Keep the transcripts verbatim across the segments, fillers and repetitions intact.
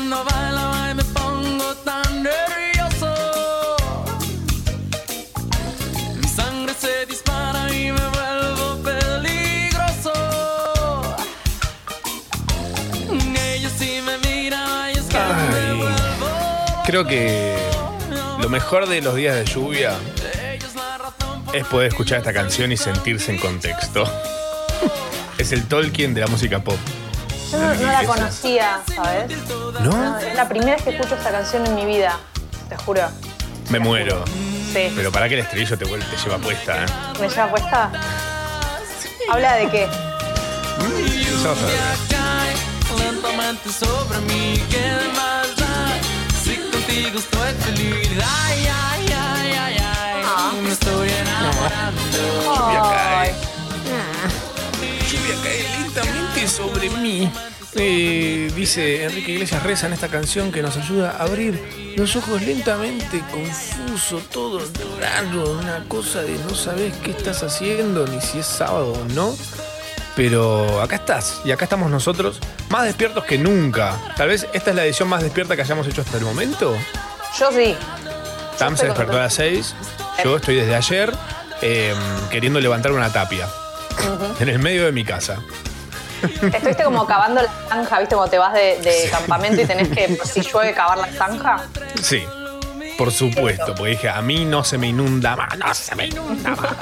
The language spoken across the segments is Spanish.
cuando bailo y me pongo tan nervioso. Mi sangre se dispara y me vuelvo peligroso. Ellos sí me miran y es que me vuelvo. Creo que lo mejor de los días de lluvia es poder escuchar esta canción y sentirse en contexto. Es el Tolkien de la música pop. Yo no, no la conocía, ¿sabes? ¿No? No, es la primera vez que escucho esta canción en mi vida, te juro. Me muero. Sí. Pero para que el estribillo te, vuelve, te lleva puesta, ¿eh? ¿Me lleva puesta? ¿Habla de qué? Eso vas a ver. Lentamente sobre mí, ¿qué más da? Si contigo estoy feliz. Ay, ay, ay, ay, ay. Ah. Me estoy enamorando. Lluvia cae. Ay. Lluvia cae lentamente sobre mí. Eh, dice Enrique Iglesias, reza en esta canción que nos ayuda a abrir los ojos lentamente, confuso, todo raro, una cosa de no sabes qué estás haciendo, ni si es sábado o no. Pero acá estás, y acá estamos nosotros, más despiertos que nunca. Tal vez esta es la edición más despierta que hayamos hecho hasta el momento. Yo sí. Tam se despertó a las seis, yo estoy desde ayer eh, queriendo levantar una tapia uh-huh. en el medio de mi casa. Estuviste como cavando la zanja, ¿viste? Cuando te vas de, de sí. campamento y tenés que, si llueve, cavar la zanja. Sí, por supuesto, porque dije, a mí no se me inunda más, no se me inunda más.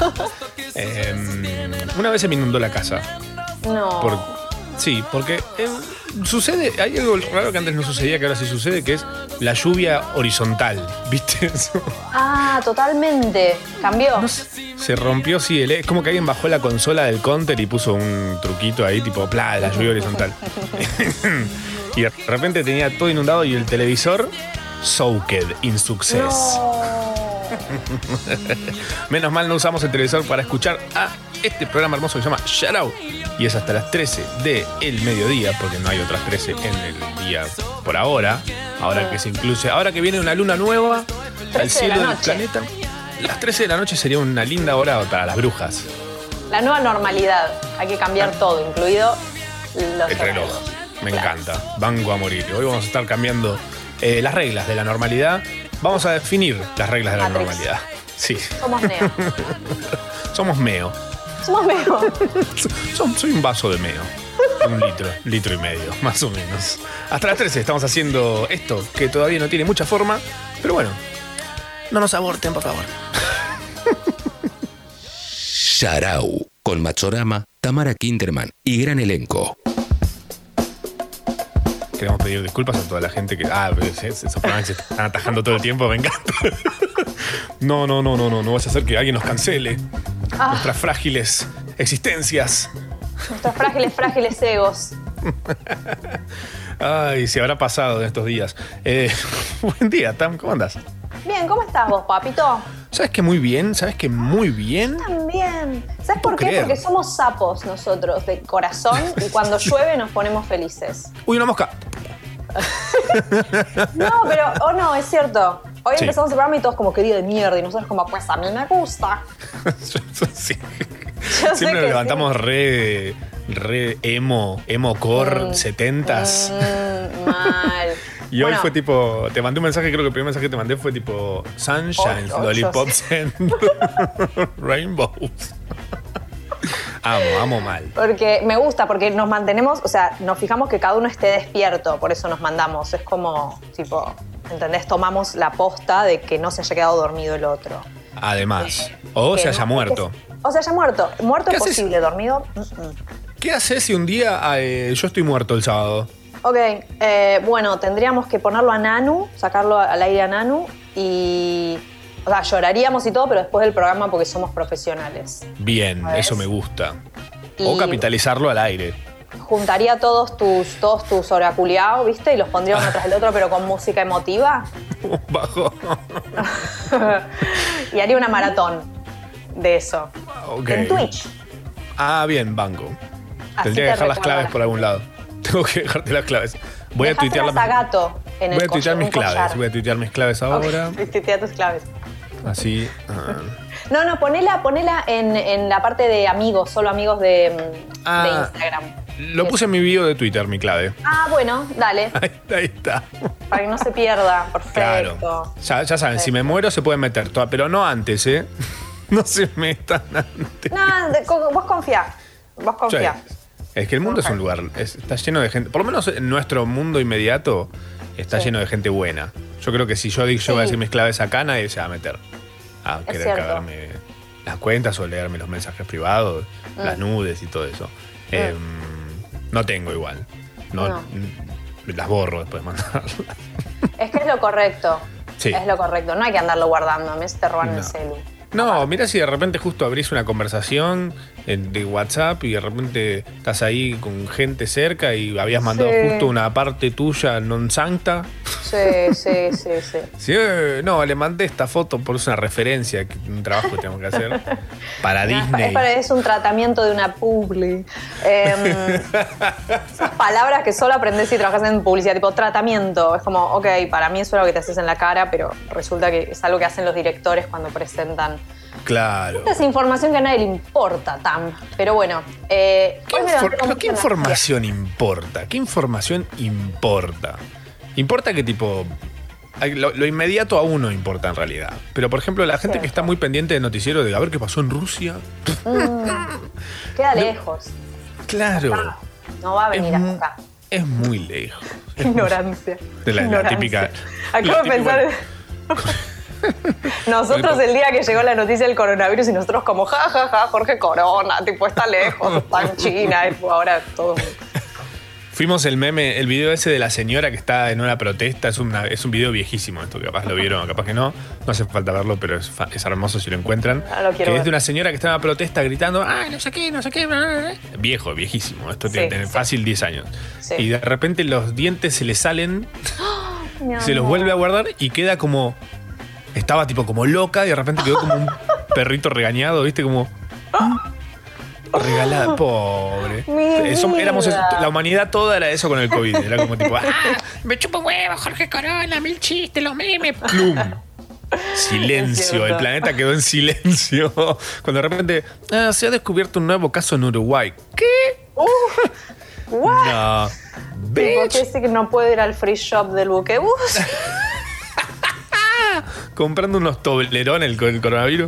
eh, una vez se me inundó la casa. No. Por, sí, porque eh, sucede, hay algo raro que antes no sucedía, que ahora sí sucede, que es la lluvia horizontal, ¿viste eso? Ah, totalmente. Cambió. No, se rompió, sí, el, es como que alguien bajó la consola del counter y puso un truquito ahí, tipo, pla, la lluvia horizontal. Y de repente tenía todo inundado y el televisor, soaked in success. No. Menos mal no usamos el televisor para escuchar a este programa hermoso que se llama Shout Out. Y es hasta las trece del mediodía, porque no hay otras trece en el día por ahora. Ahora que se incluye, ahora que viene una luna nueva al cielo del planeta. Las trece de la noche sería una linda hora para las brujas. La nueva normalidad. Hay que cambiar ah. todo, incluido los el reloj. Me claro. encanta. Banco a morir. Hoy vamos a estar cambiando eh, las reglas de la normalidad. Vamos a definir las reglas de la Matrix. Normalidad. Sí. Somos Neo. Somos Meo. Somos Meo. Soy, soy un vaso de Meo. Un litro, litro y medio, más o menos. Hasta las trece estamos haciendo esto, que todavía no tiene mucha forma, pero bueno, no nos aborten, por favor. Sharau, con Machorama, Tamara Kinderman y gran elenco. Queremos pedir disculpas a toda la gente que... Ah, esos programas se están atajando todo el tiempo, me encanta. No, no, no, no, no, no vas a hacer que alguien nos cancele ah. nuestras frágiles existencias. Nuestros frágiles, frágiles egos. Ay, se habrá pasado en estos días. Eh, buen día, Tam, ¿cómo andás? Bien, ¿cómo estás vos, papito? ¿Sabes que muy bien? ¿Sabes que muy bien? Yo también. ¿Sabes por qué? Creer. Porque somos sapos nosotros, de corazón, y cuando llueve nos ponemos felices. Uy, una mosca. No, pero, oh no, es cierto. Hoy sí. empezamos el programa y todos como querido de mierda, y nosotros como, pues a mí me gusta. Sí. Yo Siempre nos levantamos sí. re, re emo, emo core mm, setentas. Mm, mal. Y bueno, hoy fue tipo, te mandé un mensaje, creo que el primer mensaje que te mandé fue tipo Sunshine, oh, oh, Lollipops and Rainbows. Amo, amo mal. Porque me gusta, porque nos mantenemos, o sea, nos fijamos que cada uno esté despierto, por eso nos mandamos. Es como, tipo, ¿entendés? Tomamos la posta de que no se haya quedado dormido el otro. Además, o se haya no, muerto. Que, o se haya muerto. Muerto es posible, dormido. Mm-mm. ¿Qué haces si un día eh, yo estoy muerto el sábado? Ok, eh, bueno, tendríamos que ponerlo a Nanu, sacarlo al aire a Nanu y... O sea, lloraríamos y todo, pero después del programa porque somos profesionales. Bien, ¿sabes? Eso me gusta. Y o capitalizarlo al aire. Juntaría todos tus, todos tus oraculeados, ¿viste? Y los pondría uno tras el otro, pero con música emotiva. Bajo. Y haría una maratón de eso. Okay. En Twitch. Ah, bien, banco. Así Tendría que dejar las claves por algún lado. Tengo que dejarte las claves. Voy a tuitear las a gato en Voy el a tuitear mis claves. collar. Voy a tuitear mis claves ahora. Okay. Tuitea tus claves. Así. Uh. No, no, ponela, ponela en, en la parte de amigos, solo amigos de, ah, de Instagram. Lo puse en mi bio de Twitter, mi clave. Ah, bueno, dale. Ahí, ahí está. Para que no se pierda. Perfecto. Claro. Ya, ya saben, Perfecto. si me muero se pueden meter, toda, pero no antes, ¿eh? No se metan antes. No, de- co- vos confía. Vos confía. Sí. Es que el mundo es un lugar, es- está lleno de gente. Por lo menos en nuestro mundo inmediato está Sí. lleno de gente buena. Yo creo que si yo digo, yo voy a decir mis claves acá, nadie se va a meter a Es querer cierto. cagarme las cuentas o leerme los mensajes privados, Mm. las nudes y todo eso. Eh, no tengo igual. No, No. mm, Las borro después de mandarlas. Es que es lo correcto. Sí. Es lo correcto. No hay que andarlo guardando. A mí se te roban No. el celu. No, mira si de repente justo abrís una conversación en- de WhatsApp y de repente estás ahí con gente cerca y habías mandado Sí. justo una parte tuya non sancta. Sí, sí, sí, sí. Sí, eh, no, le mandé esta foto por una referencia, que- un trabajo que tengo que hacer para Disney. Es, para- es un tratamiento de una publi. Eh, esas palabras que solo aprendes si trabajas en publicidad, tipo tratamiento. Es como, ok, para mí eso es lo que te haces en la cara, pero resulta que es algo que hacen los directores cuando presentan. Claro. Esta es información que a nadie le importa, Tam. Pero bueno, eh, ¿Qué, hoy me infor- levanté con pero ¿qué mucha información importa? ¿Qué información importa? Importa que tipo... hay- Lo, lo inmediato aún no importa en realidad. Pero por ejemplo, la gente que está muy pendiente del noticiero de a ver qué pasó en Rusia. energía. Queda lejos. Claro. No va a Es, venir mu- hasta acá. es muy lejos. Ignorancia. De la- la Ignorancia. típica- Acabo la de pensar. Nosotros el día que llegó la noticia del coronavirus y nosotros como ja ja ja Jorge Corona, tipo está lejos, está en China, y ahora todo. Fuimos el meme, el video ese de la señora que está en una protesta. Es, una, es un video viejísimo esto, que capaz lo vieron, capaz que no. No hace falta verlo, pero es, fa- es hermoso si lo encuentran. Ah, lo quiero que ver. es de una señora que está en una protesta gritando, ah, no sé qué, no sé qué. Bla, bla, bla". Viejo, viejísimo. Esto Sí, tiene tiene sí. fácil diez años. Sí. Y de repente los dientes se le salen, Mi se los amor. vuelve a guardar y queda como... Estaba tipo como loca y de repente quedó como un perrito regañado, ¿viste? Como... Regalada, pobre. Mi Eso- éramos eso- vida. la humanidad toda era eso con el COVID. Era como tipo, ¡ah! Me chupo huevo, Jorge Corona, mil chistes, los memes. ¡Plum! Es Silencio, cierto. el planeta quedó en silencio. Cuando de repente, ah, se ha descubierto un nuevo caso en Uruguay. ¿Qué? What? No. ¿Por qué Bitch. dice que no puedo ir al free shop del buquebús? Comprando unos toblerones con el coronavirus.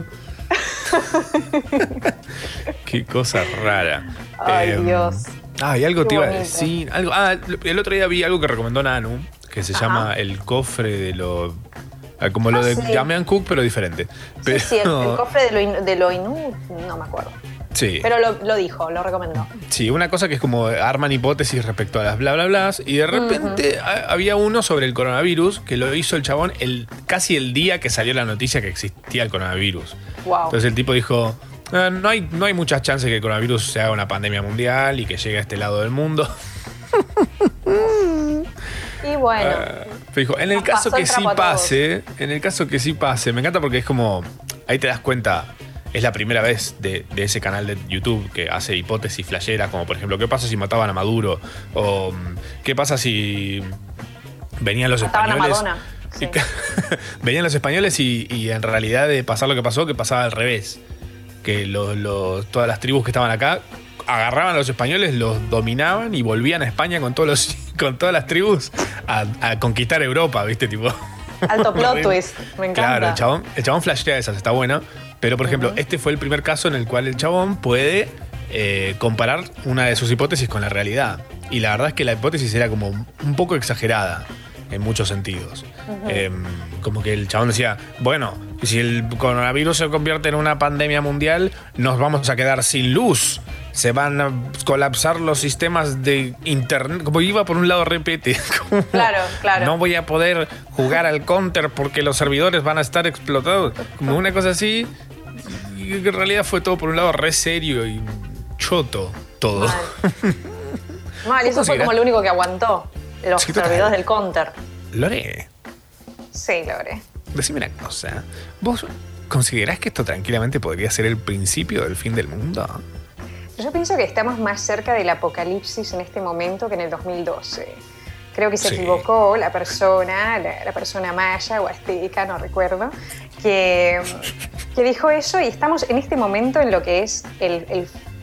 Qué cosa rara. Ay, Em, Dios. Ah, y algo Qué te iba a bonito. decir. Algo, ah, el otro día vi algo que recomendó Nanu, que se Ajá. llama El cofre de lo. ah, Como lo Ah, de sí. Damian Cook, pero diferente. Pero, Sí, sí, el, el cofre de lo, in- de lo inú, no me acuerdo. sí. Pero lo, lo dijo, lo recomendó. Sí, una cosa que es como arman hipótesis respecto a las bla bla blas. Y de repente ha- había uno sobre el coronavirus que lo hizo el chabón el, casi el día que salió la noticia que existía el coronavirus. Wow. Entonces el tipo dijo: "Ah, no, hay, no hay muchas chances que el coronavirus se haga una pandemia mundial y que llegue a este lado del mundo". Y bueno, Ah, pero dijo, en el Nos caso pasó que el sí trapo a todos. pase, en el caso que sí pase, me encanta porque es como, ahí te das cuenta, es la primera vez de, de ese canal de YouTube que hace hipótesis flasheras, como por ejemplo, ¿qué pasa si mataban a Maduro? O mm, ¿qué pasa si venían los Mataban a españoles? Madonna, sí. y que- venían los españoles y, y en realidad de pasar lo que pasó, que pasaba al revés. Que los- los- todas las tribus que estaban acá agarraban a los españoles, los dominaban y volvían a España con todos los con todas las tribus a, a conquistar Europa, ¿viste? Tipo. alto plot twist, me encanta. Claro, el chabón, el chabón flashea esas, está bueno. Pero, por ejemplo, este fue el primer caso en el cual el chabón puede eh, comparar una de sus hipótesis con la realidad. Y la verdad es que la hipótesis era como un poco exagerada en muchos sentidos. Eh, como que el chabón decía, bueno, si el coronavirus se convierte en una pandemia mundial, nos vamos a quedar sin luz. Se van a colapsar los sistemas de internet. Como iba por un lado repete. Como, Claro, claro. No voy a poder jugar al counter porque los servidores van a estar explotados. Como una cosa así. Y en realidad fue todo por un lado re serio y choto todo. Mal. Mal, y eso fue considerás? como lo único que aguantó. Los Sí, total. servidores del counter. Lore, Sí, logré. decime una cosa. ¿Vos considerás que esto tranquilamente podría ser el principio del fin del mundo? Yo pienso que estamos más cerca del apocalipsis en este momento que en el dos mil doce. Creo que se Sí. equivocó la persona, la, la persona maya o azteca, no recuerdo, que, que dijo eso y estamos en este momento en lo que es el, el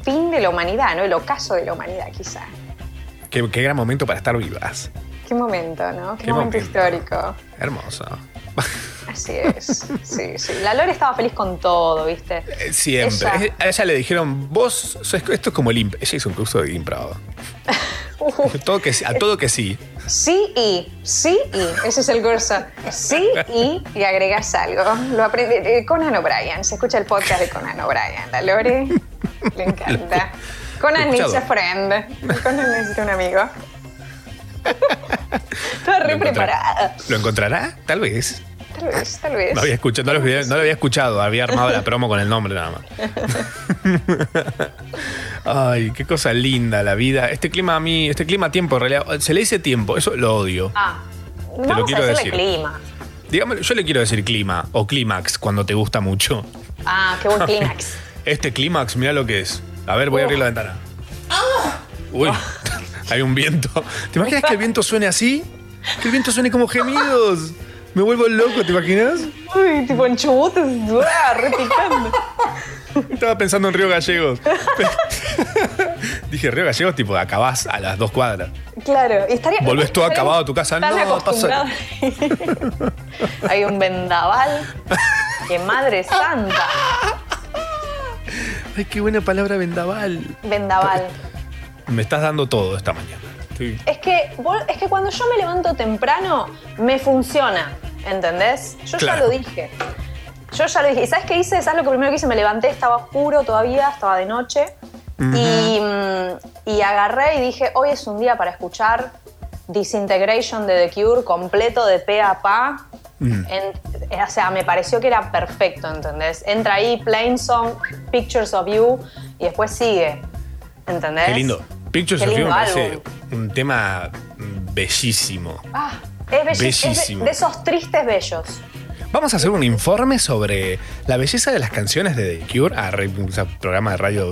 fin de la humanidad, ¿no? El ocaso de la humanidad, quizá. Qué, qué gran momento para estar vivas. Qué momento, ¿no? Qué, Qué momento, momento. histórico. Hermoso. Así es. Sí, sí. La Lore estaba feliz con todo, ¿viste? Eh, Siempre. Ella- A ella le dijeron, vos, sos- esto es como el imp. Ella hizo un curso de improv. Uh, Todo que, sí- a todo que sí. sí y, sí y. Ese es el curso. Sí y, y agregas algo. Lo aprende eh, Conan O'Brien. Se escucha el podcast de Conan O'Brien. La Lore le encanta. Conan Lo he needs a escuchado. friend. Conan necesita un amigo. Estaba re ¿Lo encontrará? preparada. ¿Lo encontrará? Tal vez. Tal vez, tal vez. No, había escuchado, no, lo había, no lo había escuchado, había armado la promo con el nombre nada más. Ay, qué cosa linda la vida. Este clima a mí, este clima tiempo en realidad, se le dice tiempo, eso lo odio. Ah, lo vamos a quiero decirle decir. clima. Dígame, yo le quiero decir clima o clímax cuando te gusta mucho. Ah, qué buen clímax. Este clímax, mira lo que es. A ver, voy a Oh. abrir la ventana. Uy, hay un viento. ¿Te imaginas que el viento suene así? Que el viento suene como gemidos. Me vuelvo loco, ¿te imaginas? Uy, tipo en Chubut, ¡ah! Re picando. Estaba pensando en Río Gallegos. Dije, Río Gallegos, tipo, acabás a las dos cuadras. Claro, y estaría. Volvés todo estaríamos acabado a tu casa. tan No, acostumbrados. Hay un vendaval. ¡Qué madre santa! Ay, qué buena palabra vendaval. Vendaval. Me estás dando todo esta mañana. Estoy- Es que, vos- es que cuando yo me levanto temprano, me funciona. ¿Entendés? Yo Claro. ya lo dije. Yo ya lo dije. ¿Y sabes qué hice? ¿Sabes lo que primero que hice? Me levanté, estaba oscuro todavía, estaba de noche. y, mm, y agarré y dije, hoy es un día para escuchar Disintegration de The Cure completo de pe a pa. Mm. En- o sea, me pareció que era perfecto, ¿entendés? Entra ahí, Plain Song, Pictures of You, y después sigue. ¿Entendés? Qué lindo. Pictures Qué of You me lindo parece álbum. un tema bellísimo. Ah, es belli- es de- Bellísimo. de esos tristes bellos. Vamos a hacer un informe sobre la belleza de las canciones de The Cure. Ah, re- un programa de radio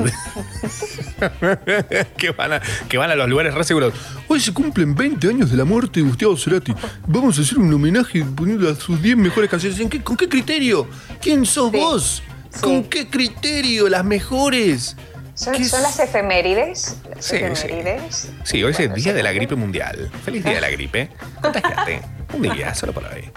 que, van a, que van a los lugares re seguros. Hoy se cumplen veinte años de la muerte de Gustavo Cerati. Vamos a hacer un homenaje poniendo a sus diez mejores canciones. ¿En qué- ¿Con qué criterio? ¿Quién sos Sí. vos? Sí. ¿Con qué criterio? Las mejores. Son, ¿Qué son es? las efemérides. Las Sí, sí. efemérides. Sí, hoy es el Bueno, Día se de la cumple. Gripe Mundial. Feliz Día de la Gripe. Contagiate. Un día, solo por hoy.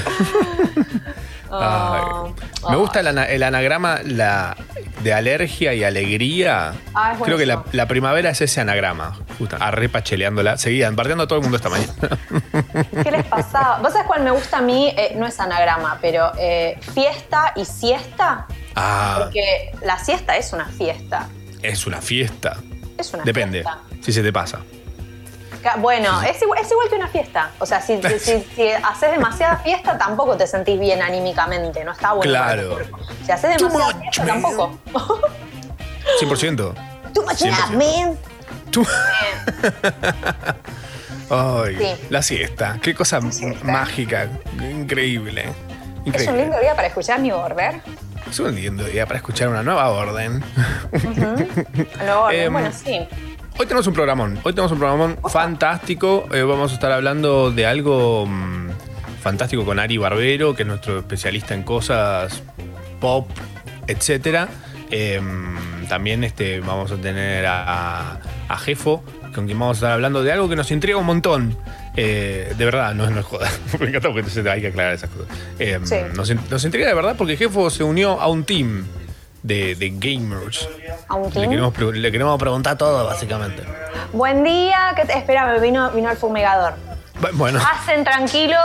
Oh, Ay, me oh. gusta el, ana- el anagrama la, de alergia y alegría. Ah, es Creo que la, buenísimo. la primavera es ese anagrama. Justo, arrepacheleándola. Seguían bardeando a todo el mundo esta mañana. ¿Qué les pasaba? ¿Vos sabés cuál me gusta a mí? Eh, no es anagrama, pero eh, fiesta y siesta. Ah, Porque la siesta es una fiesta. es una fiesta. Es una Depende, fiesta. si se te pasa. Ca- Bueno, es igual, es igual que una fiesta. O sea, si, si, si haces demasiada fiesta, tampoco te sentís bien anímicamente. No está bueno. para Claro. tu cuerpo. Si haces Too demasiada much, fiesta, man. tampoco. cien por ciento. Too much cien por love, ciento. man. Tú- Eh, Ay, Sí. la siesta. Qué cosa siesta. mágica. Increíble. Es un Increíble. lindo día para escuchar mi border. Es un lindo día para escuchar una nueva orden. Nuevo orden. Em, Bueno, sí. Hoy tenemos un programón. Hoy tenemos un programón fantástico. Eh, vamos a estar hablando de algo mm, fantástico con Ari Barbero, que es nuestro especialista en cosas pop, etcétera. Em, también este, vamos a tener a, a Jefo, con quien vamos a estar hablando de algo que nos intriga un montón. Eh, de verdad, no, no es joda. Me encanta porque entonces hay que aclarar esas cosas. Em, Sí. nos, in- nos intriga de verdad porque Jefo se unió a un team de, de gamers. ¿A un Le team? queremos, pre- le queremos preguntar todo, básicamente. Buen día. ¿Qué te... Espérame, vino, vino el fumigador. Bu- Bueno, Pasen tranquilos.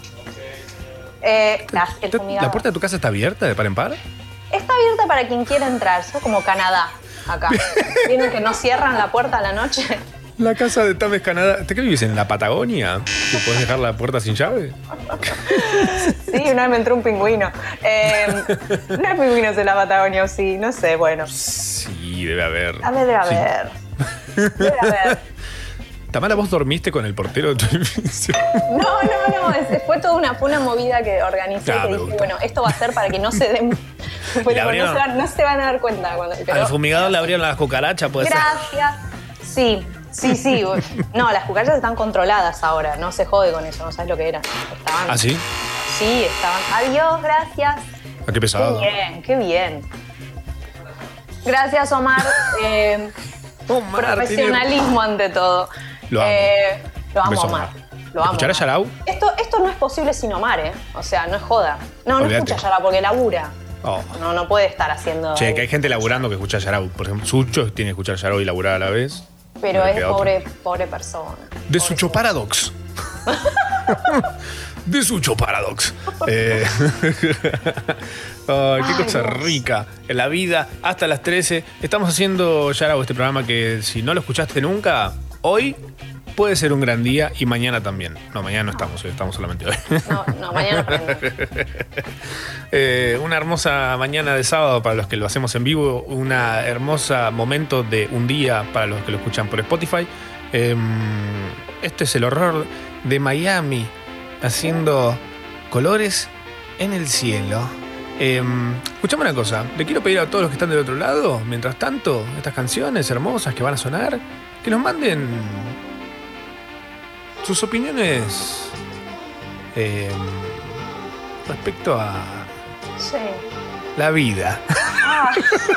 Eh, la, el fumigador. ¿la puerta de tu casa está abierta de par en par? Está abierta para quien quiera entrar. Eso es como Canadá, acá. Vienen que no cierran la puerta a la noche. La casa de Tames Canadá. ¿Te qué vivís en la Patagonia? ¿Que podés dejar la puerta sin llave? Sí, una vez me entró un pingüino. Eh, no hay pingüinos en la Patagonia, o sí, no sé, bueno. Sí, debe haber. A ver, debe Sí. haber. Debe haber. Tamara, ¿vos dormiste con el portero de tu edificio? No, no, no. es- fue toda una, fue una movida que organicé Ah, que me dije, gusta. bueno, esto va a ser para que no se den. Pero no, abrieron? se van, no se van a dar cuenta. Cuando, pero- Al fumigador le abrieron las cucarachas, puede ser. Gracias. Sí, sí, sí. No, las cucarachas están controladas ahora. No se jode con eso, no sabes lo que era. Estaban. ¿Ah, sí? Sí, estaban. Adiós, gracias. Ah, qué Qué pesado. bien, qué bien. Gracias, Omar. Eh, Omar, profesionalismo tiene... ante todo. Lo amo. Eh, lo amo, Beso, Omar. Omar. Lo amo. ¿Escuchar a Yarau? Esto, esto no es posible sin Omar, ¿eh? O sea, no es joda. No, no Olvídate. escucha a Yarau porque labura. Oh. No, no puede estar haciendo... Che, que hay gente laburando que escucha a Yarau. Por ejemplo, Sucho tiene que escuchar a Yarau y laburar a la vez. Pero No le es queda pobre, pobre persona. De Pobre Sucho señor. Paradox. De Sucho Paradox. Eh, Ay, qué Ay, cosa Dios. rica. En la vida, hasta las trece. Estamos haciendo, Yarau, este programa que si no lo escuchaste nunca, hoy puede ser un gran día y mañana también. No, mañana no estamos, hoy estamos solamente hoy. No, no, mañana prende. Eh, una hermosa mañana de sábado para los que lo hacemos en vivo, una hermosa momento de un día para los que lo escuchan por Spotify. Eh, este es el horror de Miami haciendo colores en el cielo. Eh, escuchame una cosa, le quiero pedir a todos los que están del otro lado, mientras tanto, estas canciones hermosas que van a sonar, que nos manden sus opiniones eh, respecto a Sí. la vida. Ah,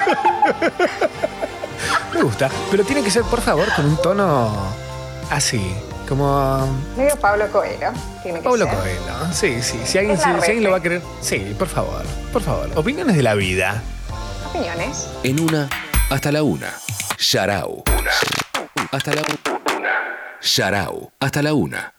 Me gusta, pero tiene que ser, por favor, con un tono así, como medio Pablo Coelho. Tiene que Pablo ser. Coelho. Sí, sí, si alguien, Es la si, si alguien lo va a refe. querer. Sí, por favor, por favor. Opiniones de la vida. Opiniones. En una, hasta la una. Yarau. Hasta la una. Yarau. Hasta la una.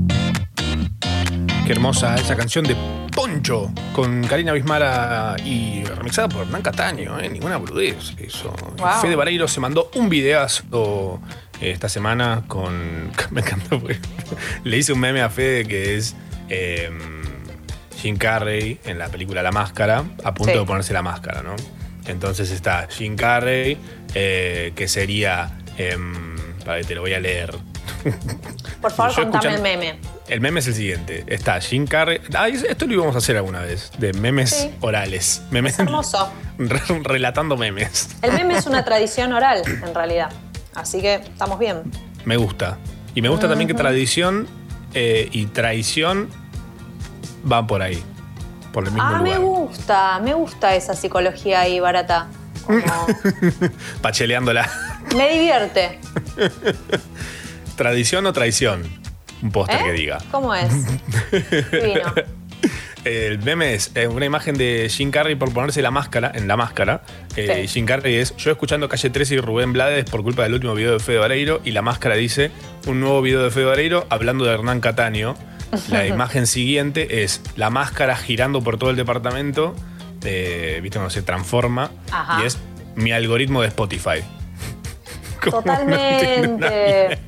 Qué hermosa esa canción de Poncho con Karina Bismara y remixada por Hernán Cataño, ¿eh? Ninguna boludez eso. Wow. Fede Vareiro se mandó un videazo eh, esta semana con... Me encanta porque le hice un meme a Fede que es eh, Jim Carrey en la película La Máscara, a punto Sí. de ponerse la máscara, ¿no? Entonces está Jim Carrey, eh, que sería... Eh, para que te lo voy a leer. Por favor, Yo contame escuchando- el meme. El meme es el siguiente. Está Jim Carrey. Ah, esto lo íbamos a hacer alguna vez. De memes Sí. orales. Memes. Es hermoso. Re- relatando memes. El meme es una tradición oral, en realidad. Así que estamos bien. Me gusta. Y me gusta también que tradición eh, y traición van por ahí. Por el mismo Ah, me lugar. gusta. Me gusta esa psicología ahí barata. Como... Pacheleándola. Me divierte. Tradición o traición. Un póster ¿Eh? que diga. ¿Cómo es? Divino. El meme es eh, una imagen de Jim Carrey por ponerse la máscara, en la máscara. Eh, Sí. Jim Carrey es yo escuchando Calle trece y Rubén Blades por culpa del último video de Fede Vareiro. Y la máscara dice un nuevo video de Fede Vareiro hablando de Hernán Cataño. La imagen siguiente es la máscara girando por todo el departamento. Eh, ¿Viste cómo se transforma? Ajá. Y es mi algoritmo de Spotify. Como no entiendo una Totalmente.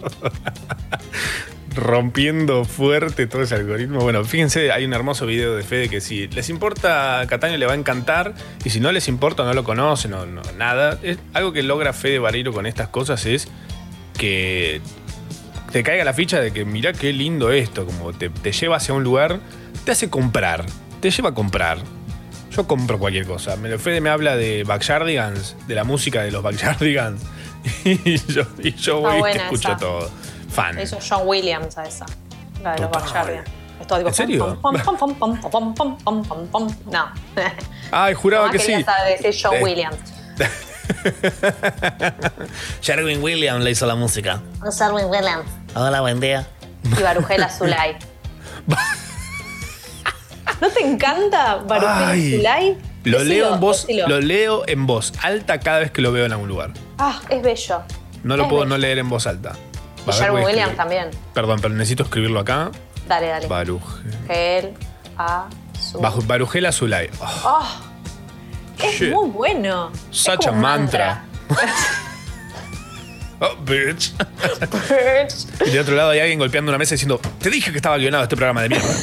rompiendo fuerte todo ese algoritmo. Bueno, fíjense, hay un hermoso video de Fede que si les importa Cataño le va a encantar y si no les importa, no lo conocen o no, nada. Es, algo que logra Fede Vareiro con estas cosas es que te caiga la ficha de que mirá qué lindo esto, como te, te lleva hacia un lugar, te hace comprar, te lleva a comprar. Yo compro cualquier cosa. Me- Fede me habla de Backyardigans, de la música de los Backyardigans y yo, y yo voy y te buena escucho esa. todo. Fan. Hizo John Williams a esa. La de los Total. Backyardigans. Es todo tipo, ¿En serio? pom, pom, pom, pom, pom, pom, pom, pom, pom. No. Ay, juraba Nomás que sí. quería decir John Eh. Williams. Sherwin Williams le hizo la música. Sherwin Williams. Hola, buen día. Y Barujela Zulay. ¿No te encanta Barujela Ay. Zulay? Lo Decilo, leo en voz, decilo. lo leo en voz alta cada vez que lo veo en algún lugar. Ah, es bello. No lo Es puedo bello. no leer en voz alta. Y A ver, Sherwin voy a Williams escribir. también. Perdón, pero necesito escribirlo acá. Dale, dale. Baruj. Gel, A, Zulay. Bajo, Barujela Zulay. Oh, Oh, es Shit. muy bueno. Es Such como a un mantra. oh, bitch. Y de otro lado hay alguien golpeando una mesa diciendo, te dije que estaba guionado este programa de mierda.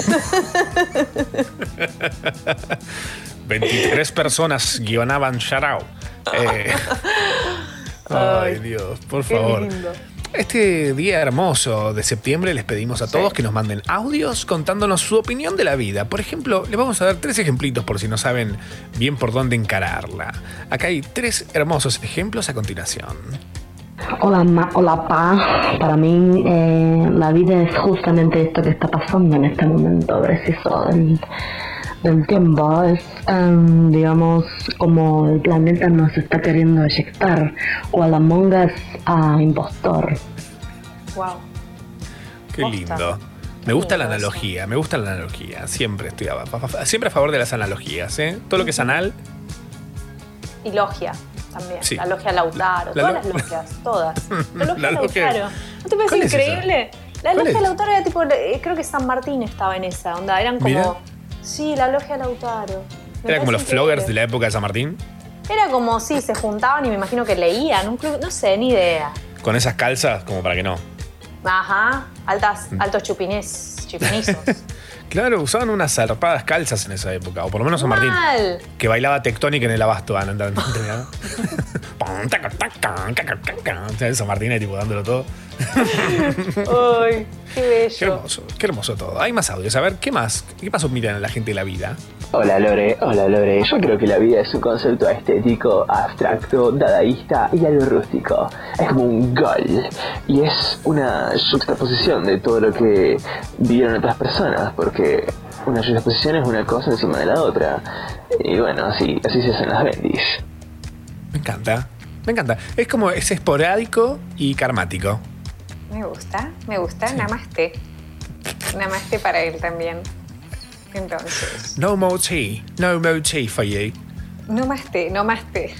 veintitrés personas guionaban Yarau. Eh, ay, Dios, por Qué favor. lindo. Este día hermoso de septiembre les pedimos a todos que nos manden audios contándonos su opinión de la vida. Por ejemplo, les vamos a dar tres ejemplitos por si no saben bien por dónde encararla. Acá hay tres hermosos ejemplos a continuación. Hola, ma, hola, pa. Para mí, eh, la vida es justamente esto que está pasando en este momento preciso. El- del tiempo. Es, um, digamos, como el planeta nos está queriendo eyectar, o a Among Us a impostor. Wow. Qué Posta. lindo. Me gusta la lindo eso. analogía, me gusta la analogía. Siempre estoy a, a- siempre a favor de las analogías, ¿eh? Todo lo que es anal, Y logia también. Sí. La logia Lautaro. La todas lo- las logias, todas. La logia La logia- Lautaro. ¿No te parece ¿Cuál es esa? increíble? La ¿Cuál logia es? Lautaro era tipo, eh, creo que San Martín estaba en esa onda. Eran como. Mirá. Sí, la logia Lautaro. Me era como los parece floggers de increíble. la época de San Martín, Era como, sí, se juntaban y me imagino que leían. Un club, no sé, ni idea. con esas calzas como para que no. Ajá. Altas, Mm. altos chupinés, chupinizos. Claro, usaban unas zarpadas calzas en esa época, o por lo menos San Martín, Mal. que bailaba tectónica en el abasto. Ah, no, no, no, no. San Martín ahí tipo dándolo todo. Ay, qué bello. Qué hermoso, qué hermoso todo. Hay más audios. A ver, ¿qué más? ¿Qué más miran a la gente de la vida? Hola Lore, hola Lore. Yo creo que la vida es un concepto estético, abstracto, dadaísta y algo rústico. Es como un gol. Y es una juxtaposición de todo lo que vivieron otras personas, porque una juxtaposición es una cosa encima de la otra. Y bueno, así, así se hacen las bendis. Me encanta, me encanta. Es como, es esporádico y karmático. Me gusta, me gusta. Namaste. Namaste para él también. Entonces. No more tea, no more tea for you. No más té, no más té.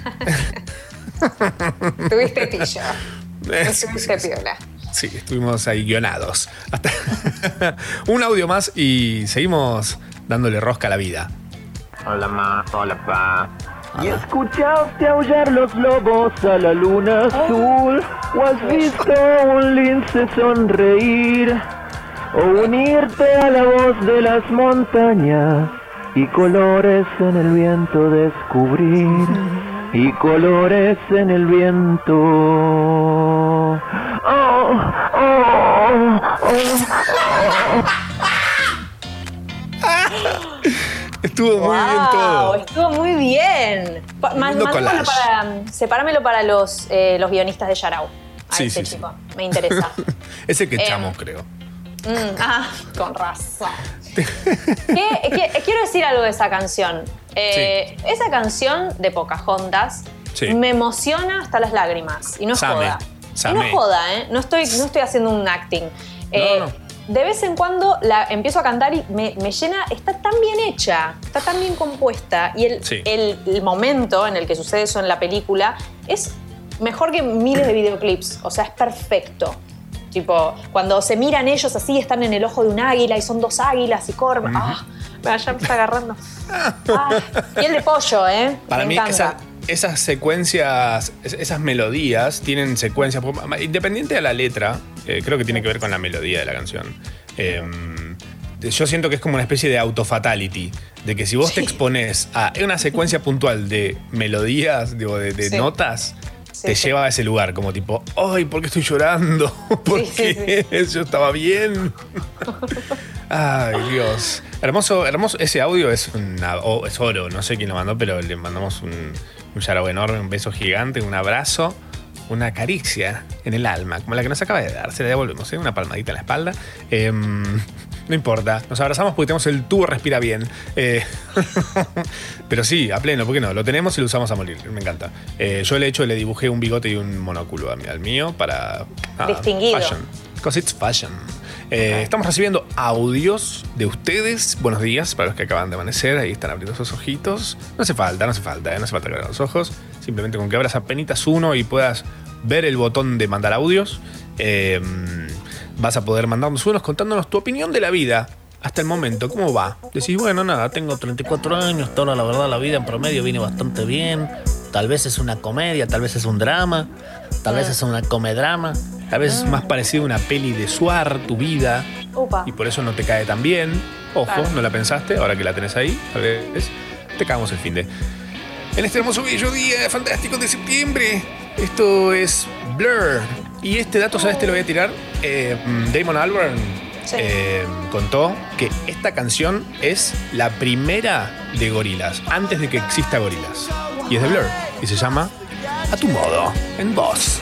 Tuviste pillo. Estuviste piola. Sí, estuvimos ahí guionados. Hasta un audio más y seguimos dándole rosca a la vida. Hola ma, hola pa. ¿Y escuchaste aullar los lobos a la luna azul? ¿O has visto un lince sonreír? ¿O unirte a la voz de las montañas? Y colores en el viento descubrir. Y colores en el viento. Oh, oh, oh, oh. Estuvo muy bien Wow, todo. estuvo muy bien. Pa- ma- Lindo mándamelo collage. para, separámelo para los, eh, los guionistas de Yarao. A Sí, ese sí, sí. chico. Me interesa. Ese que Eh, echamos, creo. Mm, ah, con razón. ¿Qué- qué- quiero decir algo de esa canción. Eh, Esa canción de Pocahontas Sí. me emociona hasta las lágrimas. Y no es Same, joda. same. Y no es joda, ¿eh? No estoy, no estoy haciendo un acting. Eh, no. De vez en cuando la empiezo a cantar y me, me llena. Está tan bien hecha, está tan bien compuesta. Y el, Sí. el, el momento en el que sucede eso en la película es mejor que miles de videoclips. O sea, es perfecto. Tipo, cuando se miran ellos así, están en el ojo de un águila y son dos águilas y corren. Ah, mira, ya me está agarrando. Ah, piel de pollo, ¿eh? Para me mí, encanta. esa- esas secuencias, es- esas melodías tienen secuencias, porque, independiente de la letra, eh, creo que tiene que ver con la melodía de la canción. Eh, yo siento que es como una especie de auto-fatality, de que si vos te Sí. expones a una secuencia puntual de melodías, digo, de, de Sí. notas, Sí, te sí. lleva a ese lugar, como tipo, ¡ay, por qué estoy llorando! ¿Por Sí, qué? Yo estaba bien. Ay, Dios. Hermoso, hermoso. Ese audio es, una, oh, es oro, no sé quién lo mandó, pero le mandamos un, un yarao enorme, un beso gigante, un abrazo, una caricia en el alma, como la que nos acaba de dar. Se la devolvemos, ¿eh? Una palmadita en la espalda. Eh, no importa, nos abrazamos porque tenemos el tubo respira bien. Eh, pero sí, a pleno, ¿por qué no? Lo tenemos y lo usamos a morir, me encanta. Eh, yo le he hecho, le dibujé un bigote y un monóculo a mí- al mío para... nada, Distinguido. Fashion. Because it's fashion. Eh, estamos recibiendo audios de ustedes. Buenos días para los que acaban de amanecer. Ahí están abriendo sus ojitos. No hace falta, no hace falta, ¿eh? No hace falta que abran los ojos. Simplemente con que abras apenitas uno y puedas ver el botón de mandar audios, eh, vas a poder mandarnos unos contándonos tu opinión de la vida hasta el momento. ¿Cómo va? Decís, bueno, nada, tengo treinta y cuatro años, toda la verdad la vida en promedio viene bastante bien. Tal vez es una comedia, tal vez es un drama, tal vez es una comedrama. a veces es más parecido a una peli de Suar, tu vida, Upa. y por eso no te cae tan bien. Ojo, Claro. no la pensaste, ahora que la tenés ahí, tal vez te cagamos el fin de. En este hermoso bello día fantástico de septiembre, esto es Blur. Y este dato, ¿sabes? Te lo voy a tirar. Eh, Damon Albarn Sí. eh, contó que esta canción es la primera de Gorillaz, antes de que exista Gorillaz. Y es de Blur. Y se llama A tu modo, en voz.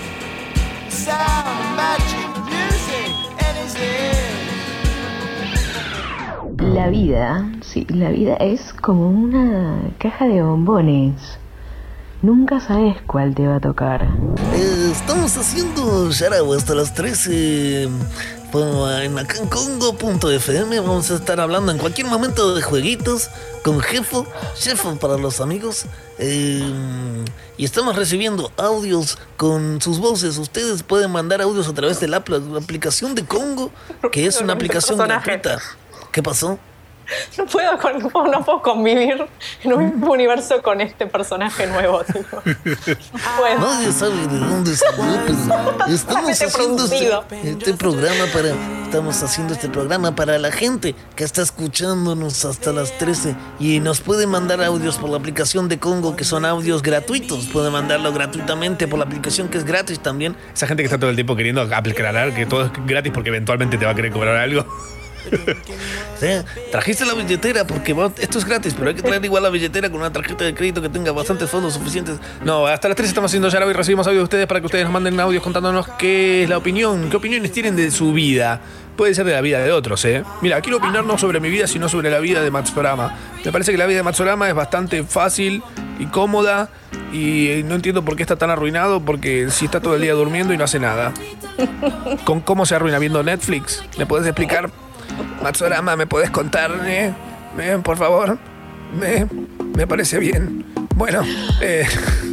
La vida, sí, la vida es como una caja de bombones. Nunca sabes cuál te va a tocar. Eh, estamos haciendo Sharau hasta las trece. Bueno, en acá en Congo punto F M vamos a estar hablando en cualquier momento de jueguitos con Jefo, Jefo para los amigos. Eh, y estamos recibiendo audios con sus voces. Ustedes pueden mandar audios a través de la, apl- la aplicación de Congo, que es una aplicación gratuita. ¿Qué pasó? No puedo, con, no, puedo, no puedo convivir en un mismo universo con este personaje nuevo, tipo. Bueno. Nadie sabe de dónde salió, pero estamos haciendo este, este programa para estamos haciendo este programa para la gente que está escuchándonos hasta las trece y nos puede mandar audios por la aplicación de Congo, que son audios gratuitos. Puede mandarlo gratuitamente por la aplicación, que es gratis también. Esa gente que está todo el tiempo queriendo aclarar que todo es gratis porque eventualmente te va a querer cobrar algo. Sí, trajiste la billetera porque bueno, esto es gratis, pero hay que traer igual la billetera con una tarjeta de crédito que tenga bastantes fondos suficientes. No, hasta las tres estamos haciendo Sharau y recibimos audio de ustedes para que ustedes nos manden audios contándonos qué es la opinión, qué opiniones tienen de su vida. Puede ser de la vida de otros, ¿eh? Mira, quiero opinar no sobre mi vida, sino sobre la vida de Matsurama. Me parece que la vida de Matsurama es bastante fácil y cómoda y no entiendo por qué está tan arruinado, porque si está todo el día durmiendo y no hace nada. ¿Con cómo se arruina viendo Netflix? ¿Me puedes explicar? Matsurama, ¿me puedes contar? ¿Eh? ¿Eh? Por favor. ¿Eh? Me parece bien. Bueno, eh...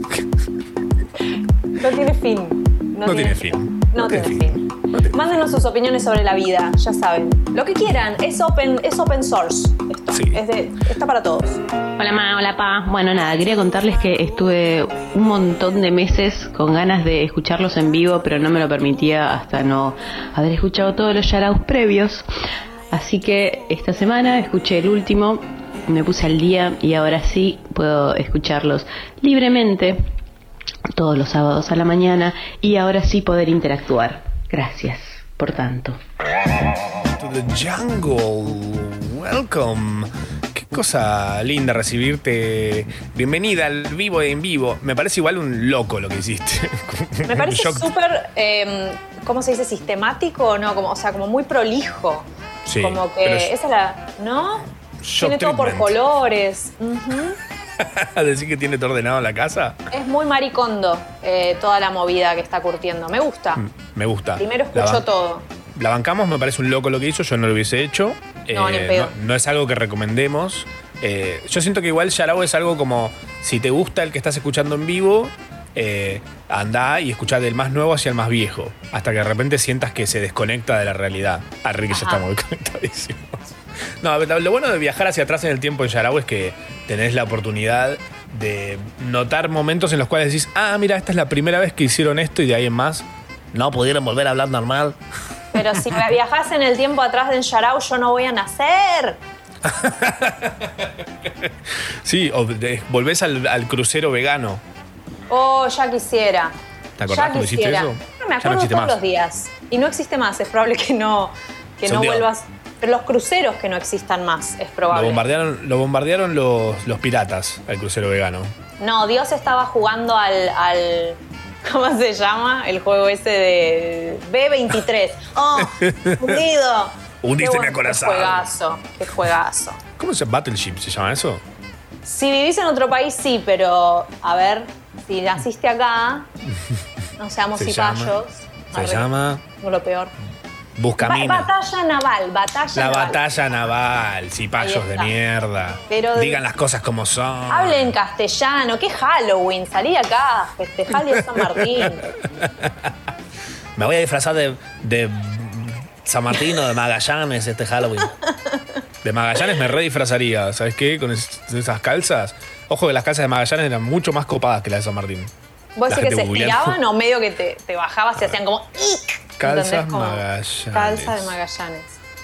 No tiene fin. No, no tiene, tiene fin. No, no tiene fin. fin. No tiene Mándenos sus opiniones sobre la vida, ya saben. Lo que quieran, es open, es open source. Esto. Sí. Es de, está para todos. Hola ma, hola pa. Bueno, nada, quería contarles que estuve un montón de meses con ganas de escucharlos en vivo, pero no me lo permitía hasta no haber escuchado todos los Sharaus previos. Así que esta semana escuché el último, me puse al día y ahora sí puedo escucharlos libremente todos los sábados a la mañana y ahora sí poder interactuar. Gracias por tanto. To the jungle, welcome. Qué cosa linda recibirte. Bienvenida al vivo en vivo. Me parece igual un loco lo que hiciste. Me parece súper, eh, ¿cómo se dice? Sistemático, ¿no? Como, o sea, como muy prolijo. Sí, como que esa es la... ¿No? Tiene todo por colores. Uh-huh. ¿Decir que tiene todo ordenado en la casa? Es muy maricondo eh, toda la movida que está curtiendo. Me gusta. Mm, me gusta. Primero escucho la, todo. La bancamos, me parece un loco lo que hizo. Yo no lo hubiese hecho. No, eh, ni pedo. No, no es algo que recomendemos. Eh, yo siento que igual Sharau es algo como... Si te gusta el que estás escuchando en vivo... Eh, andá y escuchá del más nuevo hacia el más viejo, hasta que de repente sientas que se desconecta de la realidad. Ah, Ricky ya estamos desconectadísimos. No, lo bueno de viajar hacia atrás en el tiempo en Sharau es que tenés la oportunidad de notar momentos en los cuales decís, ah, mira, esta es la primera vez que hicieron esto y de ahí en más no pudieron volver a hablar normal. Pero si me viajás en el tiempo atrás de Sharau, yo no voy a nacer. Sí, o de, volvés al, al crucero vegano. Oh, ya quisiera. ¿Te acordás cuando hiciste eso? No, me acuerdo no todos más. Los días. Y no existe más, es probable que no, que no vuelvas. Pero los cruceros que no existan más, es probable. Lo bombardearon, lo bombardearon los, los piratas, al crucero vegano. No, Dios estaba jugando al, al... ¿Cómo se llama? El juego ese de B veintitrés. ¡Oh! ¡Hundido! Hundiste mi corazón. Qué juegazo, qué juegazo. ¿Cómo se llama? ¿Battleship se llama eso? Si vivís en otro país, sí, pero a ver, si naciste acá, no seamos cipayos. Se llama. No lo peor. Buscamina. Ba- batalla naval, batalla La naval. batalla naval, cipayos de mierda. Pero digan las cosas como son. Hablen castellano, ¿qué Halloween? Salí acá, festejalí a San Martín. Me voy a disfrazar de, de San Martín o de Magallanes este Halloween. De Magallanes me re disfrazaría, ¿sabes qué? Con es, esas calzas. Ojo que las calzas de Magallanes eran mucho más copadas que las de San Martín. ¿Vos decís que se estiraban o medio que te, te bajabas y hacían como ¡ic! Calzas Magallanes. Calza de Magallanes.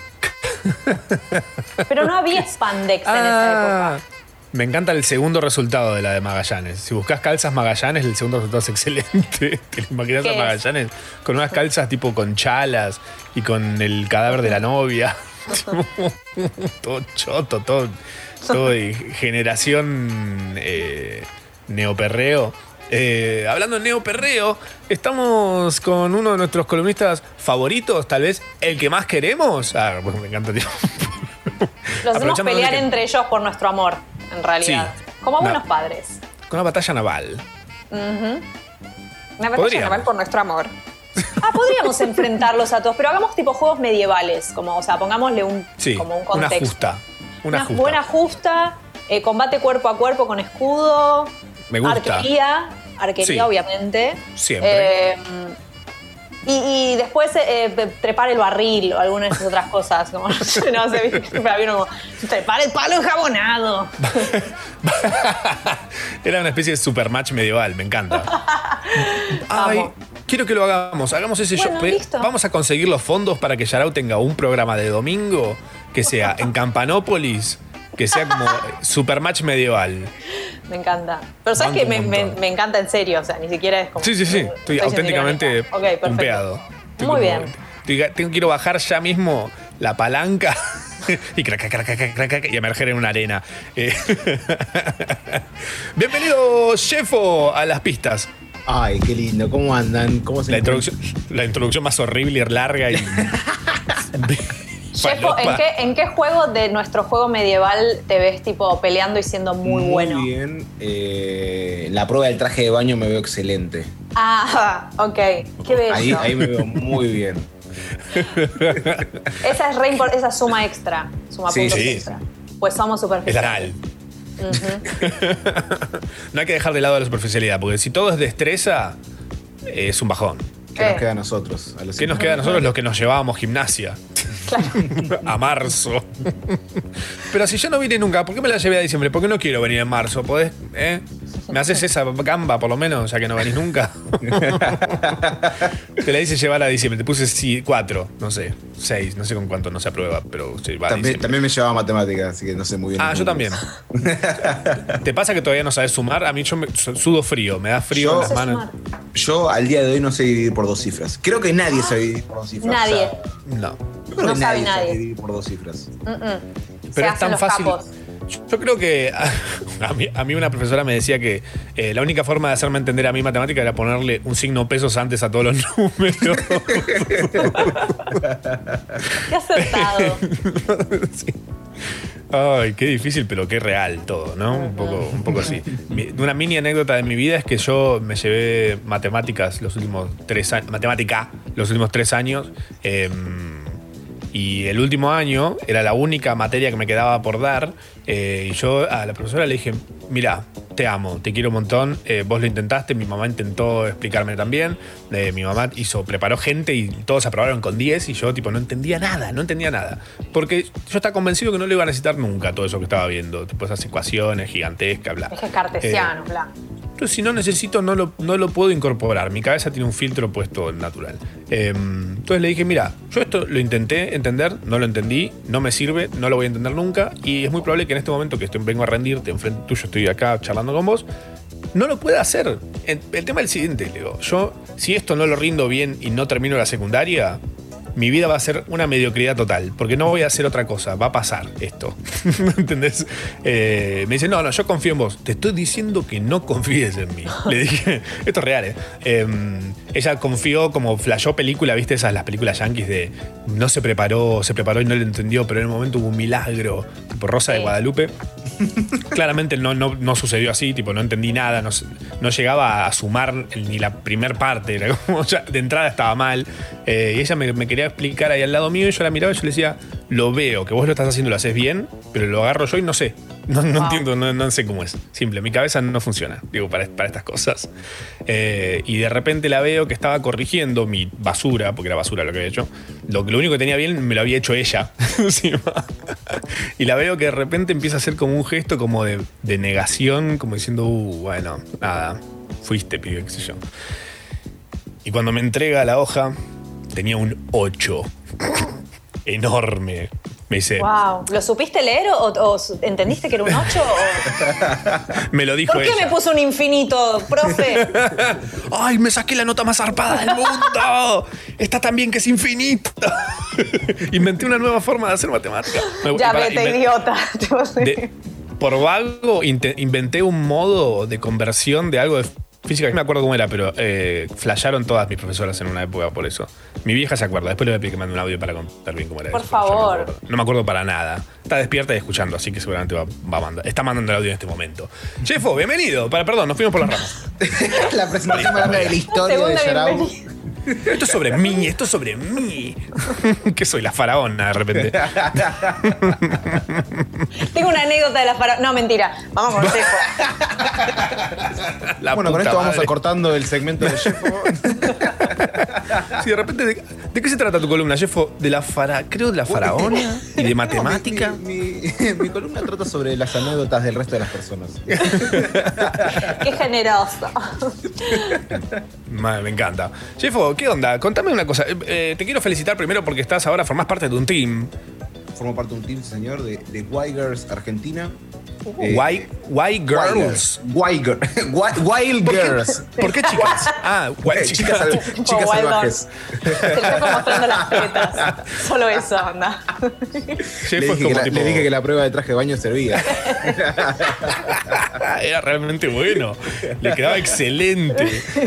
Pero no había spandex ah, en esa época. Me encanta el segundo resultado de la de Magallanes. Si buscas calzas Magallanes, el segundo resultado es excelente. ¿Te lo imaginas a Magallanes? Es? Con unas calzas tipo con chalas y con el cadáver de la novia. Todo choto, todo, todo de generación eh, neoperreo. Eh, hablando de neoperreo, estamos con uno de nuestros columnistas favoritos, tal vez el que más queremos. Ah, pues me encanta, tío. Los hacemos Aprovechando pelear que- entre ellos por nuestro amor, en realidad. Sí. Como Una- buenos padres. Con una batalla naval. Ujú. Una batalla Podríamos. naval por nuestro amor. Ah, podríamos enfrentarlos a todos, pero hagamos tipo juegos medievales, como, o sea, pongámosle un, Sí, como un una contexto. justa. Una, Una justa. buena justa, eh, combate cuerpo a cuerpo con escudo, Me gusta. arquería, arquería Sí. obviamente. Siempre. Eh, y, y después eh, trepar el barril o algunas de esas otras cosas, como, no sé, pero vieron como trepar el palo enjabonado. Era una especie de supermatch medieval, me encanta. Ay, Vamos. quiero que lo hagamos. Hagamos ese Bueno, show. Pe- listo. Vamos a conseguir los fondos para que Yarao tenga un programa de domingo que sea en Campanópolis, que sea como supermatch medieval. Me encanta. Pero sabes Banco que me, un me, montón. me encanta en serio, o sea, ni siquiera es como. Sí, sí, sí. Estoy siendo auténticamente irónica. Ok, perfecto. pumpeado. Estoy Muy como- bien. estoy- tengo, quiero bajar ya mismo la palanca y, crac, crac, crac, crac, crac, crac, y emerger en una arena. Eh, Bienvenido, Chefo, a las pistas. Ay, qué lindo. ¿Cómo andan? ¿Cómo se La encuentran? introducción, la introducción más horrible y larga y. Shefo, ¿en falopa. qué, ¿en qué juego de nuestro juego medieval te ves tipo peleando y siendo muy, bueno? Muy bien. Eh, la prueba del traje de baño me veo excelente. Ah, ok. Qué bello. Ahí, ahí me veo muy bien. Esa es re impor- esa suma extra. Suma Sí, puntos sí. extra. Pues somos Es superficiales. anal. No hay que dejar de lado la superficialidad, porque si todo es destreza, es un bajón. ¿Qué Eh. nos queda a nosotros? A los ¿Qué nos queda a nosotros los que nos llevábamos gimnasia? A marzo. Pero si yo no vine nunca, ¿por qué me la llevé a diciembre? ¿Por qué no quiero venir en marzo? ¿Podés, eh? ¿Me haces esa gamba por lo menos, ya que no venís nunca? Te la hice llevar a diciembre. Te puse sí, cuatro, no sé, seis, no sé con cuánto no se aprueba, pero sí, va a También, diciembre. también me llevaba matemáticas, así que no sé muy bien. Ah, los yo números. también. ¿Te pasa que todavía no sabes sumar? A mí yo me, sudo frío, me da frío Yo- en las Sé manos. sumar. Yo al día de hoy no sé dividir por dos cifras. Creo que nadie sabe dividir por dos cifras. Nadie. O sea, No. yo creo No que sabe nadie nadie. sabe dividir por dos cifras. Mm-mm. Se Pero es hacen tan los fácil. capos. Yo, yo creo que a mí, a mí una profesora me decía que eh, la única forma de hacerme entender a mí matemática era ponerle un signo pesos antes a todos los números. Qué acertado. Sí. Ay, qué difícil, pero qué real todo, ¿no? Un poco, un poco así. Mi- Una mini anécdota de mi vida es que yo me llevé matemáticas los últimos tres años, matemática los últimos tres años. eh, y el último año era la única materia que me quedaba por dar. eh, y yo a la profesora le dije, mira, te amo, te quiero un montón. eh, vos lo intentaste, mi mamá intentó explicarme también. eh, mi mamá hizo, preparó gente y todos aprobaron con diez y yo tipo no entendía nada, no entendía nada. Porque yo estaba convencido que no lo iba a necesitar nunca todo eso que estaba viendo. Tipo esas ecuaciones gigantescas, bla. Es que es cartesiano, Eh, bla. Entonces, si no necesito, no lo, no lo puedo incorporar. Mi cabeza tiene un filtro puesto natural. Eh, entonces le dije, mira, yo esto lo intenté entender, no lo entendí, no me sirve, no lo voy a entender nunca. Y es muy probable que en este momento que estoy, vengo a rendirte enfrente tuyo, estoy acá charlando con vos, no lo pueda hacer. El, el tema es el siguiente, le digo, yo, si esto no lo rindo bien y no termino la secundaria, mi vida va a ser una mediocridad total, porque no voy a hacer otra cosa, va a pasar esto. ¿Entendés? Eh, me dice, no, no, yo confío en vos. Te estoy diciendo que no confíes en mí. Le dije, esto es real, ¿eh? Eh, ella confió como flashó película, ¿viste? Esas las películas yanquis de no se preparó, se preparó y no lo entendió, pero en el momento hubo un milagro, tipo Rosa de Sí. Guadalupe. Claramente no, no, no sucedió así, tipo, no entendí nada, no, no llegaba a sumar ni la primer parte, era como ya de entrada estaba mal. Eh, y ella me, me quería explicar ahí al lado mío y yo la miraba y yo le decía, lo veo, que vos lo estás haciendo, lo haces bien, pero lo agarro yo y no sé. No, no Wow. entiendo, no, no sé cómo es. Simple, mi cabeza no funciona, digo, para, para estas cosas. Eh, y de repente la veo que estaba corrigiendo mi basura, porque era basura lo que había hecho. Lo, lo único que tenía bien me lo había hecho ella. encima. Y la veo que de repente empieza a hacer como un gesto como de, de negación, como diciendo, uh, bueno, nada, fuiste, pibe, qué sé yo. Y cuando me entrega la hoja, tenía un ocho. Enorme. Me dice, Wow. ¿Lo supiste leer o, o entendiste que era un ocho? me lo dijo ¿Por qué ella. me puso un infinito, profe? ¡Ay, me saqué la nota más zarpada del mundo! Está tan bien que es infinito. Inventé una nueva forma de hacer matemática. Me- Ya pará, vete, inven- idiota. Tipo, sí. de- por vago inte- inventé un modo de conversión de algo de Física, no me acuerdo cómo era, pero eh, flasharon todas mis profesoras en una época por eso. Mi vieja se acuerda, después le voy a pedir que mande un audio para contar bien cómo era Por eso. favor. No me, acuerdo. No me acuerdo para nada. Está despierta y escuchando, así que seguramente va, va a mandar. Está mandando el audio en este momento. Jeffo, bienvenido. Para, perdón, nos fuimos por las ramas. La presentación más grande de la historia de Yarao. Esto es sobre mí, esto es sobre mí. Que soy la faraona de repente. Tengo una anécdota de la faraona. No, mentira. Vamos con Jeffo. Bueno, con esto madre. Vamos acortando el segmento de Jeffo. Sí, de repente, ¿de, ¿de qué se trata tu columna, Jeffo? De la fara, creo de la faraona y de matemática. No, mi, mi, mi, mi columna trata sobre las anécdotas del resto de las personas. Qué generoso. Madre, me encanta. Jeffo, ¿qué onda? Contame una cosa. Eh, te quiero felicitar primero porque estás ahora, formás parte de un team. Formo parte de un team, señor, de, de Y-Girls Argentina. Uh, eh, Y-Girls. Wild Girls. ¿Por qué chicas? Ah, wild eh, chicas, sal, chicas salvajes. Se le está mostrando las tetas. Solo eso, anda. Le dije, la, tipo... le dije que la prueba de traje de baño servía. Era realmente bueno. Le quedaba excelente.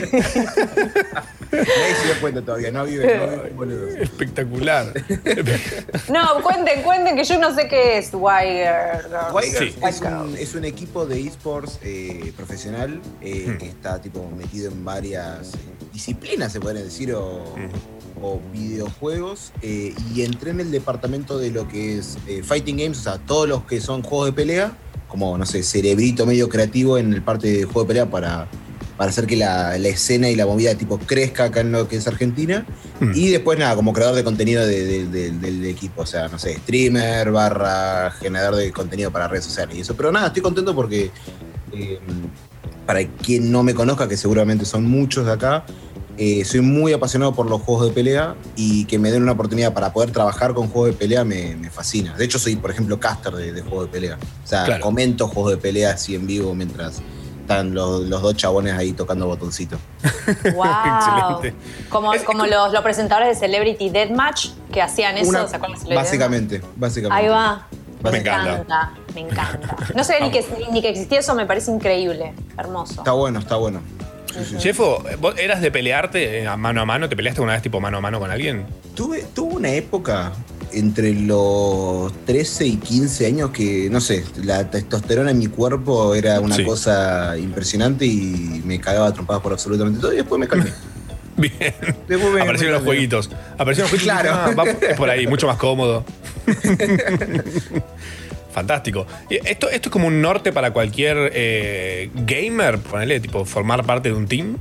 Nadie se dio cuenta todavía, no vive, no vive boludos. Espectacular. No, cuenten, cuenten que yo no sé qué es Wire. Sí. Es, un, es un equipo de esports eh, profesional eh, hmm. que está tipo metido en varias disciplinas, se podría decir, o, hmm. o videojuegos. Eh, y entré en el departamento de lo que es eh, Fighting Games, o sea, todos los que son juegos de pelea, como, no sé, cerebrito medio creativo en el parte de juego de pelea para... para hacer que la, la escena y la movida tipo crezca acá en lo que es Argentina. Mm. Y después, nada, como creador de contenido de, de, de, del equipo. O sea, no sé, streamer, barra, generador de contenido para redes sociales y eso. Pero nada, estoy contento porque, eh, para quien no me conozca, que seguramente son muchos de acá, eh, soy muy apasionado por los juegos de pelea y que me den una oportunidad para poder trabajar con juegos de pelea me, me fascina. De hecho, soy, por ejemplo, caster de, de juegos de pelea. O sea, claro. comento juegos de pelea así en vivo mientras... están los, los dos chabones ahí tocando botoncito. ¡Wow! Excelente. Como, como los, los presentadores de Celebrity Deathmatch que hacían eso, Una, ¿se acuerdan? Básicamente, básicamente. Ahí va. Me, me encanta. encanta. Me encanta. No sé ni que, ni que existía eso, me parece increíble. Hermoso. Está bueno, está bueno. Sí, sí. Jeffo, ¿vos eras de pelearte mano a mano? ¿Te peleaste una vez tipo mano a mano con alguien? Tuve, tuve una época entre los trece y quince años que, no sé, la testosterona en mi cuerpo era una sí. cosa impresionante y me cagaba a trompadas por absolutamente todo y después me calmé. Bien. Me, Aparecieron los jueguitos. Aparecieron los jueguitos. Claro. Ah, va, es por ahí, mucho más cómodo. Fantástico. ¿Esto, ¿Esto es como un norte para cualquier eh, gamer? Ponele, tipo, formar parte de un team.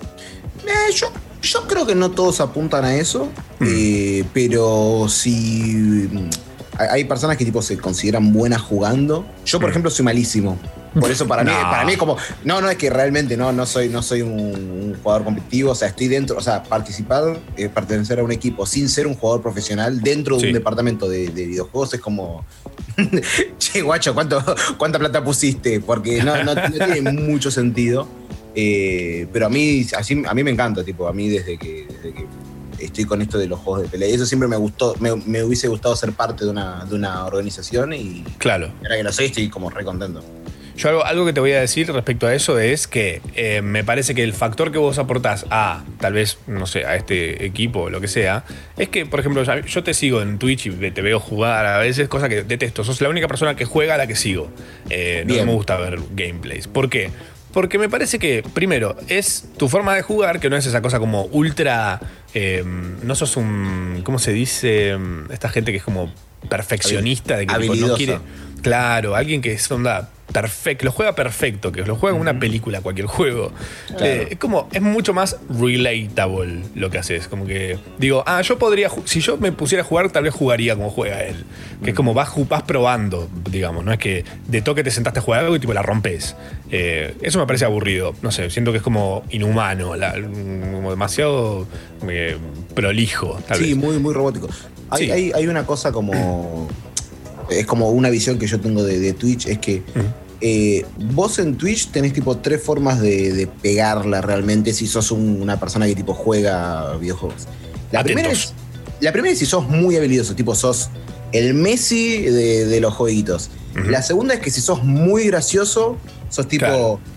Eh, yo, yo creo que no todos apuntan a eso, mm. eh, pero si hay personas que tipo se consideran buenas jugando. Yo, por mm. ejemplo, soy malísimo. Por eso para no. mí, para mí es como, no, no es que realmente no, no soy, no soy un, un jugador competitivo, o sea, estoy dentro, o sea, participar, eh, pertenecer a un equipo sin ser un jugador profesional dentro de sí. un departamento de, de videojuegos es como, che, guacho, ¿cuánto, ¿cuánta plata pusiste? Porque no, no, no tiene mucho sentido. Eh, pero a mí, así, a mí me encanta, tipo, a mí desde que, desde que estoy con esto de los juegos de pelea. Y eso siempre me gustó, me, me hubiese gustado ser parte de una, de una organización y claro. ahora que lo soy estoy como re contento. Yo algo, algo que te voy a decir respecto a eso es que eh, me parece que el factor que vos aportás a, tal vez, no sé, a este equipo o lo que sea, es que, por ejemplo, yo te sigo en Twitch y te veo jugar a veces, cosa que detesto. Sos la única persona que juega a la que sigo. Eh, no me gusta ver gameplays. ¿Por qué? Porque me parece que, primero, es tu forma de jugar, que no es esa cosa como ultra... Eh, no sos un... ¿Cómo se dice? Esta gente que es como perfeccionista, de que tipo, no quiere... Claro, alguien que es onda perfecto, lo juega perfecto, que lo juega en una película, cualquier juego. Claro. Eh, es como, es mucho más relatable lo que haces. Como que digo, ah, yo podría, si yo me pusiera a jugar, tal vez jugaría como juega él. Que mm. es como vas, vas probando, digamos, no es que de toque te sentaste a jugar algo y tipo la rompes. Eh, eso me parece aburrido, no sé, siento que es como inhumano, la, como demasiado eh, prolijo. Tal sí, vez. muy, muy robótico. Hay, sí. hay, hay una cosa como... Es como una visión que yo tengo de, de Twitch, es que uh-huh. eh, vos en Twitch tenés tipo tres formas de, de pegarla realmente si sos un, una persona que tipo juega videojuegos. La primera, es, la primera es si sos muy habilidoso, tipo sos el Messi de, de los jueguitos. Uh-huh. La segunda es que si sos muy gracioso, sos tipo... Claro.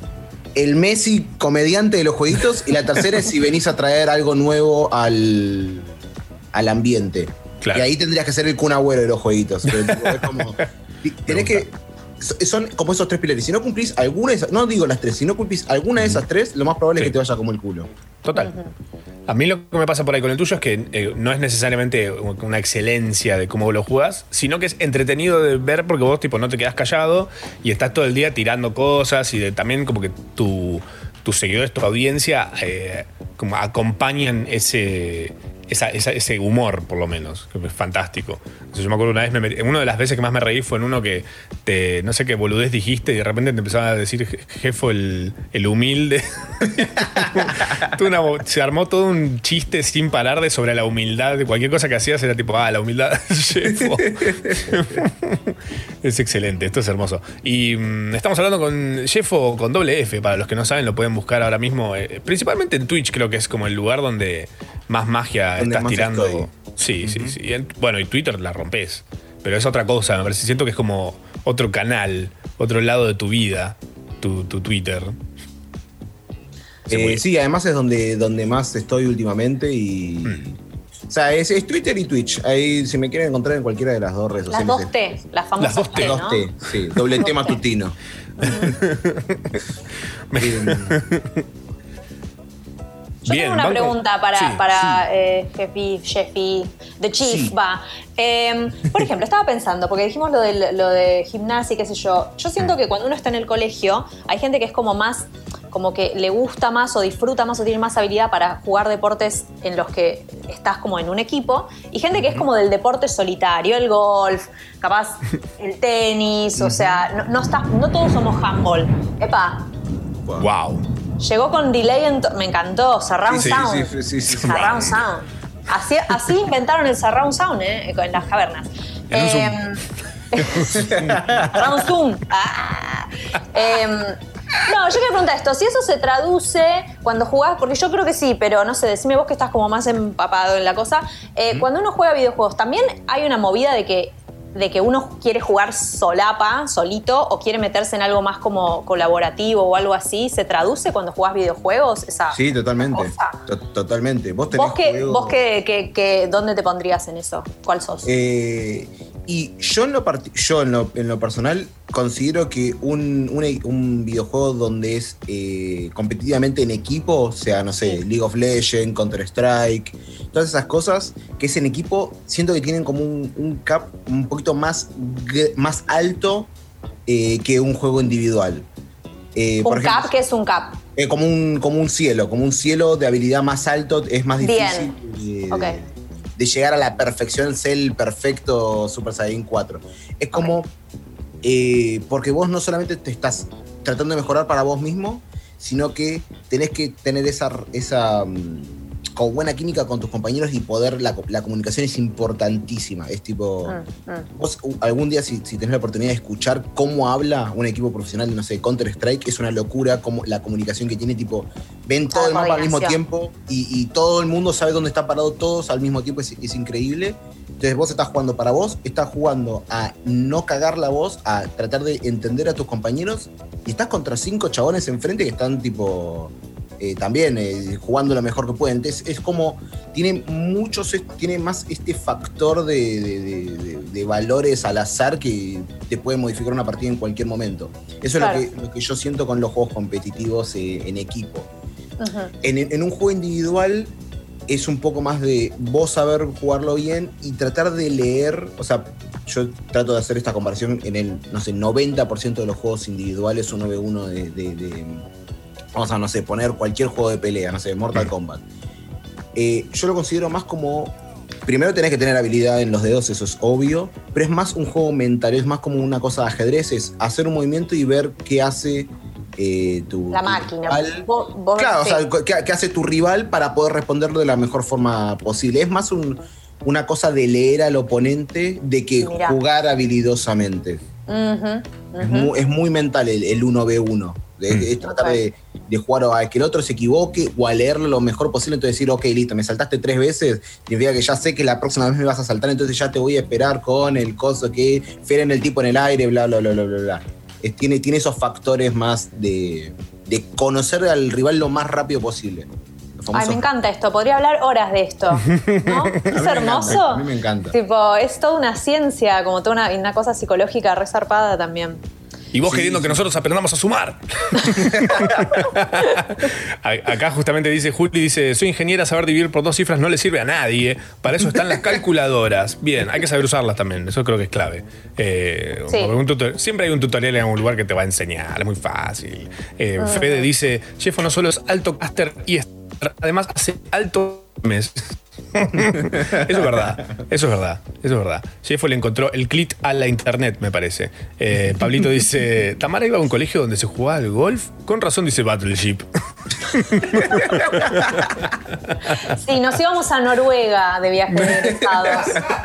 el Messi comediante de los jueguitos, y la tercera es si venís a traer algo nuevo al, al ambiente. Claro. Y ahí tendrías que ser el Kun Agüero de los jueguitos. Pero, tipo, es como, tenés que... Son como esos tres pilares. Si no cumplís alguna de esas, no digo las tres, si no cumplís alguna de esas tres, lo más probable sí. es que te vaya como el culo. Total. A mí lo que me pasa por ahí con el tuyo es que eh, no es necesariamente una excelencia de cómo lo jugás, sino que es entretenido de ver porque vos tipo no te quedás callado y estás todo el día tirando cosas y de, también como que tu, tus seguidores, tu audiencia eh, como acompañan ese... Esa, esa, ese humor, por lo menos, que es fantástico. Entonces, yo me acuerdo una vez, me metí, una de las veces que más me reí fue en uno que te, no sé qué boludez dijiste y de repente te empezaba a decir Jefo el, el humilde. una, se armó todo un chiste sin parar de sobre la humildad. De cualquier cosa que hacías era tipo, ah, la humildad, Jefo. Es excelente, esto es hermoso. Y mmm, estamos hablando con Jefo con doble F, para los que no saben, lo pueden buscar ahora mismo. Eh, principalmente en Twitch, creo que es como el lugar donde más magia estás tirando. Estoy. Sí, uh-huh. sí, sí. Y en, bueno, y Twitter la rompes. Pero es otra cosa, me parece. Siento que es como otro canal, otro lado de tu vida, tu, tu Twitter. Eh, sí, además es donde, donde más estoy últimamente y. Mm. O sea, es, es Twitter y Twitch. Ahí, si me quieren encontrar en cualquiera de las dos redes las sociales. Las dos T, las famosas las dos T, ¿no? Dos T, sí. Doble T matutino. Yo Bien, tengo una banco. pregunta para, sí, para sí. Eh, Jefi, Jeffy, The Chief, Sí. va. Eh, por ejemplo, estaba pensando, porque dijimos lo de, lo de gimnasia y qué sé yo. Yo siento que cuando uno está en el colegio, hay gente que es como más, como que le gusta más o disfruta más o tiene más habilidad para jugar deportes en los que estás como en un equipo, y gente que es como del deporte solitario, el golf, capaz el tenis, o sea, no, no, está, no todos somos handball. Epa. Wow. Llegó con delay, en to- me encantó, surround Sí, sí, sound. sí, sí, sí, sí. Surround sound. Así, así inventaron el surround sound, ¿eh? En las cavernas. En un Eh, surround zoom. Ah. Eh, no, yo quería preguntar esto, si eso se traduce cuando jugás, porque yo creo que sí, pero no sé, decime vos que estás como más empapado en la cosa. Eh, mm. Cuando uno juega videojuegos, también hay una movida de que de que uno quiere jugar solapa, solito, o quiere meterse en algo más como colaborativo o algo así. ¿Se traduce cuando jugás videojuegos? Esa Sí, totalmente. cosa? To- totalmente. Vos tenés ¿Vos, qué, juegos- vos qué, qué, qué, dónde te pondrías en eso? ¿Cuál sos? Eh, y yo en lo, part- yo en lo, en lo personal considero que un, un, un videojuego donde es eh, competitivamente en equipo, o sea, no sé, League of Legends, Counter-Strike, todas esas cosas, que es en equipo, siento que tienen como un, un cap un poquito más, más alto eh, que un juego individual. Eh, ¿Un por ejemplo, cap? ¿Qué es un cap? eh, como, un, como un cielo, como un cielo de habilidad más alto, es más difícil Bien. de, Ok. de llegar a la perfección, ser el perfecto Super Saiyan cuatro. Es como, eh, porque vos no solamente te estás tratando de mejorar para vos mismo, sino que tenés que tener esa, esa um, con buena química con tus compañeros y poder, la, la comunicación es importantísima. Es tipo, Mm, mm. vos uh, algún día si, si tenés la oportunidad de escuchar cómo habla un equipo profesional, no sé, Counter-Strike, es una locura como la comunicación que tiene, tipo, ven todo La el mapa al mismo coordinación. tiempo y, y todo el mundo sabe dónde están parados todos al mismo tiempo, es, es increíble. Entonces vos estás jugando para vos, estás jugando a no cagar la voz, a tratar de entender a tus compañeros, y estás contra cinco chabones enfrente que están tipo eh, también eh, jugando lo mejor que pueden. Entonces es como, tiene muchos, tiene más este factor de, de, de, de, de valores al azar que te puede modificar una partida en cualquier momento. Eso Claro. es lo que, lo que yo siento con los juegos competitivos eh, en equipo. Ujú. En, en un juego individual es un poco más de vos saber jugarlo bien y tratar de leer, o sea, yo trato de hacer esta comparación en el, no sé, noventa por ciento de los juegos individuales uno ve uno de, de, de, vamos a, no sé, poner cualquier juego de pelea, no sé, Mortal Kombat. Eh, yo lo considero más como, primero tenés que tener habilidad en los dedos, eso es obvio, pero es más un juego mental, es más como una cosa de ajedrez, es hacer un movimiento y ver qué hace eh, tu, La tu máquina. rival. Vos- vos- Claro, sí. o sea, ¿qué, qué hace tu rival para poder responderlo de la mejor forma posible? Es más un- una cosa de leer al oponente de que Mirá. jugar habilidosamente. Ujú, Es, ujú. muy, es muy mental el, el uno ve uno. Es, Mm. es tratar Ok. de, de jugar a que el otro se equivoque o a leerlo lo mejor posible. Entonces decir, ok, listo, me saltaste tres veces. Significa que ya sé que la próxima vez me vas a saltar, entonces ya te voy a esperar con el coso que fieren el tipo en el aire, bla, bla, bla, bla, bla, bla. es- tiene, tiene esos factores más de, de conocer al rival lo más rápido posible. Los Ay, famosos- me encanta esto. Podría hablar horas de esto. ¿No? A mí Es me hermoso. encanta, a mí me encanta. Tipo, es toda una ciencia, como toda una, una cosa psicológica resarpada también. Y vos Sí, queriendo sí. que nosotros aprendamos a sumar. A- Acá justamente dice Juli, dice, soy ingeniera, saber dividir por dos cifras no le sirve a nadie. Para eso están las calculadoras. Bien, hay que saber usarlas también, eso creo que es clave. Eh, Sí. un tutor- siempre hay un tutorial en algún lugar que te va a enseñar, es muy fácil. Eh, Fede dice, Jeffo no solo es alto caster y es- además hace alto mes. Eso es verdad, eso es verdad, eso es verdad. Jeffo le encontró el clit a la internet, me parece. Eh, Pablito dice, Tamara iba a un colegio donde se jugaba al golf. Con razón dice Battleship. Sí, nos íbamos a Noruega de viaje de egresados.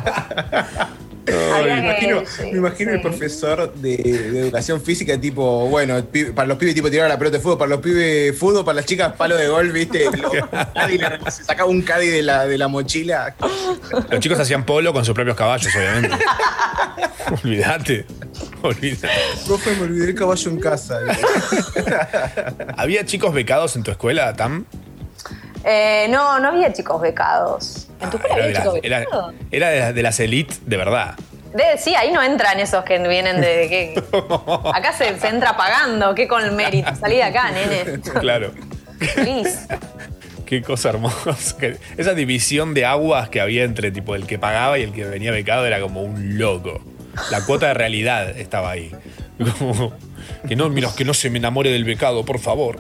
Había Me que- imagino, sí, me imagino sí. el profesor de, de educación física, tipo, bueno, el pibe- para los pibes tipo tirar la pelota de fútbol, para los pibes fútbol, para las chicas palo de golf, ¿viste? Lo- caddy le- se sacaba un caddy de la, de la mochila. Los chicos hacían polo con sus propios caballos, obviamente. Olvídate, olvídate. Profe, me olvidé el caballo en casa. ¿Había chicos becados en tu escuela, Tam? Eh, no, no había chicos becados. ¿En tu escuela Era, de había la- chicos era- becados? era de, las- de las elite, de verdad. De- sí, ahí no entran esos que vienen de... de que, acá se, se entra pagando, ¿qué con el mérito? Salí de acá, nene. Claro. Please. Qué cosa hermosa. Que- Esa división de aguas que había entre tipo el que pagaba y el que venía becado era como un loco. La cuota de realidad estaba ahí. Como, que no, mira, que no se me enamore del becado, por favor.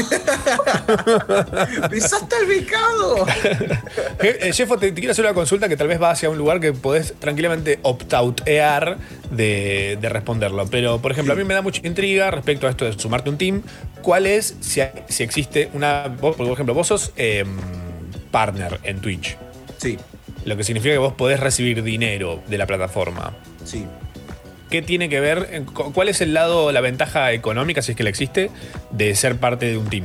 ¡Besaste al becado! Eh, eh, Jeffo, te, te quiero hacer una consulta que tal vez va hacia un lugar que podés tranquilamente opt-outear de, de responderlo. Pero, por ejemplo, a mí me da mucha intriga respecto a esto de sumarte un team. ¿Cuál es, si, hay- si existe una... Vos, por ejemplo, vos sos eh, partner en Twitch. Sí, Lo que significa que vos podés recibir dinero de la plataforma. sí. ¿Qué tiene que ver? en- cu- ¿Cuál es el lado, la ventaja económica, si es que la existe, de ser parte de un team?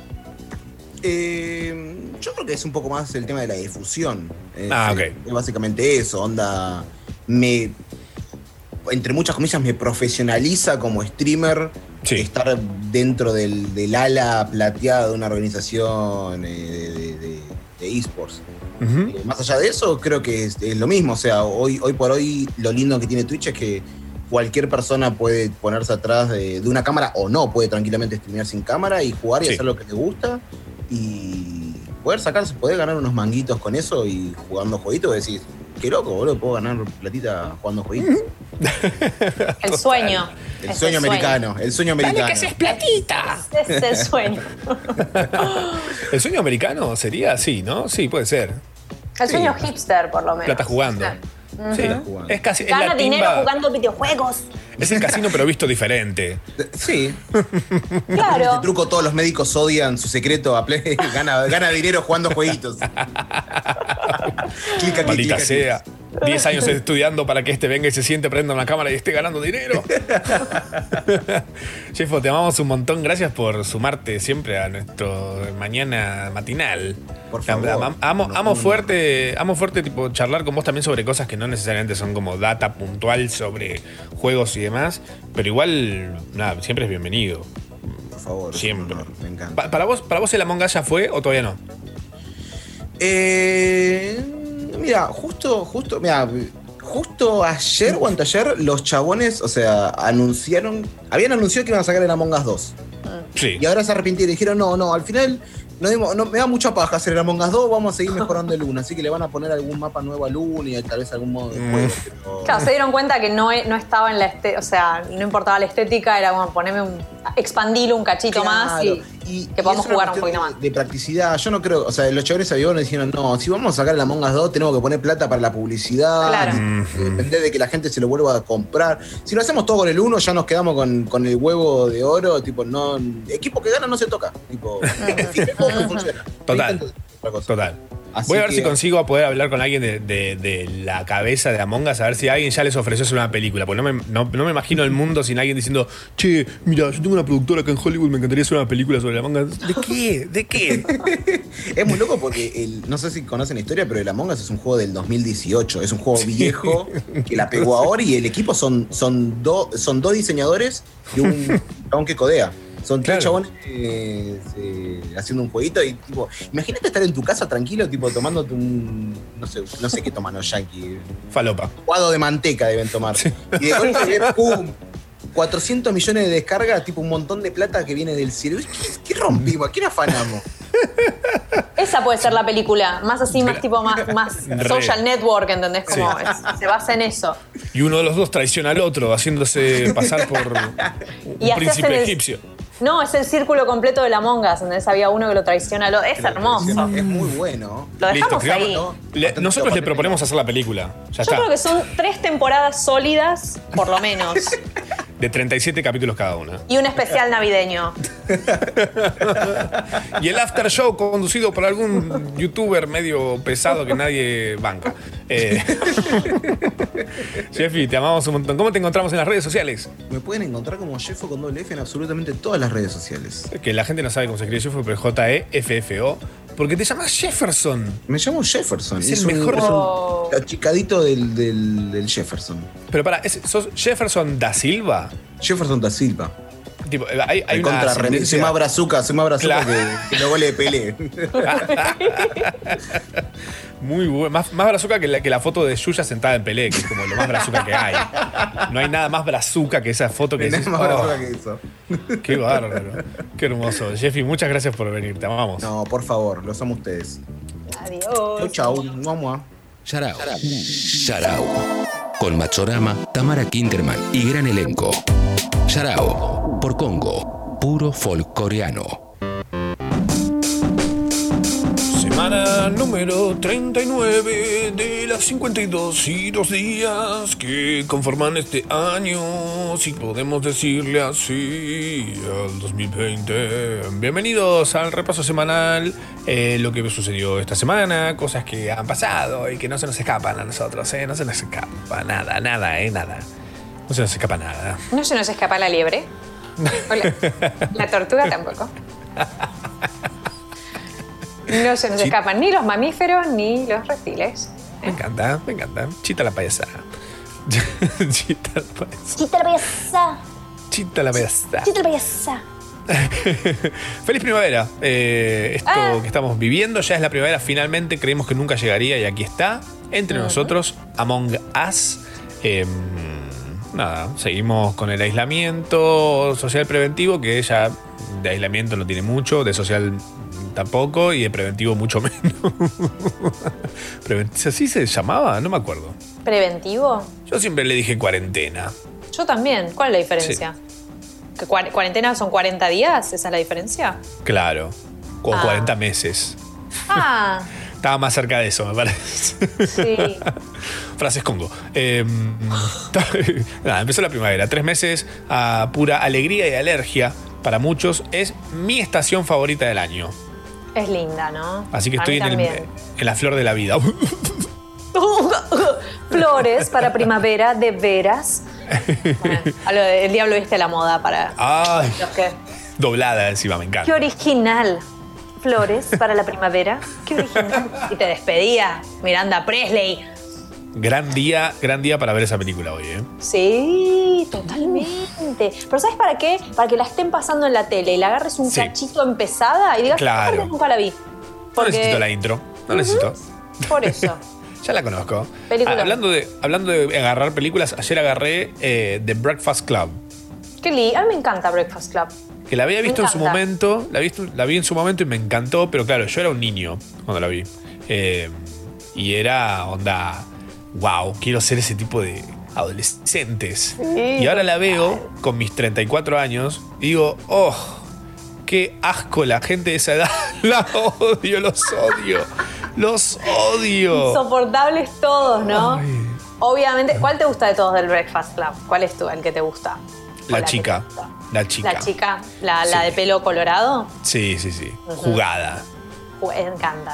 Eh, yo creo que es un poco más el tema de la difusión. Es, Ah, eh, ok. Es básicamente eso, onda. Me. Entre muchas comillas, me profesionaliza como streamer Sí. estar dentro del, del ala plateada de una organización eh, de, de- de- de esports. Ujú. Eh, Más allá de eso, creo que es, es lo mismo. O sea, hoy, hoy por hoy, lo lindo que tiene Twitch es que cualquier persona puede ponerse atrás de, de una cámara o no, puede tranquilamente streamear sin cámara y jugar y Sí. hacer lo que le gusta y poder sacarse, poder ganar unos manguitos con eso y jugando jueguitos. Decís, qué loco, boludo, puedo ganar platita jugando jueguitos. El sueño. El Es sueño el americano, el sueño americano. platita! Ese es el sueño. ¿El sueño americano sería? Sí, ¿no? Sí, puede ser. El sueño hipster, por lo menos. Plata jugando. Sí, jugando. es casi es Gana la dinero timba- jugando videojuegos. Es el casino pero visto diferente. Sí. Claro. Este truco todos los médicos odian, su secreto a Play, gana, gana dinero jugando jueguitos. Clica aquí, Maldita clica aquí. sea. Diez años estudiando para que este venga y se siente, prenda una cámara y esté ganando dinero. Jeffo, te amamos un montón. Gracias por sumarte siempre a nuestro mañana matinal. Por favor. Am- Amo, No, amo no. fuerte, amo fuerte tipo charlar con vos también sobre cosas que no necesariamente son como data puntual sobre juegos y demás. Pero igual, nada, siempre es bienvenido. Por favor. Siempre. no, me encanta. Pa- ¿Para vos, para vos el Among Us ya fue o todavía no? Eh, mira, justo, justo, mira, justo ayer o anteayer los chabones, o sea, anunciaron, habían anunciado que iban a sacar el Among Us dos. Sí. Y ahora se arrepintieron y dijeron, no, no, al final no, dimos- no, me da mucha paja hacer el Among Us dos, vamos a seguir mejorando el uno. Así que le van a poner algún mapa nuevo al uno y tal vez algún modo de juego. pero- Claro, se dieron cuenta que no, e- no estaba en la estética, o sea, no importaba la estética, era como ponerme un. Expandirlo un cachito más y, y que podamos es una jugar un cuestión poquito de- más. De practicidad, yo no creo, o sea, los chavales aviones dijeron, no, si vamos a sacar el Among Us dos, tenemos que poner plata para la publicidad, Claro. y depender de que la gente se lo vuelva a comprar. Si lo hacemos todo con el uno, ya nos quedamos con, con el huevo de oro, tipo, no, equipo que gana no se toca, tipo, firmemos que funciona. Total. No intenten otra cosa. Total. Así Voy a ver que- si consigo a poder hablar con alguien de, de- de la cabeza de Among Us, a ver si alguien ya les ofreció hacer una película. Porque no me, no, no me imagino el mundo sin alguien diciendo, che, mira, yo tengo una productora acá en Hollywood, me encantaría hacer una película sobre Among Us. ¿De qué? ¿De qué? Es muy loco porque, el, no sé si conocen la historia, pero el Among Us es un juego del dos mil dieciocho. Es un juego viejo que la pegó ahora y el equipo son, son, do- son dos diseñadores y un chabón que codea. Son tres Claro. chabones eh, eh, haciendo un jueguito y tipo, imagínate estar en tu casa tranquilo, tipo tomándote un, no sé, no sé qué toman los yankees. Falopa. Guado de manteca deben tomar. Y de golpe ves, pum, cuatrocientos millones de descargas, tipo un montón de plata que viene del cielo. ¿Qué, qué rompimos? ¿A quién afanamos? Esa puede ser la película, más así, más tipo, más, más Re. social network, ¿entendés? Como Sí. es- se basa en eso. Y uno de los dos traiciona al otro, haciéndose pasar por Y un así príncipe hacen el- egipcio. No, es el círculo completo de la Among Us, ¿entendés? Había uno que lo traiciona al otro. Es hermoso. Es muy bueno. Lo dejamos Listo, ahí. digamos, le- nosotros le proponemos hacer la película. Ya Yo está. creo que son tres temporadas sólidas, por lo menos. De treinta y siete capítulos cada una. Y un especial navideño. Y el after show conducido por algún youtuber medio pesado que nadie banca. Eh, Jeffy, te amamos un montón. ¿Cómo te encontramos en las redes sociales? Me pueden encontrar como Jeffo con doble F en absolutamente todas las redes sociales. Que la gente no sabe cómo se escribe Jeffo, pero J E F F O. Porque te llamas Jefferson. Me llamo Jefferson. Es Es el un- mejor- es un achicadito del, del, del Jefferson. Pero para, ¿sos Jefferson da Silva? Jefferson da Silva. Tipo, hay, hay El una contra René, ascendencia- soy más brazuca, soy más brazuca Claro. que, que los goles de Pelé. Muy bueno. Más, más brazuca que la, que la foto de Yuya sentada en Pelé, que es como lo más brazuca que hay. No hay nada más brazuca que esa foto que Nada decís, más "Oh, brazuca que eso. qué bárbaro. Qué hermoso. Jeffy, muchas gracias por venir. Te amamos. No, por favor, lo somos ustedes. Adiós. Chau, chau. Vamos a. Yarao. Yarao. Con Machorama, Tamara Kinderman y gran elenco. Yarao. Por Congo. Puro folk coreano. Semana número treinta y nueve de las cincuenta y dos y dos días que conforman este año, si podemos decirle así, al dos mil veinte. Bienvenidos al repaso semanal, eh, lo que sucedió esta semana, cosas que han pasado y que no se nos escapan a nosotros, eh, no se nos escapa nada, nada, eh, nada. No se nos escapa nada. ¿No se nos escapa la liebre? Hola. La tortuga tampoco. No se nos Sí. escapan ni los mamíferos ni los reptiles. Me encanta, me encanta. Chita la payasa. Chita la payasa. Chita la payasa. Chita la payasa. Chita la payasa. Feliz primavera. Eh, esto Ah. que estamos viviendo ya es la primavera. Finalmente creímos que nunca llegaría y aquí está. Entre Ujú. nosotros, Among Us. Eh, nada, seguimos con el aislamiento social preventivo, que ya de aislamiento no tiene mucho, de social tampoco y de preventivo mucho menos. Prevent- ¿Así se llamaba? No me acuerdo. ¿Preventivo? Yo siempre le dije cuarentena. Yo también. ¿Cuál es la diferencia? ¿Que cua- ¿Cuarentena son cuarenta días? ¿Esa es la diferencia? Claro. O Ah. cuarenta meses. Ah, Estaba más cerca de eso, me parece. sí. Frases Congo. Eh, nada, empezó la primavera. Tres meses a pura alegría y alergia para muchos. Es mi estación favorita del año. Es linda, ¿no? Así que Para estoy en, mí el- también. en la flor de la vida. Flores para primavera, de veras. Bueno, a lo de- el diablo viste la moda para Ay, los que... doblada encima, me ¡Qué encanta. original! Flores para la primavera. ¡Qué original! Y te despedía Miranda Presley. Gran día, gran día para ver esa película hoy, ¿eh? Sí, totalmente. Pero ¿sabes para qué? Para que la estén pasando en la tele y la agarres un Sí. cachito empezada y digas, Claro. "Ah, nunca la vi". No Porque- necesito la intro. No necesito. Por eso. Ya la conozco. Película. Ah, hablando, de, hablando de agarrar películas, ayer agarré eh, The Breakfast Club. Qué lindo. A mí me encanta Breakfast Club. Que la había Me visto en su encanta. momento, la, visto, la vi en su momento y me encantó, pero claro, yo era un niño cuando la vi. Eh, y era onda, wow, quiero ser ese tipo de adolescentes. Sí, Y ahora la veo con mis treinta y cuatro años y digo, oh, qué asco la gente de esa edad. La odio, los odio, los odio. Insoportables todos, ¿no? Obviamente, ¿cuál te gusta de todos del Breakfast Club? ¿Cuál es tú, el que te gusta? O La que chica, te gusta. la chica. La chica, la, la Sí. de pelo colorado. Sí, sí, sí. Ujú. Jugada. Me encanta.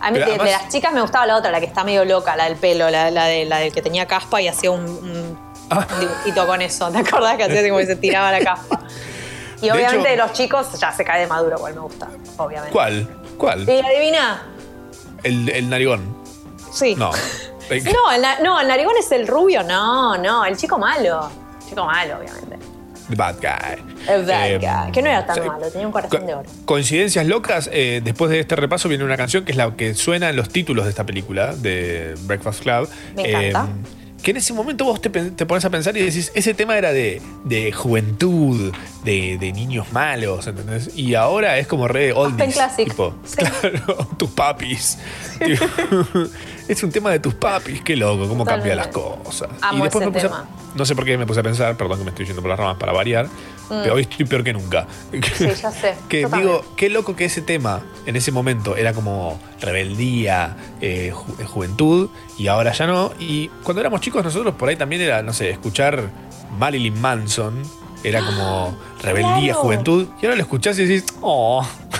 A mí de, además, de las chicas me gustaba la otra, la que está medio loca, la del pelo, la, la, de, la del que tenía caspa y hacía un, un, ah. un dibujito con eso. ¿Te acordás que hacía así como que se tiraba la caspa? Y de obviamente de los chicos ya se cae de maduro, cual me gusta, obviamente. ¿Cuál? ¿Cuál? ¿Y adivina? El, el narigón. Sí. No. No el, no, el narigón es el rubio, no, no, el chico malo. El chico malo, obviamente. The bad guy. El bad eh, guy. Que no era tan o sea, malo, tenía un corazón co- de oro. Coincidencias locas. Eh, después de este repaso viene una canción que es la que suena en los títulos de esta película, de Breakfast Club. Me encanta. Eh, que en ese momento vos te, te pones a pensar y decís, ese tema era de, de juventud, de, de niños malos, ¿entendés? Y ahora es como re oldies. Tipo, sí. Claro, tus papis. Sí. Tipo, es un tema de tus papis, qué loco, cómo cambia las cosas. Amo y después ese me puse tema. A, no sé por qué me puse a pensar, perdón que me estoy yendo por las ramas para variar, mm. pero hoy estoy peor que nunca. Sí, ya sé. Que Yo digo, también. qué loco que ese tema en ese momento era como rebeldía, eh, ju- juventud, y ahora ya no. Y cuando éramos chicos nosotros por ahí también era, no sé, escuchar Marilyn Manson, era como rebeldía, claro. juventud, y ahora lo escuchás y decís, oh,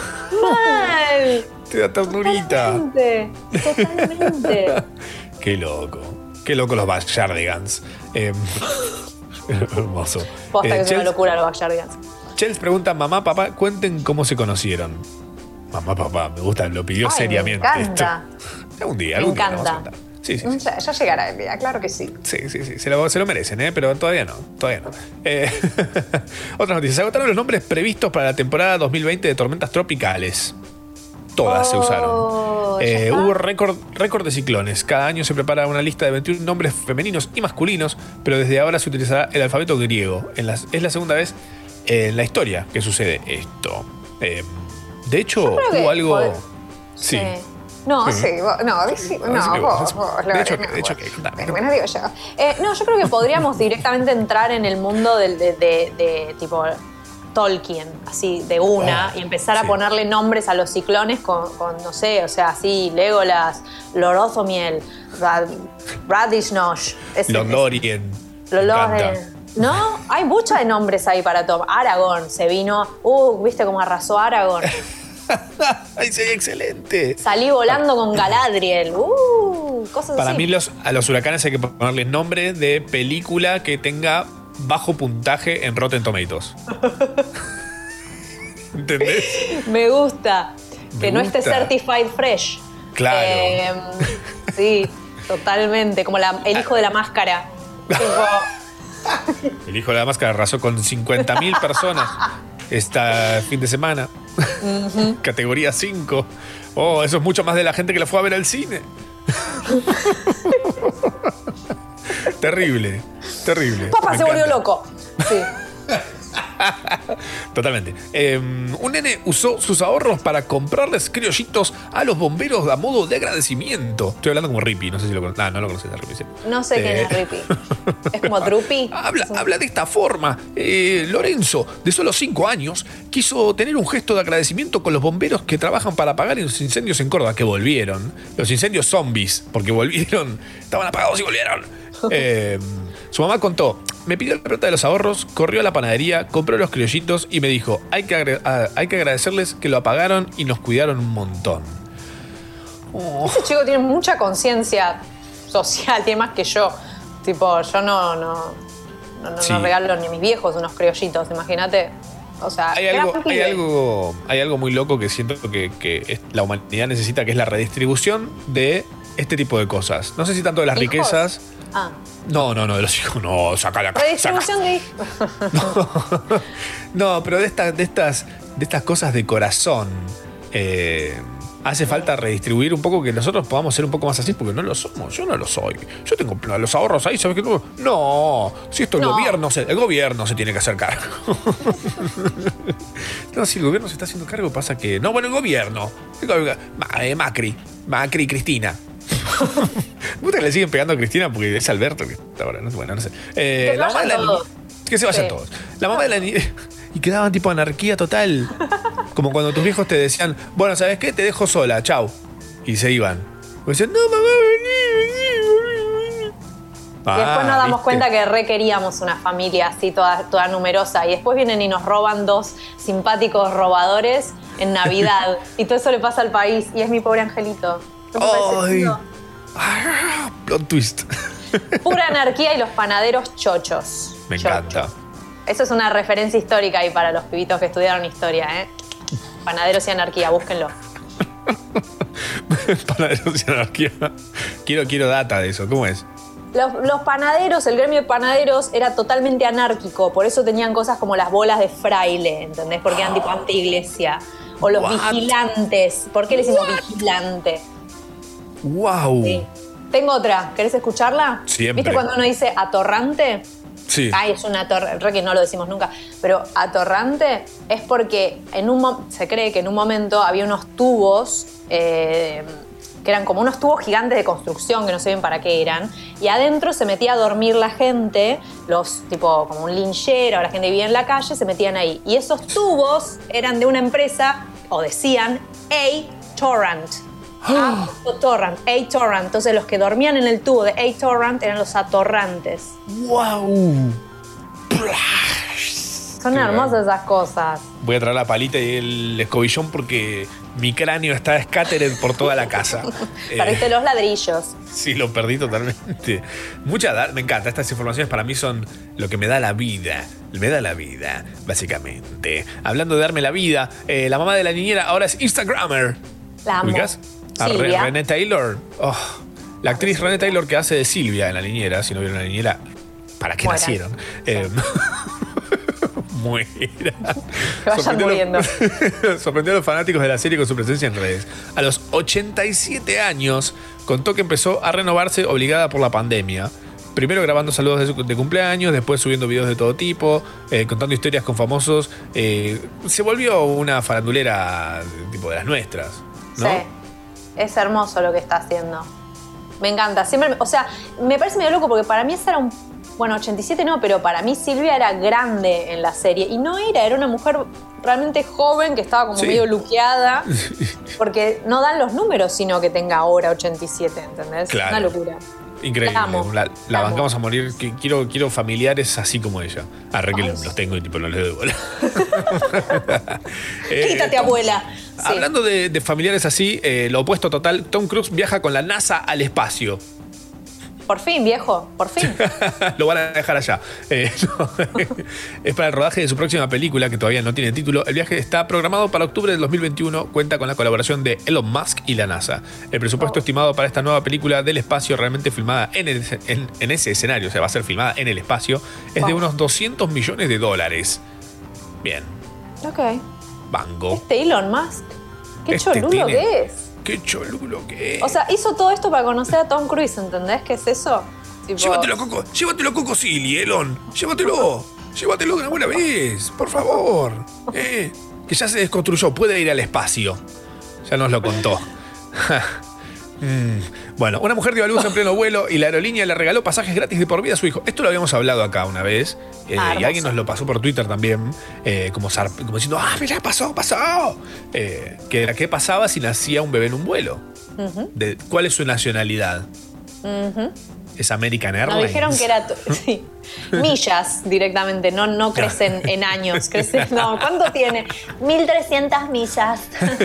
Mal. te da ternurita. Totalmente. Totalmente. Qué loco. Qué loco los Backyardigans. Eh, hermoso. Posta Eh, que es una Chels- locura los Backyardigans. Chels pregunta, mamá, papá, cuenten cómo se conocieron. Mamá, papá, me gusta, lo pidió Ay, seriamente. me encanta. Esto. Algún día, Me algún día. encanta. Vamos a contar. Sí, sí, sí. Ya, ya llegará el día, claro que sí. Sí, sí, sí. Se lo, se lo merecen, ¿eh? Pero todavía no. Todavía no. Eh, Otra noticia. Se agotaron los nombres previstos para la temporada dos mil veinte de tormentas tropicales. Todas oh, se usaron. Eh, hubo récord, récord de ciclones. Cada año se prepara una lista de veintiún nombres femeninos y masculinos, pero desde ahora se utilizará el alfabeto griego. En las, es la segunda vez en la historia que sucede esto. Eh, de hecho, hubo algo... Poder... Sí. sí. No, sí, vos, no, decí, no, sí, vos, vos, vos, de Lore, hecho, no, de hecho, vos. que, dame, Bueno, digo yo. Eh, no, yo creo que podríamos directamente entrar en el mundo del, de, de, de, tipo Tolkien, así de una, oh, y empezar a sí. ponerle nombres a los ciclones con, con, no sé, o sea, así, Legolas, Lorozomiel, Bradishnosh, Londorien. Londorien. ¿No? Hay muchos de nombres ahí para Tom. Aragorn se vino, uh, ¿viste cómo arrasó Aragorn? ¡Ay, sería excelente! Salí volando con Galadriel. Uh, cosas Para así. mí los, a los huracanes hay que ponerles nombre de película que tenga bajo puntaje en Rotten Tomatoes. ¿Entendés? Me gusta. Me que no gusta. esté certified fresh. Claro. Eh, sí, totalmente. Como la, el hijo de la máscara. Tipo, El hijo de la máscara arrasó con cincuenta mil personas este fin de semana. Uh-huh. Categoría cinco. Oh, eso es mucho más de la gente que la fue a ver al cine. Terrible, terrible. Papá Me se encanta. volvió loco. Sí. Totalmente. Eh, un nene usó sus ahorros para comprarles criollitos a los bomberos a modo de agradecimiento. Estoy hablando como Rippy, no sé si lo conoces. Ah, no lo conoces a Rippy. Sí. No sé eh. quién es Rippy. Es como Drupi. Habla, habla de esta forma. Eh, Lorenzo, de solo cinco años, quiso tener un gesto de agradecimiento con los bomberos que trabajan para apagar los incendios en Córdoba, que volvieron. Los incendios zombies, porque volvieron. Estaban apagados y volvieron. Eh, su mamá contó, me pidió la pelota de los ahorros, corrió a la panadería, compró los criollitos y me dijo, hay que, agre- a- hay que agradecerles que lo apagaron y nos cuidaron un montón. Oh. Ese chico tiene mucha conciencia social, tiene más que yo. Tipo, yo no, no, no, no, Sí. no regalo ni a mis viejos unos criollitos, imagínate. O sea, Hay algo, hay, algo, hay algo muy loco que siento que, que es- la humanidad necesita, que es la redistribución de este tipo de cosas. No sé si tanto de las ¿Hijos? riquezas. Ah. No, no, no, de los hijos, no, saca la Redistribución de No, no, pero de estas, de estas, de estas cosas de corazón. Eh, hace falta redistribuir un poco, que nosotros podamos ser un poco más así, porque no lo somos. Yo no lo soy. Yo tengo los ahorros ahí, ¿sabes qué? No, no, si esto el No. gobierno se, el gobierno se tiene que hacer cargo. No, si el gobierno se está haciendo cargo, pasa que. No, bueno, el gobierno. El gobierno Ma- eh, Macri. Macri y Cristina. Me gusta que le siguen pegando a Cristina porque es Alberto. Que ahora, no, bueno, no sé. Eh, Que la mamá de la vayan niña. todos. Que se vayan Sí. todos. La mamá de la niña. Y quedaban tipo anarquía total. Como cuando tus viejos te decían, bueno, ¿sabes qué? Te dejo sola, chau. Y se iban. Y decían, no, mamá, vení, vení, vení. Y después nos Ah, damos ¿viste? cuenta que re queríamos una familia así toda, toda numerosa. Y después vienen y nos roban dos simpáticos robadores en Navidad. Y todo eso le pasa al país. Y es mi pobre angelito. ¿No te parece ¡Ay! lindo? Ah, plot twist. Pura anarquía y los panaderos chochos. Me Chocho. encanta. Eso es una referencia histórica ahí para los pibitos que estudiaron historia, ¿eh? Panaderos y anarquía, búsquenlo. Panaderos y anarquía. Quiero, quiero data de eso. ¿Cómo es? Los, los panaderos, el gremio de panaderos era totalmente anárquico, por eso tenían cosas como las bolas de fraile, ¿entendés? Porque eran tipo anti-iglesia. O los What? vigilantes. ¿Por qué le decimos vigilante? ¡Wow! Sí. Tengo otra, ¿querés escucharla? Siempre. ¿Viste cuando uno dice atorrante? Sí. Ay, es una torre, re que no lo decimos nunca, pero atorrante es porque en un mo- se cree que en un momento había unos tubos eh, que eran como unos tubos gigantes de construcción que no sé bien para qué eran, y adentro se metía a dormir la gente, los tipo como un linchero, la gente vivía en la calle, se metían ahí. Y esos tubos eran de una empresa, o decían, A-Torrent. A torrent, A-Torrent. Entonces los que dormían en el tubo de A-Torrent eran los atorrantes. ¡Wow! Son hermosas esas cosas. Voy a traer la palita y el escobillón porque mi cráneo está scattered por toda la casa. Perdiste Eh, los ladrillos. sí, lo perdí totalmente. Mucha da- me encanta. Estas informaciones para mí son lo que me da la vida. Me da la vida, básicamente. Hablando de darme la vida, eh, la mamá de la niñera ahora es Instagrammer. La amo. ¿Ubicás? A Re- Silvia. René Taylor. Oh, la actriz René Taylor que hace de Silvia en La Niñera. Si no vieron La Niñera, ¿para qué Mueran. nacieron? Eh, muera. Que vayan Sorprendió a muriendo. los- Sorprendió a los fanáticos de la serie con su presencia en redes. A los ochenta y siete años contó que empezó a renovarse obligada por la pandemia. Primero grabando saludos de, su- de cumpleaños, después subiendo videos de todo tipo, eh, contando historias con famosos. Eh, se volvió una farandulera tipo de las nuestras, ¿no? Sí. Es hermoso lo que está haciendo. Me encanta. Siempre, me- o sea, me parece medio loco porque para mí esa era un. Bueno, ochenta y siete no, pero para mí Silvia era grande en la serie. Y no era, era una mujer realmente joven que estaba como Sí. medio luqueada. Porque no dan los números, sino que tenga ahora ochenta y siete, ¿entendés? Claro. Una locura. Increíble. La amo. La, la La amo. bancamos a morir. Que quiero, quiero familiares así como ella. Arre que Ay, los sí. los tengo y tipo no les doy bola. Eh, Quítate, abuela. Sí. Hablando de, de familiares así, eh, lo opuesto total, Tom Cruise viaja con la NASA al espacio. Por fin, viejo, por fin. Lo van a dejar allá. Eh, no. Es para el rodaje de su próxima película, que todavía no tiene título. El viaje está programado para octubre del dos mil veintiuno. Cuenta con la colaboración de Elon Musk y la NASA. El presupuesto Oh. estimado para esta nueva película del espacio, realmente filmada en, el- en- en ese escenario, o sea, va a ser filmada en el espacio, es de Wow. unos doscientos millones de dólares. Bien, Ok. bango. Este Elon Musk. Qué Este cholulo tiene- que es. Qué cholulo que es. O sea, hizo todo esto para conocer a Tom Cruise, ¿entendés? ¿Qué es eso? Tipo, Llévatelo, Coco. Llévatelo, Coco Silly, Elon. Llévatelo. Llévatelo de una buena vez. Por favor. Eh, que ya se desconstruyó. Puede ir al espacio. Ya nos lo contó. Mm. Bueno, una mujer dio a luz en pleno vuelo y la aerolínea le regaló pasajes gratis de por vida a su hijo. Esto lo habíamos hablado acá una vez. eh, Ah, y hermoso. alguien nos lo pasó por Twitter también. eh, como, zar- como diciendo, ah, mira, pasó, pasó. Eh, que era qué pasaba si nacía un bebé en un vuelo. Ujú, De, ¿Cuál es su nacionalidad? ujú. ¿Es American Nos Airlines? dijeron que era to- sí, millas directamente, no, no crecen en años. Crecen, no, ¿cuánto tiene? mil trescientas millas.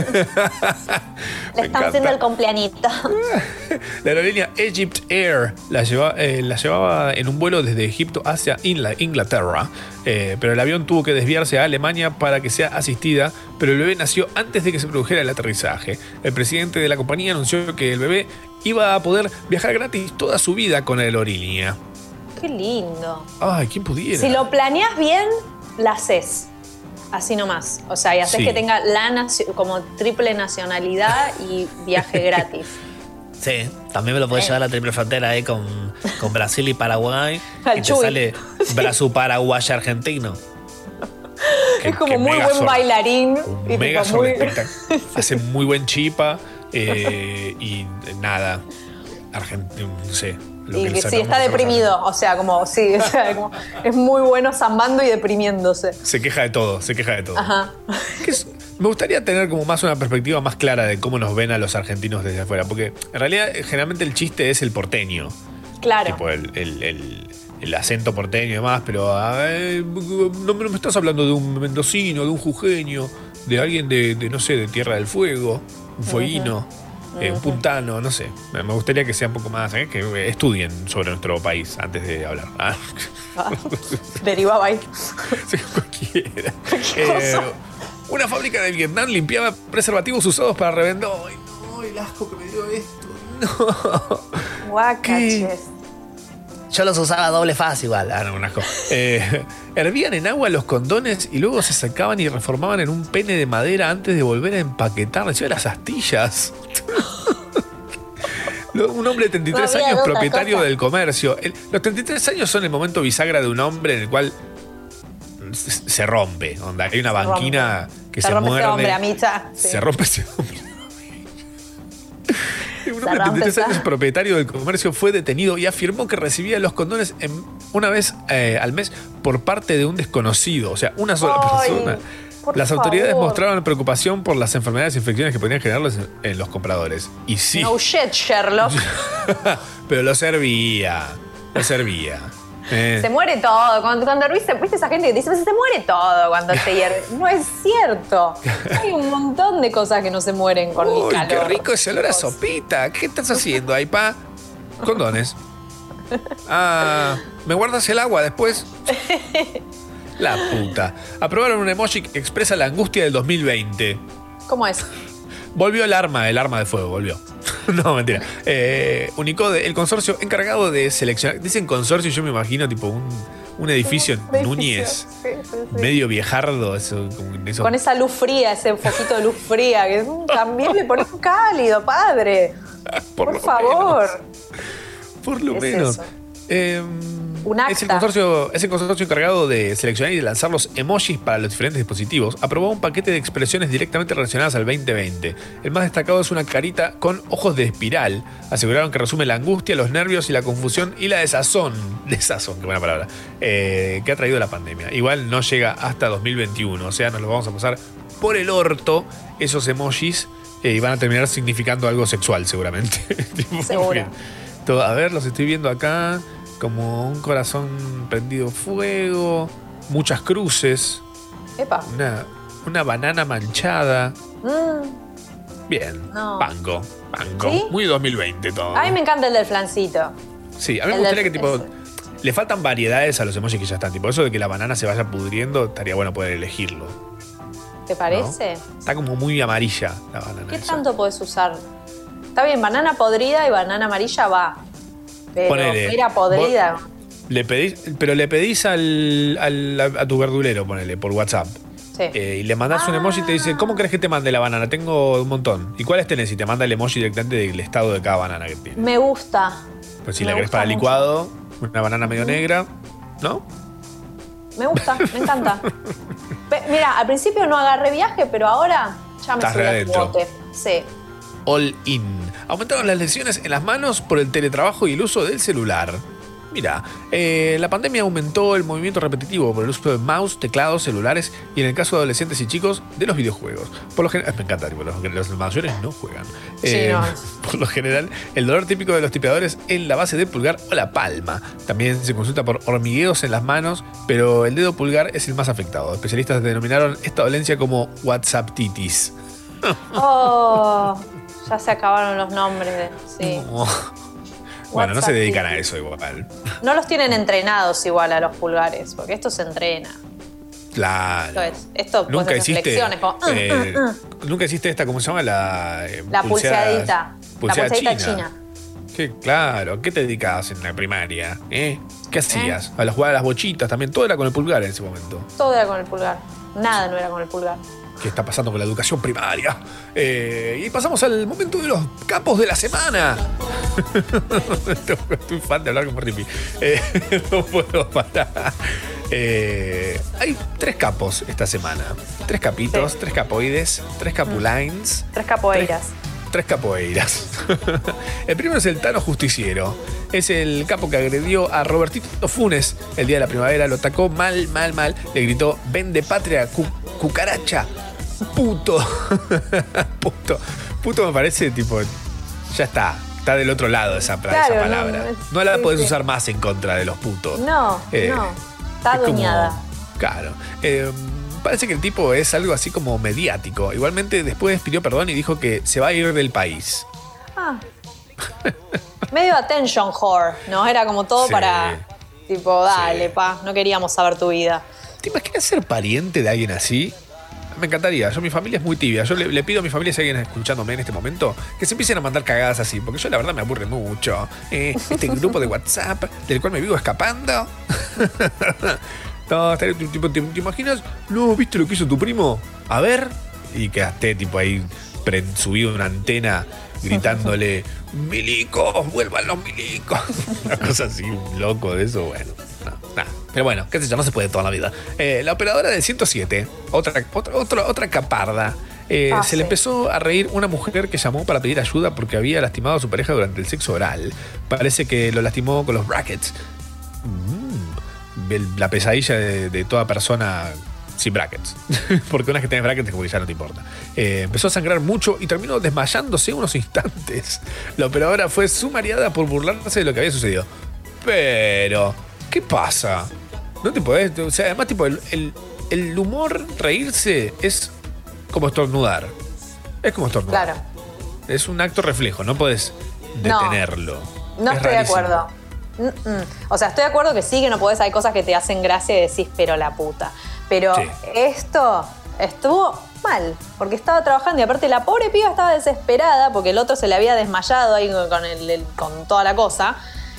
Le están haciendo el cumpleañito. La aerolínea Egypt Air la, lleva- eh, la llevaba en un vuelo desde Egipto hacia Ingla- Inglaterra, eh, pero el avión tuvo que desviarse a Alemania para que sea asistida, pero el bebé nació antes de que se produjera el aterrizaje. El presidente de la compañía anunció que el bebé iba a poder viajar gratis toda su vida con la aerolínea. Qué lindo. Ay, ¿quién pudiera? Si lo planeas bien, la haces. Así nomás. O sea, y haces Sí. que tenga la nacio- como triple nacionalidad y viaje gratis. Sí, también me lo puedes Eh. llevar a la triple frontera ahí con, con Brasil y Paraguay. Al y te Chuy. sale Brasil, Paraguay, argentino. Qué- es como qué muy mega buen sor- bailarín. Un y mega tipo muy- sobreespectacular. Hace muy buen chipa eh, y nada. Argentino, no sé. Lo Y le que sí, sacamos está nosotros deprimido. O sea, como, sí, o sea, como, es muy bueno zambando y deprimiendo. Se queja de todo, se queja de todo. Ajá. Que es- me gustaría tener como más una perspectiva más clara de cómo nos ven a los argentinos desde afuera. Porque en realidad, generalmente el chiste es el porteño. Claro. Tipo el, el- el- el acento porteño y demás, pero eh, no, me- no me estás hablando de un mendocino, de un jujeño, de alguien de, de, no sé, de Tierra del Fuego, un fueguino. eh, un puntano, no sé. Me gustaría que sea un poco más, ¿eh? que estudien sobre nuestro país antes de hablar. Ah. Ah, derivaba ahí. Sí, cualquiera. Eh, una fábrica de Vietnam limpiaba preservativos usados para revender. ¡Ay, no! El asco que me dio esto. No. Guacaches. Yo los usaba doble faz igual. Ah, no, un asco. Eh, hervían en agua los condones y luego se sacaban y reformaban en un pene de madera antes de volver a empaquetar. Encima las astillas. Un hombre de treinta y tres No había años, otra propietario cosa. del comercio. El- los treinta y tres años son el momento bisagra de un hombre en el cual se, se rompe. Onda, hay una Se banquina que se, Se rompe muerde. ese hombre, amicha. Sí. Se rompe ese hombre. Un hombre de rompe treinta y tres esa- años, propietario del comercio, fue detenido y afirmó que recibía los condones en- una vez eh, al mes por parte de un desconocido. O sea, una sola Ay, persona. por Las autoridades favor. mostraron preocupación por las enfermedades e infecciones que podrían generarlos en, en los compradores. Y sí, No shit, Sherlock. pero lo servía. Lo servía. Eh, Se muere todo. Cuando, cuando hervís, ¿viste esa gente que te dice, se muere todo cuando se hierve? No es cierto. Hay un montón de cosas que no se mueren con Uy, el calor. qué rico ese olor a sopita. ¿Qué estás haciendo ahí, pa? Condones. Ah, ¿me guardas el agua después? La puta. Aprobaron un emoji que expresa la angustia del dos mil veinte. ¿Cómo es? Volvió el arma, el arma de fuego, volvió. No, mentira. Eh, Unicode, el consorcio encargado de seleccionar. Dicen consorcio, yo me imagino tipo un, un edificio en Núñez, Sí, sí, sí. medio viejardo. Eso, como eso. Con esa luz fría, ese foquito de luz fría, que mm, también le pones un cálido, padre. Por, Por lo favor. menos. Por lo Es menos. eso. Eh, Un es, el acta. consorcio, es el consorcio encargado de seleccionar y de lanzar los emojis para los diferentes dispositivos. Aprobó un paquete de expresiones directamente relacionadas al veinte veinte. El más destacado es una carita con ojos de espiral. Aseguraron que resume la angustia, los nervios y la confusión y la desazón. Desazón, qué buena palabra. eh, que ha traído la pandemia. Igual no llega hasta dos mil veintiuno. O sea, nos lo vamos a pasar por el orto esos emojis eh, y van a terminar significando algo sexual seguramente. Tipo, Seguro. todo- a ver, los estoy viendo acá. Como un corazón prendido fuego, muchas cruces, Epa. una, una banana manchada. Mm, Bien, No. banco, banco. ¿Sí? Muy dos mil veinte todo. a mí me encanta el del flancito. Sí, a mí me el gustaría del- que tipo... ese. Le faltan variedades a los emojis que ya están. Tipo, eso de que la banana se vaya pudriendo, estaría bueno poder elegirlo. ¿Te parece? Está como muy amarilla la banana. ¿Qué esa. tanto podés usar? Está bien, banana podrida y banana amarilla va. Pero Ponele, era podrida. Le pedís, pero le pedís al, al- a, a tu verdulero, ponele, por WhatsApp. Sí. Eh, y le mandás un emoji y te dice, ¿cómo crees que te mande la banana? Tengo un montón. ¿Y cuáles tenés? Y te manda el emoji directamente del estado de cada banana que tiene. Me gusta. Pues si me la querés gusta para mucho. licuado, una banana medio negra, ¿no? Me gusta, me encanta. Pe- Mira, al principio no agarré viaje, pero ahora ya me Estás subí re a tu adentro. bote. Sí. All in. Aumentaron las lesiones en las manos por el teletrabajo y el uso del celular. Mira, eh, la pandemia aumentó el movimiento repetitivo por el uso de mouse, teclados, celulares y en el caso de adolescentes y chicos, de los videojuegos. Por lo general, me encanta, tipo, los, los mayores no juegan. Sí, no. Por lo general, el dolor típico de los tipeadores en la base del pulgar o la palma. También se consulta por hormigueos en las manos, pero el dedo pulgar es el más afectado. Especialistas denominaron esta dolencia como WhatsApp-titis. Oh, ya se acabaron los nombres. De, sí. Oh. Bueno, no se WhatsApp dedican a titis. eso igual. No los tienen entrenados igual a los pulgares, porque esto se entrena. Claro. Esto es, esto puedes Nunca hacer hiciste, flexiones como, uh, eh, uh, uh. nunca hiciste esta, ¿cómo se llama? La, eh, La pulseada- pulseadita. pulseada la pulseadita china. china. ¿Qué, claro, ¿qué te dedicabas en la primaria? ¿Eh? ¿Qué hacías? A las jugadas a las bochitas también, todo era con el pulgar en ese momento. Todo era con el pulgar. Nada no era con el pulgar. ¿Qué está pasando con la educación primaria? Eh, y pasamos al momento de los capos de la semana. Estoy fan de hablar con Rippy. Eh, no puedo parar. Eh, hay tres capos esta semana. Tres capitos, Sí. tres capoides, tres capulines. Tres capoeiras. Tres capoeiras. El primero es el Tano Justiciero. Es el capo que agredió a Robertito Funes el día de la primavera. Lo atacó mal, mal, mal. Le gritó, vende patria, cu- cucaracha, puto. Puto. Puto me parece tipo, ya está. Está del otro lado esa, esa Claro, no, palabra. no es- No la sí, podés sí. usar más en contra de los putos. No, Eh, no. Está es como- adueñada. Claro. Eh, parece que el tipo es algo así como mediático. Igualmente después pidió perdón y dijo que se va a ir del país. Ah. Medio attention whore, ¿no? Era como todo Sí. para, tipo, dale, Sí. pa, no queríamos saber tu vida. ¿Te imaginas ser pariente de alguien así? Me encantaría. Yo, mi familia es muy tibia. Yo le, le pido a mi familia, si hay alguien escuchándome en este momento, que se empiecen a mandar cagadas así, porque yo la verdad me aburre mucho. Eh, este grupo de WhatsApp del cual me vivo escapando. No, estaría, tipo, ¿te, ¿te imaginas? No, ¿viste lo que hizo tu primo? A ver. Y quedaste tipo ahí pre- subido en una antena gritándole, milicos, vuelvan los milicos. Una cosa así, un loco de eso, bueno. No, nada. Pero bueno, qué sé yo, no se puede toda la vida. Eh, la operadora del ciento siete, otra, otra, otra, otra caparda, eh, Ah, se sí. le empezó a reír una mujer que llamó para pedir ayuda porque había lastimado a su pareja durante el sexo oral. Parece que lo lastimó con los brackets. Mm, el- la pesadilla de, de toda persona sin brackets. Porque una vez que tenés brackets, como que ya no te importa. Eh, empezó a sangrar mucho y terminó desmayándose unos instantes. La operadora fue sumariada por burlarse de lo que había sucedido. Pero, ¿qué pasa? No te podés. O sea, además, tipo, el, el, el humor, reírse, es como estornudar. Es como estornudar. Claro. Es un acto reflejo, no podés No. detenerlo. No Es estoy de rarísimo. acuerdo. Mm, mm. O sea, estoy de acuerdo que sí, que no podés, hay cosas que te hacen gracia y decís, pero la puta. Pero Sí. esto estuvo mal, porque estaba trabajando y aparte la pobre piba estaba desesperada porque el otro se le había desmayado ahí con, el- el- con toda la cosa.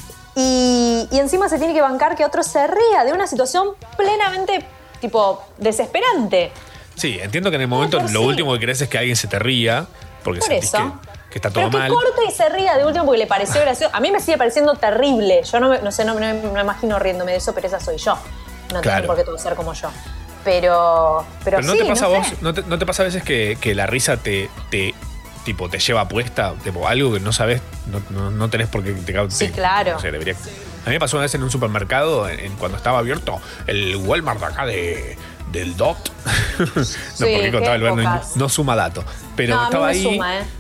Y, y encima se tiene que bancar que otro se ría de una situación plenamente, tipo, desesperante. Sí, entiendo que en el momento por lo sí. último que querés es que alguien se te ría, porque Por sentís eso. que, que está todo Pero que mal. corte y se ría de último porque le pareció gracioso. A mí me sigue pareciendo terrible. Yo no, me- no sé, no, no- no me imagino riéndome de eso, pero esa soy yo. No Claro. tiene por qué todo ser como yo. Pero, pero, Pero no sí, te pasa no a vos, sé. no te, no te pasa a veces que, que la risa te, te, tipo, te lleva puesta, tipo, algo que no sabes, no, no, no tenés por qué te causa. Sí, claro. No sé, debería. A mí me pasó una vez en un supermercado, en, en cuando estaba abierto el Walmart de acá de, del D O T. no, Sí, porque contaba qué el lugar, no, épocas. no suma dato. Pero No, a mí estaba me ahí. suma, ¿eh?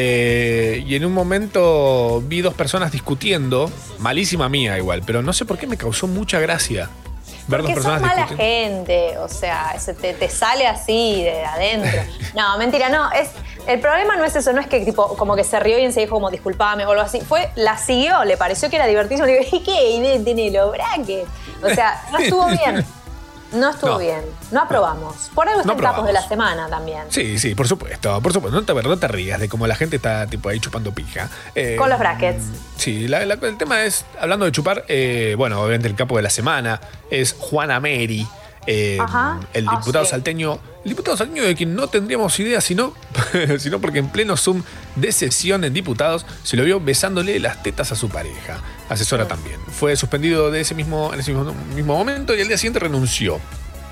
Eh, y en un momento vi dos personas discutiendo, malísima mía igual, pero no sé por qué me causó mucha gracia ver dos Porque sos personas mala discutiendo. gente, o sea, se te, te sale así de adentro. No, mentira, no, es, el problema no es eso, no es que tipo como que se rió y se dijo como disculpame o algo así. Fue, la siguió, le pareció que era divertísimo. Le digo, ¿y qué? ¿Y de- tiene los brackets? O sea, no estuvo bien. No estuvo No. bien. No aprobamos. Por algo No están capos de la aprobamos. semana también. Sí, sí, por supuesto, por supuesto. No te, no te rías de cómo la gente está tipo ahí chupando pija. Eh, Con los brackets. Sí, la- la- el tema es, hablando de chupar, eh, bueno, obviamente el capo de la semana es Juana Meri, eh, Ajá. el Ah, diputado sí. salteño. El diputado salteño de quien no tendríamos idea, sino, sino porque en pleno Zoom de sesión en diputados se lo vio besándole las tetas a su pareja, asesora también. Fue suspendido de ese mismo, en ese mismo, mismo momento y al día siguiente renunció.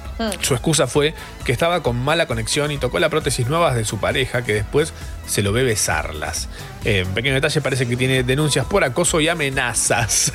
Su excusa fue que estaba con mala conexión y tocó la prótesis nueva de su pareja, que después se lo ve besarlas. Eh, en pequeño detalle, parece que tiene denuncias por acoso y amenazas.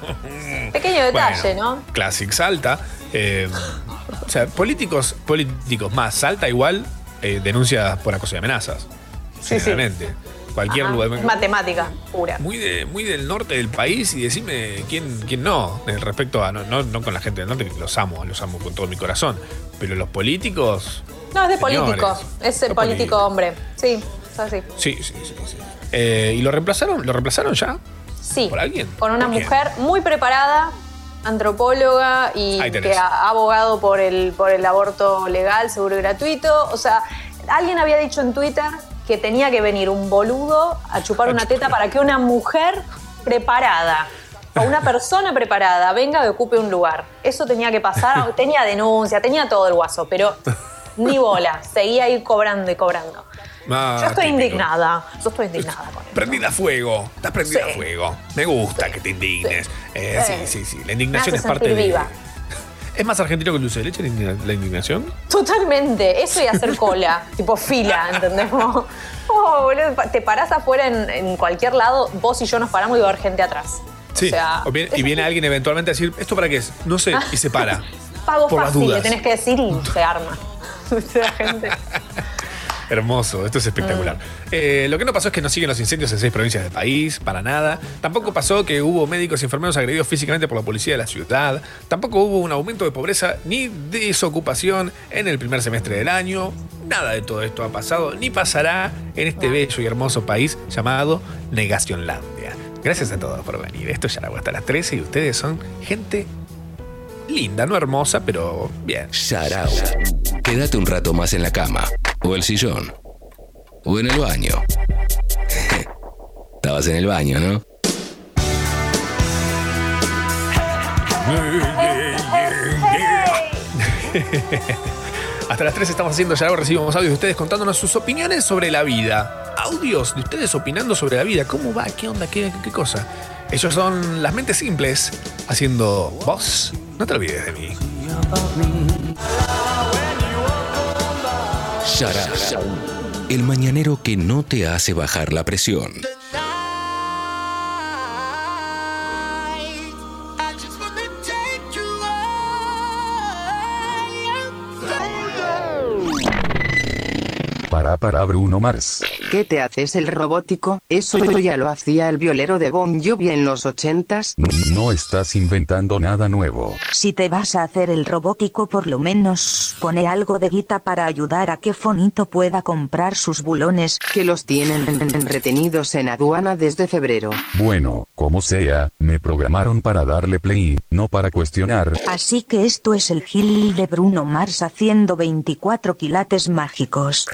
Pequeño detalle, Bueno, ¿no? Classic Salta. Eh, o sea, políticos, políticos más. Salta igual eh, denuncias por acoso y amenazas. Sí, sí. Sinceramente. Cualquier Ajá. lugar. Es matemática pura. Muy, de, muy del norte del país y decime quién, quién no, eh, respecto a, no, no, no con la gente del norte, que los amo, los amo con todo mi corazón, pero los políticos... No, es de señores, político. Es el los político hombre. Sí, es así. Sí, sí, sí. sí. Eh, ¿Y lo reemplazaron? ¿Lo reemplazaron ya? Sí. ¿Por alguien? Con una ¿Por quién? mujer muy preparada, antropóloga y Ahí tenés. que ha ha abogado por el, por el aborto legal, seguro y gratuito. O sea, alguien había dicho en Twitter que tenía que venir un boludo a chupar una teta para que una mujer preparada o una persona preparada venga y ocupe un lugar. Eso tenía que pasar. Tenía denuncia, tenía todo el guaso, pero ni bola. Seguía ahí cobrando y cobrando. Ah, Yo estoy típico. indignada. Yo estoy indignada con eso. Prendida a fuego. Estás prendida Sí. a fuego. Me gusta que te indignes. Eh, sí, sí, sí. La indignación Me es hace parte sentir de... viva. ¿Es más argentino que el dulce de leche la indigna- la indignación? Totalmente, eso y hacer cola, tipo fila, ¿entendés? Como, oh, boludo, te parás afuera en, en cualquier lado, vos y yo nos paramos y va a haber gente atrás. Sí. O sea, O viene- y viene alguien eventualmente a decir, ¿esto para qué es? No sé, y se para. pago por las fácil, le dudas. tenés que decir y se arma. O sea, gente. Hermoso, esto es espectacular. Mm. Eh, lo que no pasó es que no siguen los incendios en seis provincias del país, para nada. Tampoco pasó que hubo médicos y enfermeros agredidos físicamente por la policía de la ciudad. Tampoco hubo un aumento de pobreza ni desocupación en el primer semestre del año. nada de todo esto ha pasado ni pasará en este bello y hermoso país llamado Negacionlandia. Gracias a todos por venir. Esto es Yarao hasta las trece y ustedes son gente linda, no hermosa, pero bien. Yarao. Quédate un rato más en la cama, o el sillón, o en el baño. Estabas en el baño, ¿no? Hasta las tres estamos haciendo Yarao, recibimos audios de ustedes contándonos sus opiniones sobre la vida. Audios de ustedes opinando sobre la vida. ¿Cómo va? ¿Qué onda? ¿Qué, qué cosa? Ellos son las mentes simples haciendo voz. No te olvides de mí. Yarao, el mañanero que no te hace bajar la presión. Para para Bruno Mars. ¿Qué te haces el robótico? Eso ya lo hacía el violero de Bon Jovi en los ochentas. No estás inventando nada nuevo. Si te vas a hacer el robótico, por lo menos pone algo de guita para ayudar a que Fonito pueda comprar sus bulones, que los tienen retenidos en aduana desde febrero. Bueno, como sea, me programaron para darle play, no para cuestionar. Así que esto es el Gil de Bruno Mars haciendo veinticuatro quilates mágicos.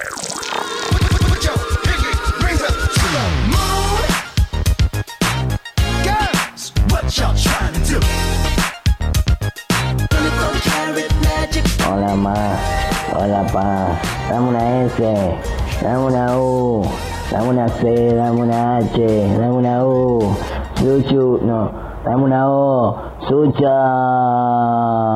Hola ma, hola pa, dame una S, dame una U, dame una C, dame una H, dame una U, Suchu, no, dame una O, Sucha.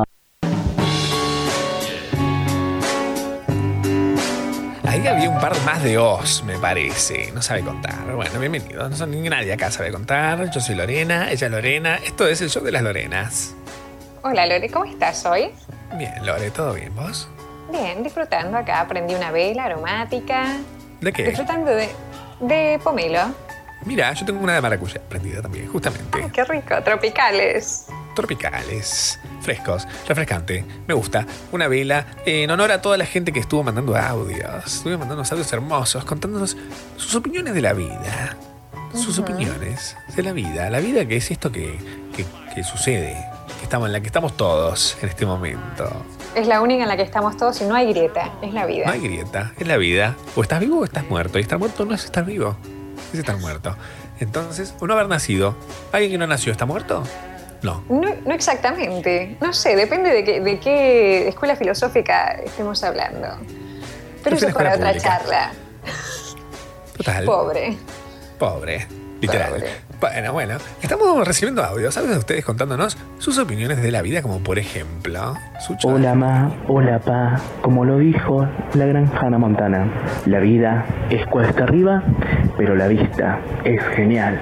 Ahí había un par más de O's, me parece. No sabe contar. Bueno, bienvenido. No son ni nadie acá sabe contar. Yo soy Lorena, ella es Lorena. Esto es el show de las Lorenas. Hola Lore, ¿cómo estás hoy? Bien, Lore, ¿todo bien vos? Bien, disfrutando acá. Prendí una vela aromática. ¿De qué? Disfrutando de, de pomelo. Mira, yo tengo una de maracuyá prendida también, justamente. Ay, qué rico, tropicales. Tropicales, frescos, refrescante. Me gusta. Una vela en honor a toda la gente que estuvo mandando audios. Estuvo mandando audios hermosos, contándonos sus opiniones de la vida. Sus uh-huh. opiniones de la vida. La vida que es esto que, que, que sucede. Que estamos, en la que estamos todos en este momento. Es la única en la que estamos todos y no hay grieta. Es la vida. No hay grieta, es la vida. O estás vivo o estás muerto. Y estar muerto no es estar vivo. Es estar muerto. Entonces, o no haber nacido. ¿Alguien que no nació está muerto? No. No, no exactamente. No sé, depende de, que, de qué escuela filosófica estemos hablando. Pero eso es para otra pública. Charla. Total. Pobre. Pobre. Literal. Pobre. Bueno, bueno. Estamos recibiendo audios. ¿Saben de ustedes contándonos sus opiniones de la vida? Como por ejemplo... Sucho. Hola ma, hola pa. Como lo dijo la gran Hannah Montana. La vida es cuesta arriba, pero la vista es genial.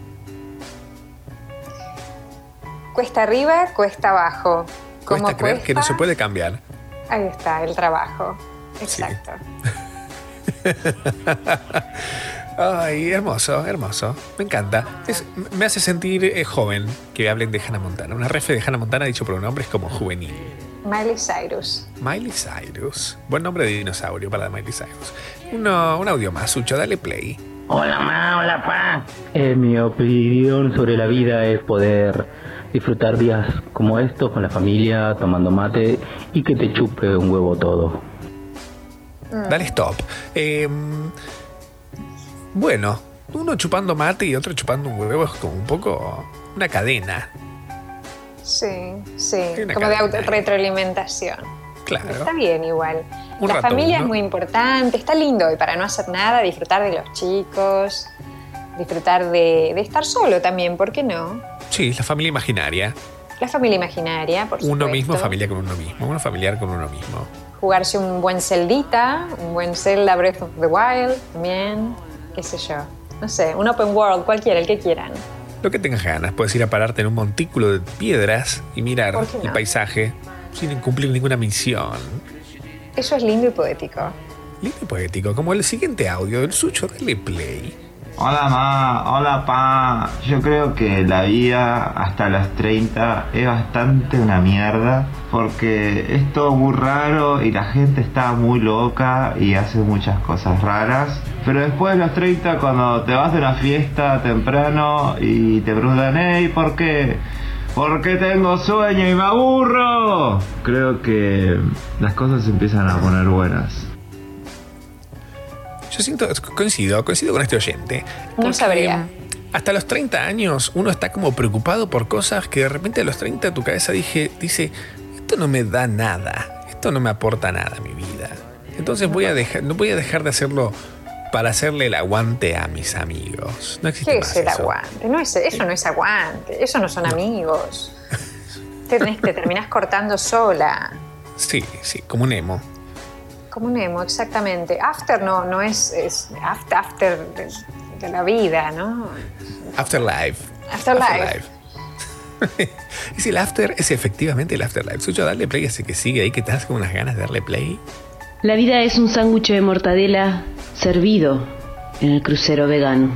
Cuesta arriba, cuesta abajo. Cuesta ¿Cómo creer cuesta? que no se puede cambiar. Ahí está, el trabajo. Exacto. Sí. Ay, hermoso, hermoso. Me encanta. Es, me hace sentir eh, joven que hablen de Hannah Montana. Una refe de Hannah Montana dicho por un hombre es como juvenil. Miley Cyrus. Miley Cyrus. Buen nombre de dinosaurio para Miley Cyrus. Uno, un audio más, Sucho, dale play. Hola ma, hola pa. Eh, mi opinión sobre la vida es poder disfrutar días como estos con la familia, tomando mate y que te chupe un huevo todo. Mm. Dale stop. Eh, bueno, uno chupando mate y otro chupando un huevo es como un poco una cadena. Sí, sí, una como cadena. de autorretroalimentación. Claro. Está bien igual. Un la ratón, familia ¿no? es muy importante, está lindo y para no hacer nada, disfrutar de los chicos, disfrutar de, de estar solo también, ¿por qué no? Sí, la familia imaginaria. La familia imaginaria, por supuesto. Uno mismo, familia con uno mismo. Uno familiar con uno mismo. Jugarse un buen Zeldita, un buen Zelda Breath of the Wild también, qué sé yo. No sé, un open world, cualquiera, el que quieran. Lo que tengas ganas. Puedes ir a pararte en un montículo de piedras y mirar ¿Por qué no? el paisaje sin cumplir ninguna misión. Eso es lindo y poético. Lindo y poético, como el siguiente audio del Sucho. Dale play. Hola ma, hola pa. Yo creo que la vida hasta los treinta es bastante una mierda porque es todo muy raro y la gente está muy loca y hace muchas cosas raras. Pero después de los treinta, cuando te vas de una fiesta temprano y te preguntan, hey, ¿por qué? ¿Por qué tengo sueño y me aburro? Creo que las cosas se empiezan a poner buenas. Yo siento, coincido, coincido con este oyente. No sabría. Hasta los treinta años uno está como preocupado por cosas que de repente a los treinta tu cabeza dije, dice, esto no me da nada, esto no me aporta nada a mi vida. Entonces voy a dejar, no voy a dejar de hacerlo para hacerle el aguante a mis amigos. No existe ¿Qué más es el eso. aguante? No es, eso no es aguante, eso no son no. amigos. Te, te terminás cortando sola. Sí, sí, como un emo. Como un emo, exactamente. After no, no es, es after, after de, de la vida, ¿no? Afterlife. Afterlife. Afterlife. Es el after, es efectivamente el afterlife. Suyo, darle play ese que sigue ahí, que te das con unas ganas de darle play. La vida es un sándwich de mortadela servido en el crucero vegano.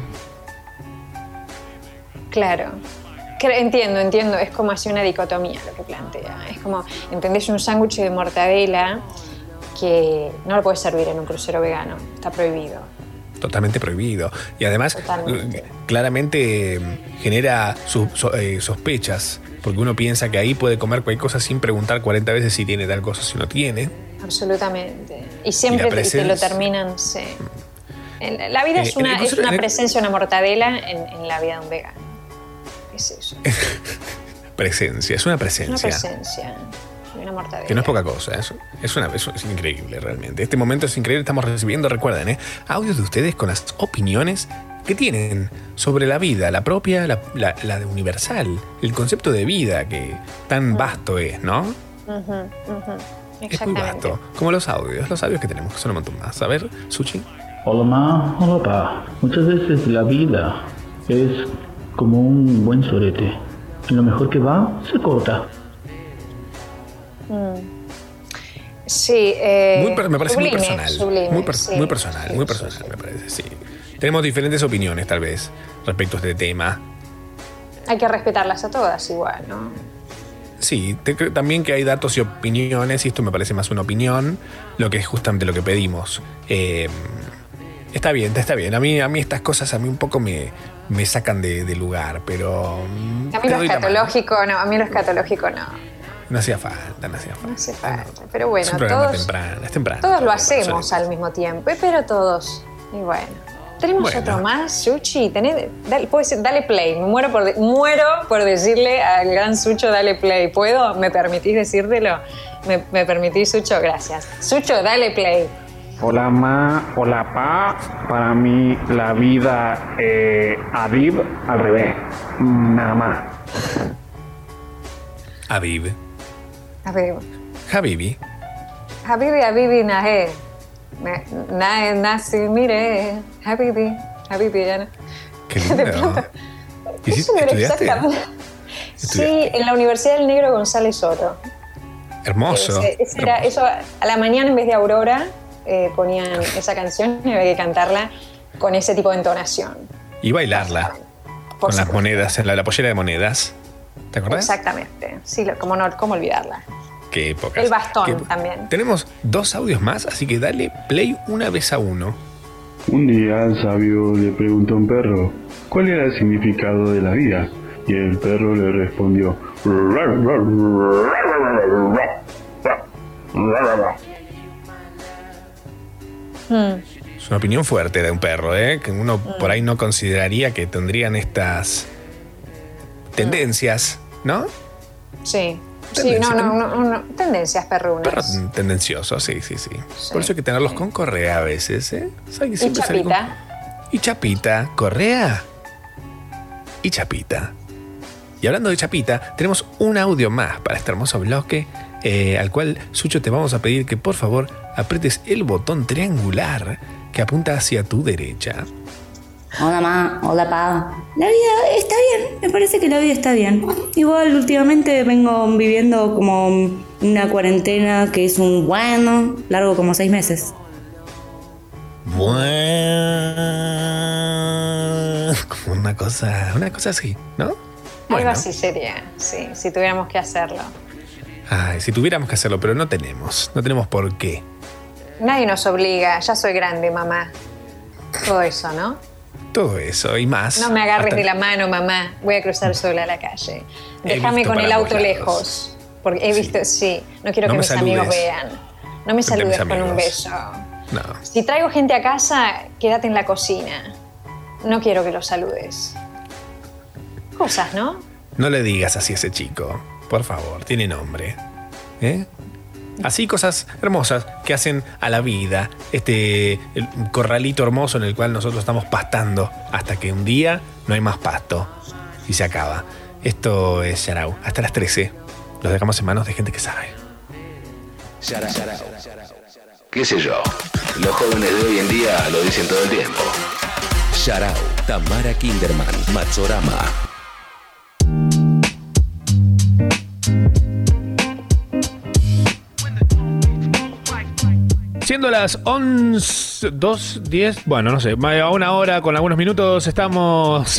Claro. Entiendo, entiendo. Es como así una dicotomía lo que plantea. Es como, ¿entendés? Un sándwich de mortadela que no lo puedes servir en un crucero vegano. Está prohibido. Totalmente prohibido. Y además, Totalmente. claramente genera sus, eh, sospechas, porque uno piensa que ahí puede comer cualquier cosa sin preguntar cuarenta veces si tiene tal cosa, si no tiene. Absolutamente. Y siempre y te, te lo terminan, sí. La vida eh, es una, es una el... presencia, una mortadela en, en la vida de un vegano. Es eso. Presencia, es una presencia. Una presencia. Una mortadela. Que no es poca cosa, es, es, una, es, es increíble realmente. Este momento es increíble, estamos recibiendo, recuerden, ¿eh? audios de ustedes con las opiniones que tienen sobre la vida, la propia, la, la, la de universal, el concepto de vida que tan vasto es, ¿no? Uh-huh, uh-huh. Es muy vasto, como los audios, los audios que tenemos, que son un montón más. A ver, Suchi. Hola ma, hola pa. Muchas veces la vida es como un buen sorete. En lo mejor que va, se corta. Sí, eh, muy, me parece sublime, muy personal. Sublime, muy, per, sí, muy personal, sí, muy personal, sí, sí. me parece, sí. Tenemos diferentes opiniones, tal vez, respecto a este tema. Hay que respetarlas a todas igual, ¿no? Sí, te, también que hay datos y opiniones, y esto me parece más una opinión, lo que es justamente lo que pedimos. Eh, está bien, está bien. A mí, a mí estas cosas a mí un poco me, me sacan de, de lugar, pero... A mí lo escatológico no, a mí lo escatológico no. No hacía falta, no hacía falta. No hace falta, pero bueno, es un programa todos, temprano, es temprano. Todos lo hacemos al mismo tiempo, pero todos, y bueno. ¿Tenemos bueno. otro más, Suchi? Tenés, dale, puedo decir, dale play, me muero por, de, muero por decirle al gran Sucho, dale play. ¿Puedo? ¿Me permitís decírtelo? ¿Me, me permitís, Sucho? Gracias. Sucho, dale play. Hola ma, hola pa. Para mí la vida, eh, Aviv, al revés, nada más. Aviv. Aviv. Habibi. Habibi, Habibi, Nahe. Nahe, Nasi, mire. Habibi, Habibi, ya no. Qué lindo. ¿Y si estudiaste? Sí, en la Universidad del Negro González Soto. Hermoso. Ese, ese era, eso, a la mañana en vez de Aurora eh, ponían esa canción y había que cantarla con ese tipo de entonación. Y bailarla. Por con supuesto. Las monedas, en la, la pollera de monedas. ¿Te acuerdas? Exactamente. Sí, cómo, no, cómo olvidarla. Qué época. El bastón Qué... también. Tenemos dos audios más, así que dale play una vez a uno. Un día el sabio le preguntó a un perro cuál era el significado de la vida. Y el perro le respondió: hmm. Es una opinión fuerte de un perro, ¿eh? Que uno hmm. por ahí no consideraría que tendrían estas tendencias, ¿no? Sí. Sí, no, no, no, no, tendencias perrunas. Perro tendencioso, sí, sí, sí, sí. Por eso hay que tenerlos sí. con correa a veces, ¿eh? Y chapita. Con... Y chapita, correa y chapita. Y hablando de chapita, tenemos un audio más para este hermoso bloque, eh, al cual, Sucho, te vamos a pedir que por favor apretes el botón triangular que apunta hacia tu derecha. Hola ma, hola pa. La vida está bien, me parece que la vida está bien. Igual últimamente vengo viviendo como una cuarentena que es un bueno, largo como seis meses. Bueno. una cosa, una cosa así, ¿no? Algo Bueno. así sería, sí, si tuviéramos que hacerlo. Ay, si tuviéramos que hacerlo, pero no tenemos, no tenemos por qué. Nadie nos obliga, ya soy grande, mamá. Todo eso, ¿no? Todo eso y más. No me agarres Hasta- de la mano, mamá. Voy a cruzar sola la calle. He Déjame visto con el para auto ambos lejos. Porque he visto, sí. No quiero No que me mis amigos saludes. vean. No me De saludes mis con un amigos. beso. No. Si traigo gente a casa, quédate en la cocina. No quiero que los saludes. Cosas, ¿no? No le digas así a ese chico. Por favor, tiene nombre. ¿Eh? Así cosas hermosas que hacen a la vida. Este el corralito hermoso en el cual nosotros estamos pastando. Hasta que un día no hay más pasto. Y se acaba. Esto es Yarau. Hasta las trece. Los dejamos en manos de gente que sabe. Yarau. ¿Qué sé yo? Los jóvenes de hoy en día lo dicen todo el tiempo. Yarau, Tamara Kinderman, Machorama. Siendo las once, dos, diez, bueno, no sé, a una hora con algunos minutos estamos...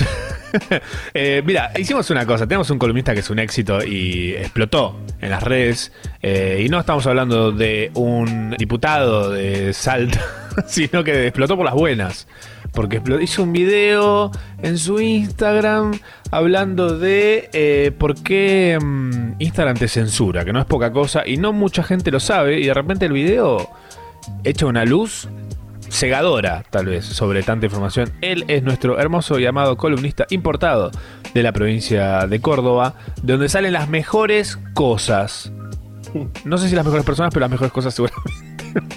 eh, mira, hicimos una cosa, tenemos un columnista que es un éxito y explotó en las redes, eh, y no estamos hablando de un diputado de Salta, sino que explotó por las buenas, porque explotó- hizo un video en su Instagram hablando de eh, por qué mm, Instagram te censura, que no es poca cosa y no mucha gente lo sabe, y de repente el video echa una luz cegadora, tal vez, sobre tanta información. Él es nuestro hermoso y amado columnista importado de la provincia de Córdoba, de donde salen las mejores cosas. No sé si las mejores personas, pero las mejores cosas seguramente.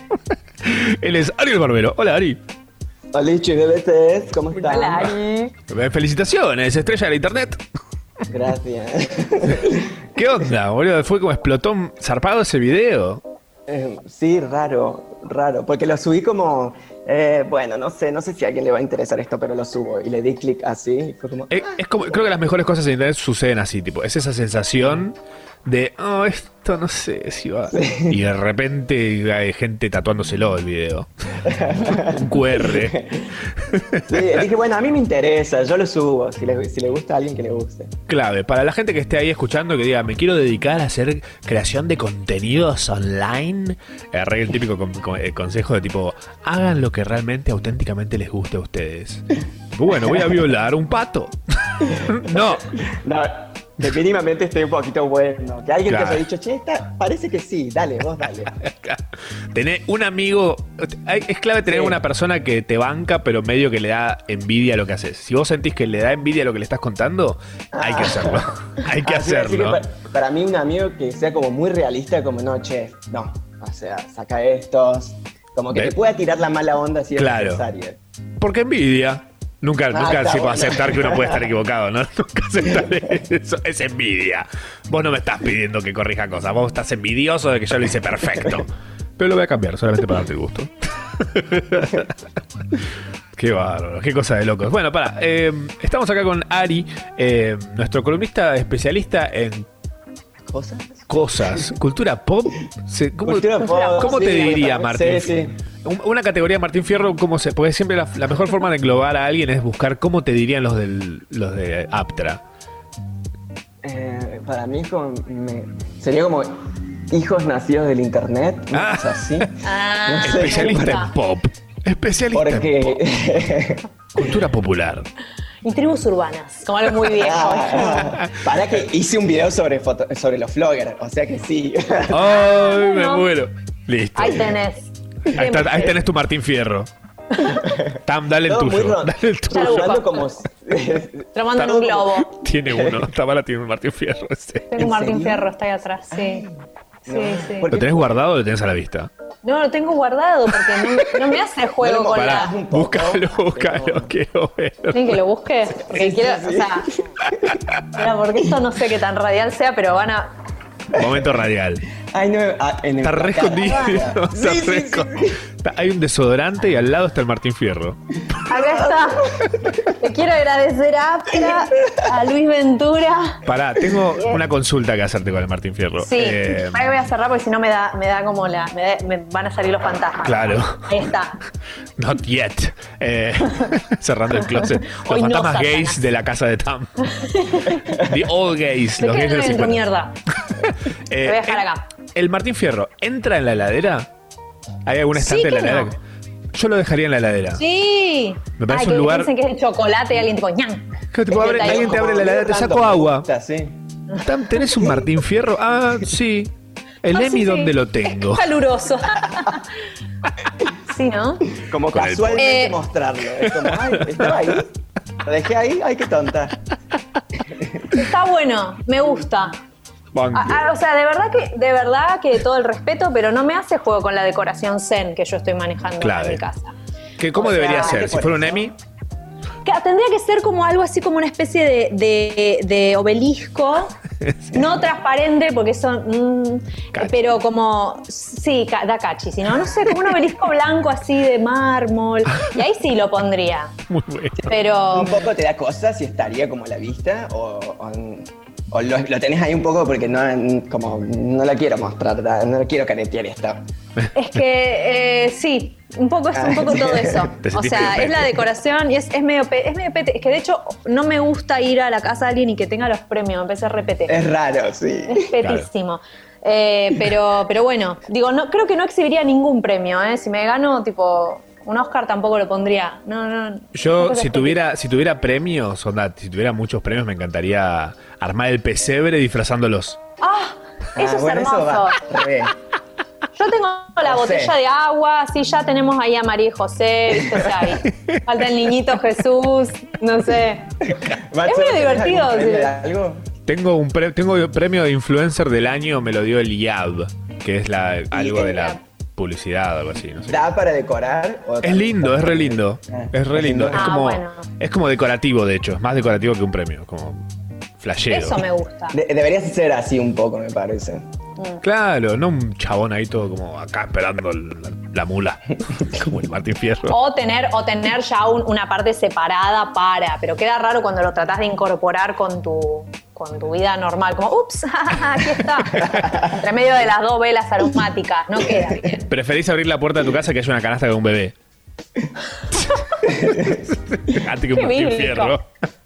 Él es Ari el Barbero. Hola, Ari. Hola, bebés, ¿cómo están? Hola, Ari. Felicitaciones, estrella de internet. Gracias. ¿Qué onda, boludo? Fue como explotó zarpado ese video. Eh, sí, raro, raro, porque lo subí como, eh, bueno, no sé, no sé si a alguien le va a interesar esto, pero lo subo y le di clic así y fue como... Es, es como, creo que las mejores cosas en internet suceden así, tipo, es esa sensación de, oh, esto no sé si va. Sí. Y de repente hay gente tatuándoselo el video. Un Q R. Sí, dije, bueno, a mí me interesa, yo lo subo, si le, si le gusta a alguien que le guste. Clave, para la gente que esté ahí escuchando, que diga, me quiero dedicar a hacer creación de contenidos online, eh, re el típico con, con, el consejo de tipo, hagan lo que realmente, auténticamente les guste a ustedes. Bueno, voy a violar un pato. No. No, que mínimamente esté un poquito bueno. Que alguien Claro. te haya dicho, che, esta, parece que sí, dale, vos dale. Tener un amigo, es clave tener Sí. una persona que te banca, pero medio que le da envidia lo que haces. Si vos sentís que le da envidia lo que le estás contando, hay que hacerlo. Hay que Así, así que hacerlo. para, para mí un amigo que sea como muy realista, como no, che, no, o sea, saca estos, como que ¿Ves? te pueda tirar la mala onda si es Claro. necesario. Porque envidia. Nunca, Ah, nunca está se puede bueno. aceptar que uno puede estar equivocado, ¿no? Nunca aceptar eso. Es envidia. Vos no me estás pidiendo que corrija cosas. Vos estás envidioso de que yo lo hice perfecto. Pero lo voy a cambiar, solamente para darte el gusto. Qué bárbaro, qué cosa de locos. Bueno, para, eh, estamos acá con Ari, eh, nuestro columnista especialista en ¿Cosas? cosas, cultura pop. Se- ¿Cómo, Cultura pop, ¿cómo sí, te diría sí, Martín? sí. Un- Una categoría Martín Fierro, ¿cómo se? Porque siempre la, la mejor forma de englobar a alguien es buscar cómo te dirían los del los de Aptra. Eh, para mí es como, me- sería como hijos nacidos del internet, una Ah. cosa así. Ah, No sé. Especialista en pop. Especialista en Porque... cultura popular. Y tribus urbanas, como algo muy viejo. Ah, para que hice un video sobre, foto, sobre los vloggers, o sea que sí. Ay, me No. muero. Listo. Ahí tenés. Ahí, está- ahí tenés tu Martín Fierro. Tam, dale el Todo muy tuyo. ro- Dale el tuyo. Jugando como... Te lo mando en un globo. Tiene uno. Tamara tiene un Martín Fierro ese. Tengo un Martín Fierro, está ahí atrás, sí. Sí, sí. ¿Lo tenés guardado o lo tenés a la vista? No, lo tengo guardado porque no, no me hace el juego con Pará, la... búscalo, búscalo, quiero ver. ¿Quieren que lo busque? Porque quiero, o sea... Mira, porque esto no sé qué tan radial sea, pero van a... Momento radial. Ay, no, ah, en el Está re escondido. Está Sí, re sí, sí, escondido. Está- Hay un desodorante y al lado está el Martín Fierro. Acá está. Te quiero agradecer a Aptra, a Luis Ventura. Pará, tengo una consulta que hacerte con el Martín Fierro. Sí, Eh, ahora voy a cerrar porque si no me da, me da como la. Me, da- me van a salir los fantasmas. Claro. Ahí está. Not yet. Eh, cerrando el closet. Los Hoy no, fantasmas Satanás. gays de la casa de Tam. The old gays. Me Los gays de quedo los dentro, cincuenta. mierda. Eh, Lo voy a dejar el- acá. El Martín Fierro, ¿entra en la heladera? ¿Hay algún Sí, estante en la que heladera? no. Yo lo dejaría en la heladera. Sí. Me parece Ay, un que lugar- dicen que es de chocolate y alguien tipo ñam. Que tipo, abre- alguien te abre la heladera, te saco agua. Tam, ¿Tenés un Martín Fierro? Ah, sí. El Ah, Emi, sí, sí. ¿dónde lo tengo? Caluroso. Sí, ¿no? Como Con el casualmente Eh. mostrarlo. Es como, ay, estaba ahí. Lo dejé ahí, ay, qué tonta. Está bueno, me gusta. Banco. Ah, ah, o sea, de verdad que de verdad que todo el respeto, pero no me hace juego con la decoración zen que yo estoy manejando Claro. en mi casa. ¿Qué, ¿Cómo O sea, debería ser? que Si por fuera un eso- Emi, Que tendría que ser como algo así como una especie de, de- de obelisco, no transparente porque son, mm, pero como, sí, ca- da cachi, sino no sé, como un obelisco blanco así de mármol, y ahí sí lo pondría. muy bueno. Pero Un poco te da cosas si estaría como a la vista o, o, o lo, lo tenés ahí un poco porque no, como, no lo quiero mostrar, no lo quiero caretear esto. es que eh, sí, un poco es un poco todo eso. Te O sentís sea, pete. es la decoración y es, es medio pe- es medio pete. Es que de hecho no me gusta ir a la casa de alguien y que tenga los premios, me empecé a repetir. Es raro, sí. Es petísimo. Eh, pero, pero bueno, digo, no, creo que no exhibiría ningún premio, ¿eh? Si me gano, tipo, un Oscar tampoco lo pondría. No, no. yo Una cosa si es tuviera, si tuviera premios, onda, si tuviera muchos premios, me encantaría armar el pesebre disfrazándolos. ¡Ah! Eso Ah, es bueno, eso hermoso. va, re. Yo tengo la José. botella de agua, sí, ya tenemos ahí a María y José, ¿viste? O sea, ahí falta el niñito Jesús, no sé. Macho, es medio ¿tenés divertido. algún premio sí. de algo? Tengo un pre- tengo premio de influencer del año, me lo dio el I A B, que es la, algo de la publicidad o algo así, no sé. ¿Da para decorar? o Es lindo, es re lindo. Es re lindo. Es Ah, como, bueno. es como decorativo, de hecho. Es más decorativo que un premio. Como flashero. Eso me gusta. De- deberías ser así un poco, me parece. Claro, no un chabón ahí todo como acá esperando la, la mula. Como el Martín Fierro. O tener, o tener ya un- una parte separada para, pero queda raro cuando lo tratás de incorporar con tu, con tu vida normal, como, ups, aquí está. Entre medio de las dos velas aromáticas, no queda bien. Preferís abrir la puerta de tu casa que haya una canasta con un bebé. Antes que un Qué Martín bíblico. Fierro.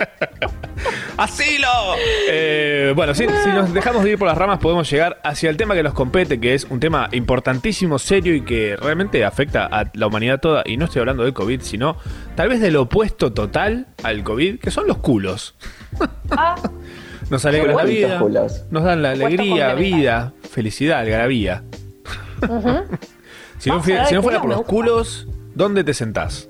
¡Asilo! Eh, bueno, si, si nos dejamos de ir por las ramas, podemos llegar hacia el tema que nos compete, que es un tema importantísimo, serio y que realmente afecta a la humanidad toda. Y no estoy hablando del COVID, sino tal vez del opuesto total al COVID, que son los culos. Ah, Nos alegran la bonitos vida, culos. nos dan la Opuesto alegría, complementario. vida, felicidad, algarabía. ujú. Si no, Vamos a fui- hablar si de no fuera culos, por me los gusta. culos, ¿dónde te sentás?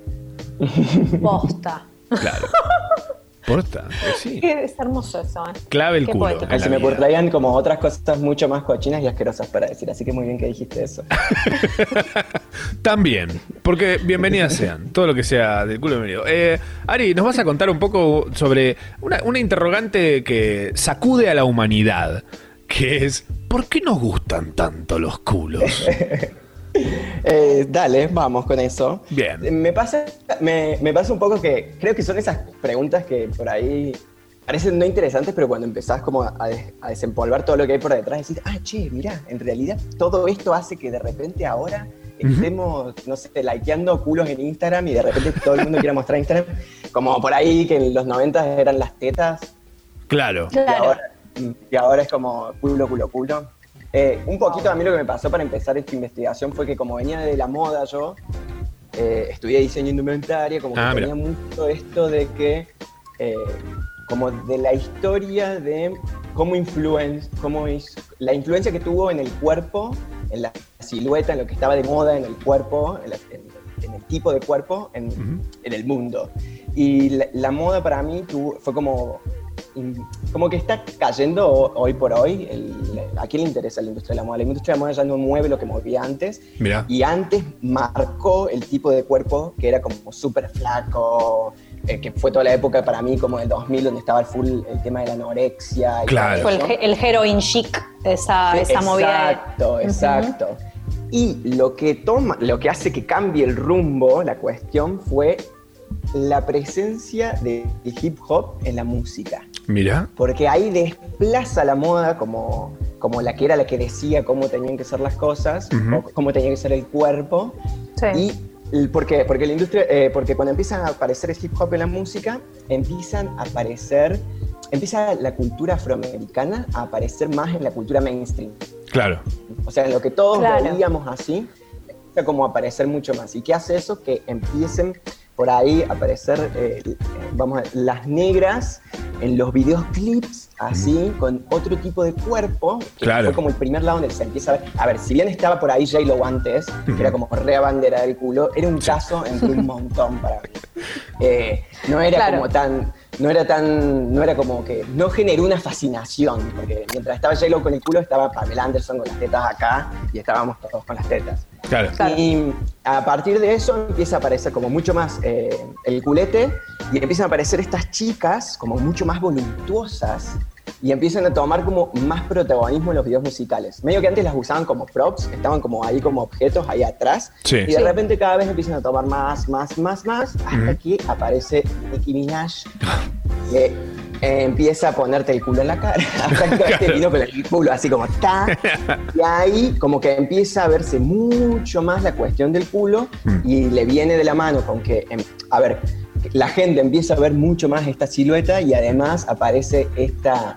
Posta. Claro. Porta, eh, sí. Es hermoso eso, ¿eh? Clave el Qué culo. poético. en Se la me vida. traían como otras cosas mucho más cochinas y asquerosas para decir, así que muy bien que dijiste eso. También, porque bienvenidas sean, todo lo que sea del culo bienvenido. Eh, Ari, nos vas a contar un poco sobre una, una interrogante que sacude a la humanidad, que es, ¿por qué nos gustan tanto los culos? Eh, dale, vamos con eso. Bien. Eh, Me pasa, me, me pasa un poco que creo que son esas preguntas que por ahí parecen no interesantes, pero cuando empezás como a, des- a desempolvar todo lo que hay por detrás, decís, ah, che, mirá, en realidad todo esto hace que de repente ahora estemos, no sé, likeando culos en Instagram y de repente todo el mundo quiera mostrar Instagram. Como por ahí que en los noventa eran las tetas Claro. y ahora, y ahora es como culo, culo, culo. Eh, un poquito a mí lo que me pasó para empezar esta investigación fue que como venía de la moda yo, eh, estudié diseño indumentaria, como que Ah, tenía mira. mucho esto de que, eh, como de la historia de cómo influen, cómo es, la influencia que tuvo en el cuerpo, en la silueta, en lo que estaba de moda en el cuerpo, en, la- en- en el tipo de cuerpo, en, Ujú. en el mundo. Y la, la moda para mí tuvo, fue como in- como que está cayendo ho- hoy por hoy. El- ¿A quién le interesa la industria de la moda? La industria de la moda ya no mueve lo que movía antes. Mirá. Y antes marcó el tipo de cuerpo que era como súper flaco, eh, que fue toda la época para mí como del dos mil, donde estaba el full el tema de la anorexia. Y Claro. todo Fue el, eso. he- el heroin chic. esa, esa exacto, movida. Exacto, exacto. Uh-huh. Y lo que toma, lo que hace que cambie el rumbo, la cuestión, fue la presencia del hip hop en la música. Mira. Porque ahí desplaza la moda como, como la que era la que decía cómo tenían que ser las cosas, uh-huh. o cómo tenía que ser el cuerpo. Sí. Y ¿por qué? Porque la industria, eh, porque cuando empiezan a aparecer el hip hop en la música, empiezan a aparecer, empieza la cultura afroamericana a aparecer más en la cultura mainstream. Claro. O sea, en lo que todos claro. veíamos así, empieza como a aparecer mucho más. ¿Y qué hace eso? Que empiecen por ahí a aparecer, eh, vamos a ver, las negras en los videoclips, así, mm. con otro tipo de cuerpo, que claro. fue como el primer lado donde se empieza a ver. A ver, si bien estaba por ahí J-Lo antes, mm-hmm. que era como re bandera del culo, era un caso entre un montón para mí. Eh, no era claro. como tan... No era tan, no era como que, no generó una fascinación, porque mientras estaba J-Lo con el culo, estaba Pamela Anderson con las tetas acá, y estábamos todos con las tetas. Claro. Y a partir de eso empieza a aparecer como mucho más eh, el culete, y empiezan a aparecer estas chicas como mucho más voluptuosas, y empiezan a tomar como más protagonismo en los videos musicales. Medio que antes las usaban como props, estaban como ahí como objetos ahí atrás, sí. y de sí. repente cada vez empiezan a tomar más, más, más, más, hasta mm. que aparece Nicki Minaj, que eh, empieza a ponerte el culo en la cara. Claro. Vino con el culo así como ta, y ahí como que empieza a verse mucho más la cuestión del culo, mm. y le viene de la mano con que, a ver, la gente empieza a ver mucho más esta silueta, y además aparece esta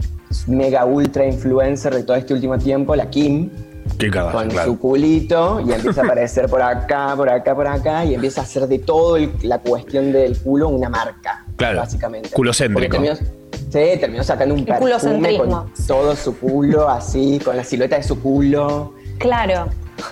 mega ultra influencer de todo este último tiempo, la Kim, Kardashian, con claro. su culito, y empieza a aparecer por acá, por acá, por acá, y empieza a hacer de todo el, la cuestión del culo una marca, claro. básicamente. Culocéntrico. Terminó, sí, terminó sacando un el perfume con todo su culo, así, con la silueta de su culo. Claro.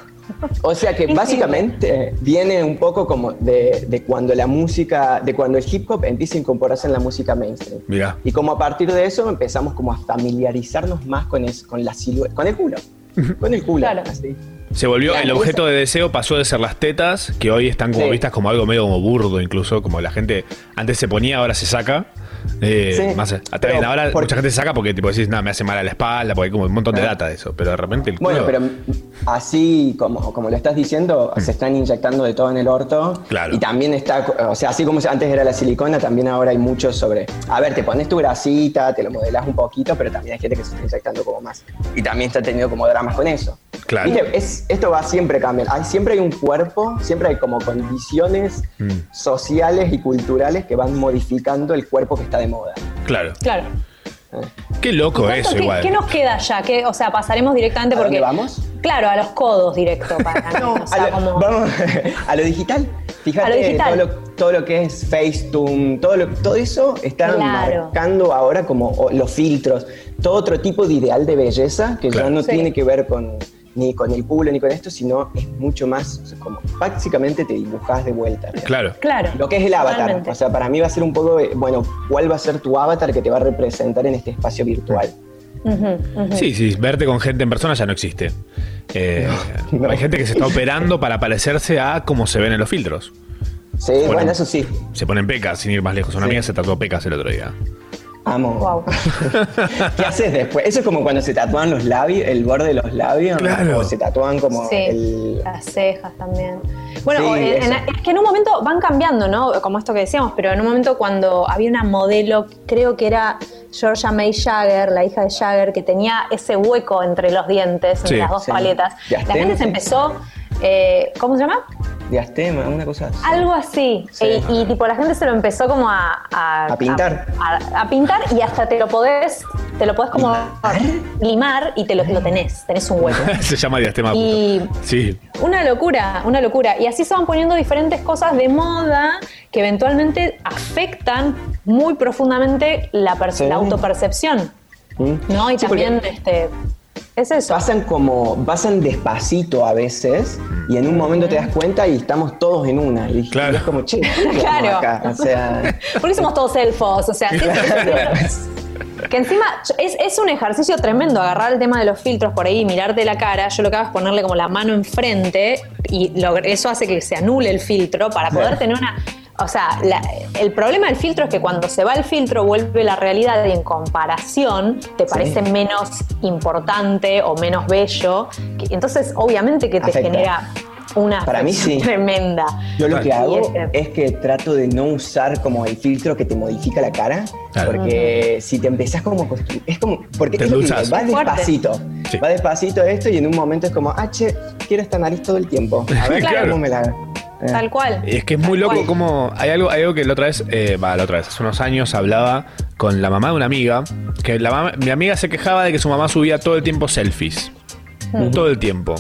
O sea que básicamente viene un poco como de, de cuando la música, de cuando el hip hop empieza a incorporarse en la música mainstream. Mirá. Y como a partir de eso empezamos como a familiarizarnos más con, es, con la silueta, con el culo. Con el culo. Claro. Así. Se volvió, Ya, el objeto de deseo pasó de ser las tetas, que hoy están como sí. vistas como algo medio como burdo, incluso, como la gente antes se ponía, ahora se saca. Eh, Sí, más, pero ahora por- mucha gente se saca porque tipo decís, nada, me hace mal a la espalda, porque hay como un montón de data de eso, pero de repente el culo... Bueno, pero así como, como lo estás diciendo, se están inyectando de todo en el orto. Claro. Y también está, o sea, así como antes era la silicona, también ahora hay mucho sobre, a ver, te pones tu grasita, te lo modelás un poquito, pero también hay gente que se está inyectando como más. Y también está teniendo como dramas con eso. Claro. ¿Viste? Es, esto va siempre cambiando. Hay, siempre hay un cuerpo, siempre hay como condiciones Mm, sociales y culturales que van modificando el cuerpo que está de moda. claro. Claro. Qué loco ¿Cuánto- eso ¿qué, igual. ¿Qué nos queda ya? ¿Qué, o sea, pasaremos directamente ¿A porque... dónde vamos? Claro, a los codos directo para mí. O sea, A lo, como... Vamos a lo digital. Fíjate, A lo digital. Todo, lo, todo lo que es Facetune, todo, lo, todo eso está Claro. marcando ahora como o, los filtros, todo otro tipo de ideal de belleza que Claro. ya no Sí. tiene que ver con ni con el culo ni con esto, sino es mucho más, o sea, como básicamente te dibujás de vuelta. Claro. Claro. Lo que es el avatar. Totalmente. O sea, para mí va a ser un poco, de, bueno, ¿cuál va a ser tu avatar que te va a representar en este espacio virtual? Ujú, ujú. Sí, sí, verte con gente en persona ya no existe. Eh, No. Hay gente que se está operando para parecerse a cómo se ven en los filtros. Sí, Bueno. bueno, eso sí. Se ponen pecas, sin ir más lejos. Una Sí. amiga se tatuó pecas el otro día. Amo. Wow. ¿Qué haces después? Eso es como cuando se tatúan los labios, el borde de los labios. Claro. O se tatúan como Sí, el. las cejas también. Bueno, Sí, o en- eso. en- es que en un momento van cambiando, ¿no? Como esto que decíamos, pero en un momento cuando había una modelo, creo que era Georgia May Jagger, la hija de Jagger, que tenía ese hueco entre los dientes, entre Sí, las dos sí. paletas. La Diastema, gente se sí. empezó, eh, ¿cómo se llama? Diastema, una cosa así. Algo así. Sí. Y, y, tipo la gente se lo empezó como a... A, A pintar. A, a pintar y hasta te lo podés, te lo podés como limar y te lo, lo tenés, tenés un hueco. Se llama diastema. Y- puto. Sí. Una locura, una locura. Y así se van poniendo diferentes cosas de moda que eventualmente afectan muy profundamente la, per- Sí. la autopercepción, ¿Mm? ¿no? Y Sí, también, porque este, es eso. Pasan como, pasan despacito a veces y en un momento te das cuenta y estamos todos en una. Y Claro. es como, che, ¿cómo quedamos Claro. acá? O sea, Porque somos todos elfos, o sea, sí, sí, sí. Que encima es, es un ejercicio tremendo agarrar el tema de los filtros por ahí y mirarte la cara. Yo lo que hago es ponerle como la mano enfrente y lo- eso hace que se anule el filtro para poder tener una... O sea, la, el problema del filtro es que cuando se va el filtro vuelve la realidad y en comparación te parece sí. menos importante o menos bello. Que, entonces, obviamente que te Afecta. genera una Para mí sí. tremenda. Yo lo que hago este... es que trato de no usar como el filtro que te modifica la cara, claro. porque uh-huh. si te empezás como a construir, es como, porque es lo que va despacito, sí. va despacito esto y en un momento es como, ah, che, quiero esta nariz todo el tiempo, a ver claro. cómo me la... Eh. Tal cual. Es que es muy loco como hay algo, hay algo que la otra vez, eh, va, la otra vez, hace unos años hablaba con la mamá de una amiga, que la mamá, mi amiga se quejaba de que su mamá subía todo el tiempo selfies, uh-huh. todo el tiempo.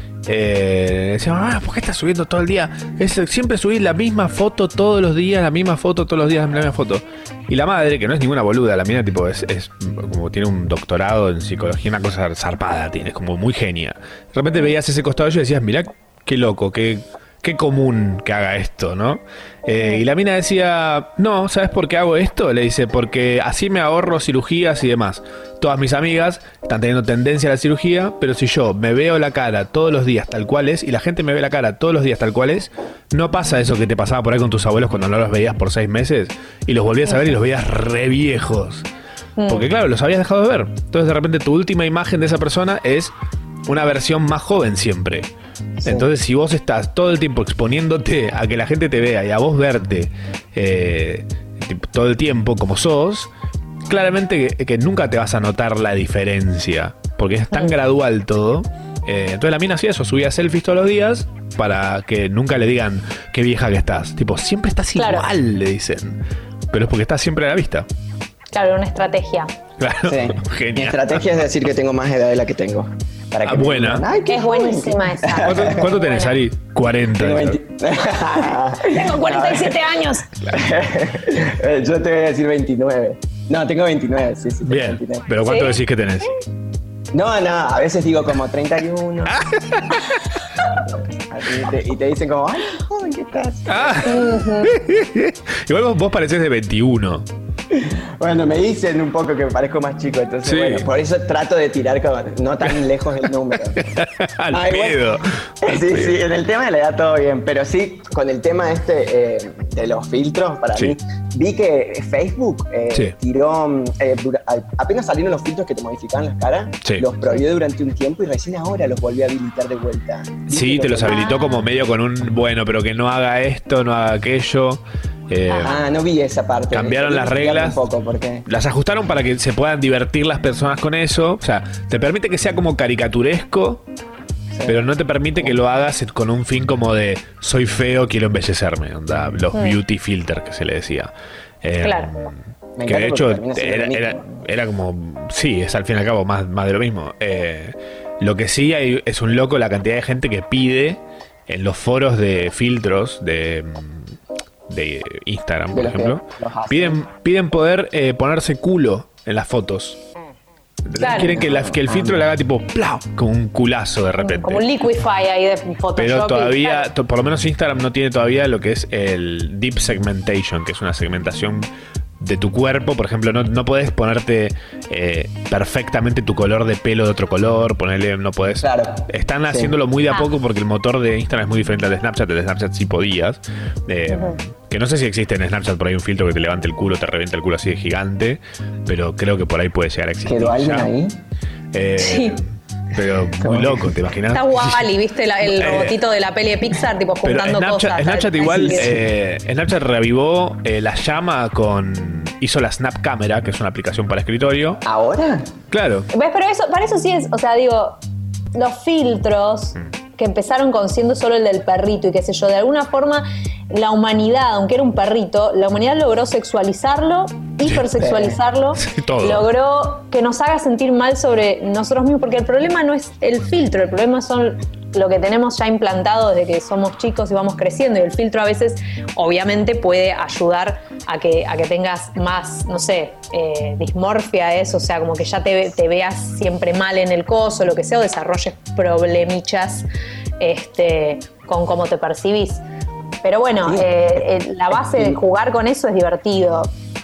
Eh, decía, ah, ¿por qué estás subiendo todo el día? Es, siempre subís la misma foto todos los días, la misma foto todos los días, la misma foto. Y la madre, que no es ninguna boluda, la mina tipo es, es como tiene un doctorado en psicología, una cosa zarpada, tiene, es como muy genia. De repente veías ese costado y decías, mirá qué loco, qué Qué común que haga esto, ¿no? Eh, y la mina decía, no, ¿sabes por qué hago esto? Le dice, porque así me ahorro cirugías y demás. Todas mis amigas están teniendo tendencia a la cirugía, pero si yo me veo la cara todos los días tal cual es, y la gente me ve la cara todos los días tal cual es, no pasa eso que te pasaba por ahí con tus abuelos cuando no los veías por seis meses y los volvías a ver y los veías re viejos. Porque claro, los habías dejado de ver. Entonces de repente tu última imagen de esa persona es una versión más joven siempre. Sí. Entonces si vos estás todo el tiempo exponiéndote a que la gente te vea y a vos verte eh, todo el tiempo como sos, claramente que, que nunca te vas a notar la diferencia, porque es tan gradual todo. Eh, entonces la mina hacía eso, subía selfies todos los días para que nunca le digan qué vieja que estás. Tipo, siempre estás claro. igual, le dicen. Pero es porque estás siempre a la vista. Claro, una estrategia. Claro, sí. Genial. Mi estrategia es decir que tengo más edad de la que tengo. Para que ah, buena. Digan, ay, qué es buenísima esa. ¿Cuánto, ¿cuánto tenés, Ari? cuarenta. Tengo, veinte... tengo cuarenta y siete años. Yo te voy a decir veintinueve. No, tengo veintinueve, sí, sí. Bien, veintinueve. Pero ¿cuánto ¿Sí? decís que tenés? No, no, a veces digo como treinta y uno. y, te, y te dicen como, ay, qué joven que estás. Ah. Igual vos, vos parecés de veintiuno. Bueno, me dicen un poco que me parezco más chico, entonces sí. bueno, por eso trato de tirar como no tan lejos el número. Al Ay, pedo. Bueno, sí, sí, en el tema de la edad todo bien, pero sí, con el tema este eh, de los filtros, para sí. mí, vi que Facebook eh, sí. tiró, eh, dura, apenas salieron los filtros que te modificaban las caras, sí. los prohibió durante un tiempo y recién ahora los volvió a habilitar de vuelta. Sí, te los habilitó como medio con un, bueno, pero que no haga esto, no haga aquello. Eh, ah, no vi esa parte. Cambiaron las reglas. Un poco porque... Las ajustaron para que se puedan divertir las personas con eso. O sea, te permite que sea como caricaturesco, sí. pero no te permite que lo hagas con un fin como de soy feo, quiero embellecerme. Onda, los sí. beauty filters que se le decía. Eh, claro. Que de hecho era, era, era como. Sí, es al fin y al cabo más, más de lo mismo. Eh, lo que sí hay es un loco la cantidad de gente que pide en los foros de filtros de. de Instagram, por ejemplo, piden, piden poder eh, ponerse culo en las fotos. Claro. Quieren que, la, que el filtro le haga tipo ¡plau! Como un culazo de repente. Como un liquify ahí de Photoshop. Pero todavía, to, por lo menos Instagram no tiene todavía lo que es el deep segmentation, que es una segmentación de tu cuerpo. Por ejemplo, no, no podés ponerte eh, perfectamente tu color de pelo de otro color, ponerle, no podés. Claro. Están haciéndolo sí. muy de a poco porque el motor de Instagram es muy diferente al de Snapchat. El de Snapchat sí podías. Eh, uh-huh. Que no sé si existe en Snapchat por ahí un filtro que te levante el culo, te revienta el culo así de gigante, pero creo que por ahí puede llegar a existir. ¿Quedó alguien ya. ahí? Eh, sí. Pero muy loco, ¿te imaginas? Está Wall-E, ¿viste? La, el robotito de la peli de Pixar, tipo juntando Snapchat, cosas. Snapchat igual, eh, Snapchat revivó eh, la llama con... Hizo la Snap Camera, que es una aplicación para escritorio. ¿Ahora? Claro. ¿Ves? Pero eso, para eso sí es, o sea, digo, los filtros... Mm. que empezaron con siendo solo el del perrito y qué sé yo, de alguna forma la humanidad, aunque era un perrito, la humanidad logró sexualizarlo, hipersexualizarlo, sí, logró que nos haga sentir mal sobre nosotros mismos, porque el problema no es el filtro, el problema son lo que tenemos ya implantado desde que somos chicos y vamos creciendo, y el filtro a veces obviamente puede ayudar a que, a que tengas más, no sé, eh, dismorfia, eso, o sea, como que ya te, te veas siempre mal en el coso, lo que sea, o desarrolles problemichas este, con cómo te percibís. Pero bueno, sí. eh, eh, la base de jugar con eso es divertido.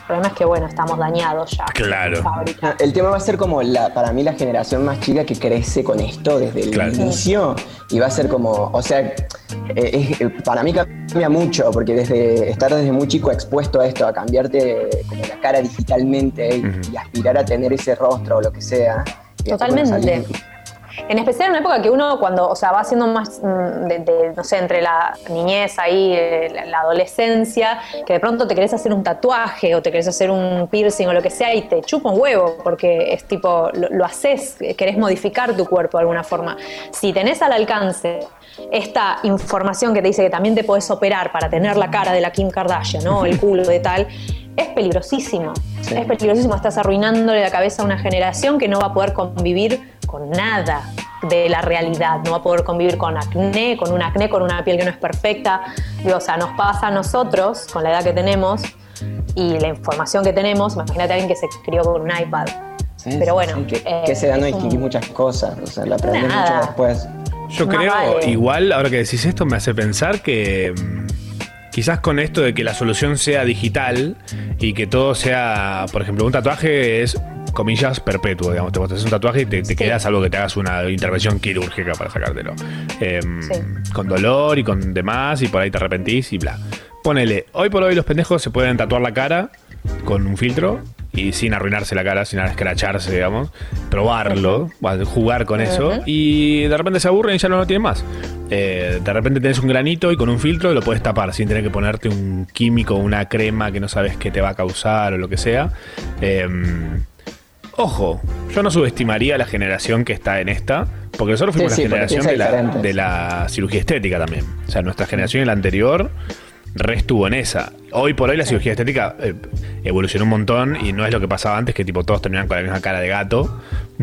problema es que, bueno, estamos dañados ya. Claro. Ah, El tema va a ser como, la, para mí, la generación más chica que crece con esto desde el Claro. inicio. Y va a ser como, o sea, eh, es- eh, para mí cambia mucho, porque desde estar desde muy chico expuesto a esto, a cambiarte como la cara digitalmente y, y aspirar a tener ese rostro o lo que sea. y después, bueno, Totalmente. salir- En especial en una época que uno cuando, o sea, va haciendo más mm, de, de, no sé, entre la niñez ahí, eh, la, la adolescencia, que de pronto te querés hacer un tatuaje o te querés hacer un piercing o lo que sea y te chupa un huevo porque es tipo, lo, lo haces, querés modificar tu cuerpo de alguna forma. Si tenés al alcance esta información que te dice que también te podés operar para tener la cara de la Kim Kardashian, ¿no? El culo de tal, es peligrosísimo. Sí. Es peligrosísimo. Estás arruinándole la cabeza a una generación que no va a poder convivir con nada de la realidad. No va a poder convivir con acné, con un acné, con una piel que no es perfecta. Digo, o sea, nos pasa a nosotros, con la edad que tenemos y la información que tenemos. Imagínate a alguien que se crió con un iPad. Sí, Pero sí, bueno, sí, que, eh, que se dan a es un- distinguir muchas cosas, o sea, la aprendes mucho Nada. después. Yo Más creo, vale. igual, ahora que decís esto, me hace pensar que mm, quizás con esto de que la solución sea digital y que todo sea, por ejemplo, un tatuaje es, comillas, perpetuo, digamos. Te haces un tatuaje y te, te quedas, salvo que te hagas una intervención quirúrgica para sacártelo. Em, Sí. Con dolor y con demás, y por ahí te arrepentís y bla. Ponele, hoy por hoy los pendejos se pueden tatuar la cara con un filtro y sin arruinarse la cara, sin escracharse, digamos, probarlo, bueno, jugar con eso, Ujú. y de repente se aburren y ya no lo tienen más. Eh, de repente tenés un granito y con un filtro lo puedes tapar sin tener que ponerte un químico, una crema que no sabes qué te va a causar o lo que sea. Eh, ojo, yo no subestimaría a la generación que está en esta, porque nosotros fuimos Sí, sí, la porque generación piensa de la, diferente. de la cirugía estética también. O sea, nuestra generación y la anterior re estuvo en esa. Hoy por hoy la cirugía estética eh, evolucionó un montón y no es lo que pasaba antes, que tipo todos terminaban con la misma cara de gato,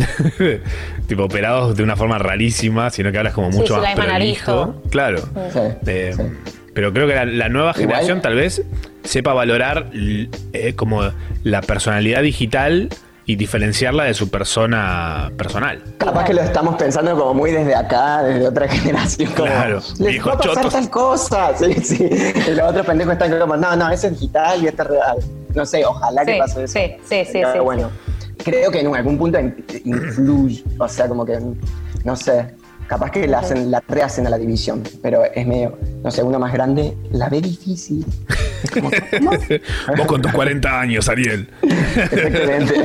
tipo operados de una forma rarísima, sino que ahora es como Sí, mucho sí, la más misma nariz, prolijo. todo. Claro. Sí, Eh, sí. Pero creo que la, la nueva Igual- generación tal vez sepa valorar l- eh, como la personalidad digital y diferenciarla de su persona personal. Capaz que lo estamos pensando como muy desde acá, desde otra generación. Como, Claro, les viejos va a pasar chotos. tal cosa. Sí, sí. Y los otros pendejos están como, no, no, eso es digital y esto es real. No sé, ojalá que Sí, pase eso. sí, sí, sí, Pero sí, bueno, creo que en algún punto in- influye. O sea, como que, no sé. Capaz que la, hacen, la rehacen a la división, pero es medio, no sé, uno más grande la ve difícil. Es como, Vos con tus cuarenta años, Ariel. exactamente.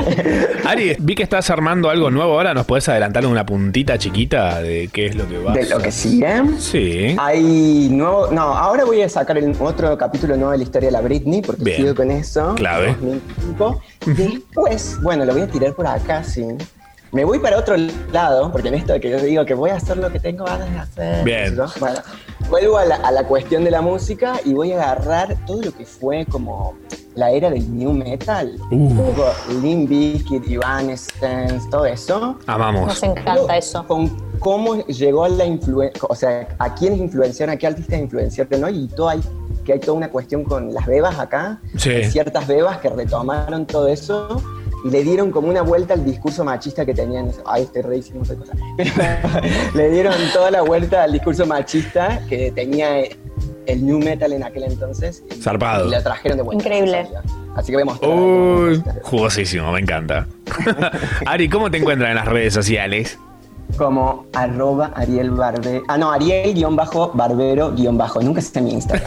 Ari, vi que estás armando algo nuevo ahora. ¿Nos podés adelantar una puntita chiquita de qué es lo que vas De lo que sigue. Sí. Hay nuevo. No, ahora voy a sacar el otro capítulo nuevo de la historia de la Britney, porque Bien. sigo con eso. Clave. dos mil cinco. Después, bueno, lo voy a tirar por acá, sí. Me voy para otro lado, porque en esto de que yo digo que voy a hacer lo que tengo ganas de hacer. Bien. ¿no? Bueno, vuelvo a la, a la cuestión de la música y voy a agarrar todo lo que fue como la era del new metal. Uh. Tipo Limp Bizkit, Evanescence, todo eso. Amamos. Nos encanta eso. Con cómo llegó a la influencia, o sea, a quiénes influenciaron, a qué artistas influenciaron, ¿no? Y todo hay, que hay toda una cuestión con las bebas acá, Sí. hay ciertas bebas que retomaron todo eso y le dieron como una vuelta al discurso machista que tenían. Ay, estoy re diciendo esa cosa. Pero le dieron toda la vuelta al discurso machista que tenía el new metal en aquel entonces. Y, Zarpado. y la trajeron de vuelta. Increíble. Así que voy a mostrar. Uy, jugosísimo, me encanta. Ari, ¿cómo te encuentran en las redes sociales? Como arroba Ariel Barbero. Ah, no, Ariel guión bajo Barbero guión bajo. Nunca sé mi Instagram.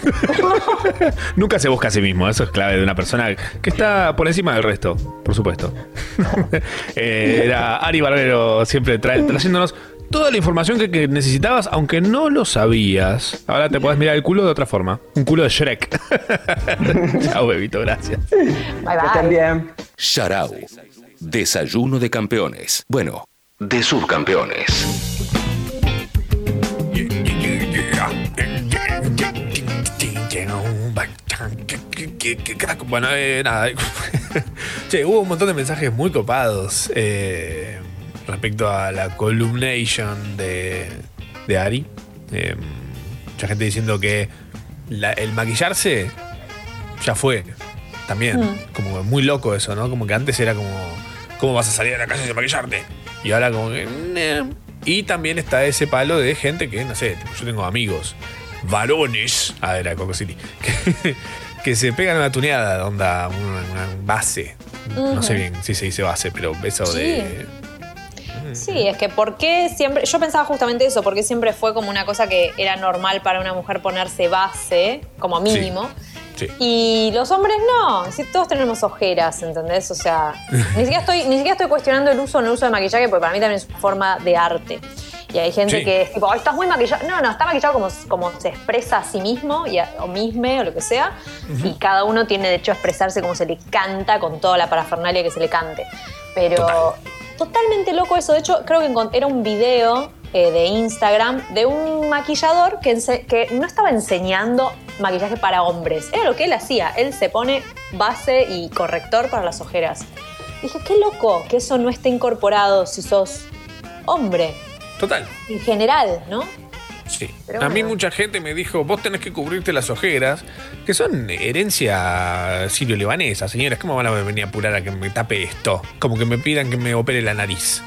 Nunca se busca a sí mismo, eso es clave de una persona que está por encima del resto, por supuesto. Eh, era Ari Barbero siempre trae, trayéndonos toda la información que, que necesitabas, aunque no lo sabías. Ahora te podés mirar el culo de otra forma. Un culo de Shrek. Chao, bebito, gracias. Bye, Que estén bye. bien. Sharau. Desayuno de campeones. Bueno, de subcampeones. Bueno, eh, nada. Che, hubo un montón de mensajes muy copados eh, respecto a la columnation de, de Ari. Eh, mucha gente diciendo que la- el maquillarse ya fue. También. Mm. Como muy loco eso, ¿no? Como que antes era como, ¿cómo vas a salir a la calle sin maquillarte? Y ahora como que... "Nah". Y también está ese palo de gente que, no sé, yo tengo amigos, varones, a ver, a Coco City, que, que se pegan una tuneada, onda, una, una base. Uh-huh. No sé bien si se dice base, pero eso sí. de... Sí, es que ¿por qué siempre...? Yo pensaba justamente eso, porque siempre fue como una cosa que era normal para una mujer ponerse base, como mínimo. Sí. Sí. Y los hombres no, si todos tenemos ojeras, ¿entendés? O sea, ni siquiera estoy, ni siquiera estoy cuestionando el uso o no uso de maquillaje, porque para mí también es una forma de arte. Y hay gente sí. que es tipo, oh, estás muy maquillado. No, no, está maquillado como, como se expresa a sí mismo, y a, o misme, o lo que sea. Uh-huh. Y cada uno tiene derecho a expresarse como se le canta, con toda la parafernalia que se le cante. Pero Total. totalmente loco eso. De hecho, creo que era un video eh, de Instagram de un maquillador que, ense- que no estaba enseñando maquillaje para hombres. Era lo que él hacía. Él se pone base y corrector para las ojeras. Dije, qué loco que eso no esté incorporado si sos hombre. Total. En general, ¿no? Sí. Bueno. A mí mucha gente me dijo, vos tenés que cubrirte las ojeras, que son herencia sirio-libanesa, señores. ¿Cómo van a venir a apurar a que me tape esto? Como que me pidan que me opere la nariz.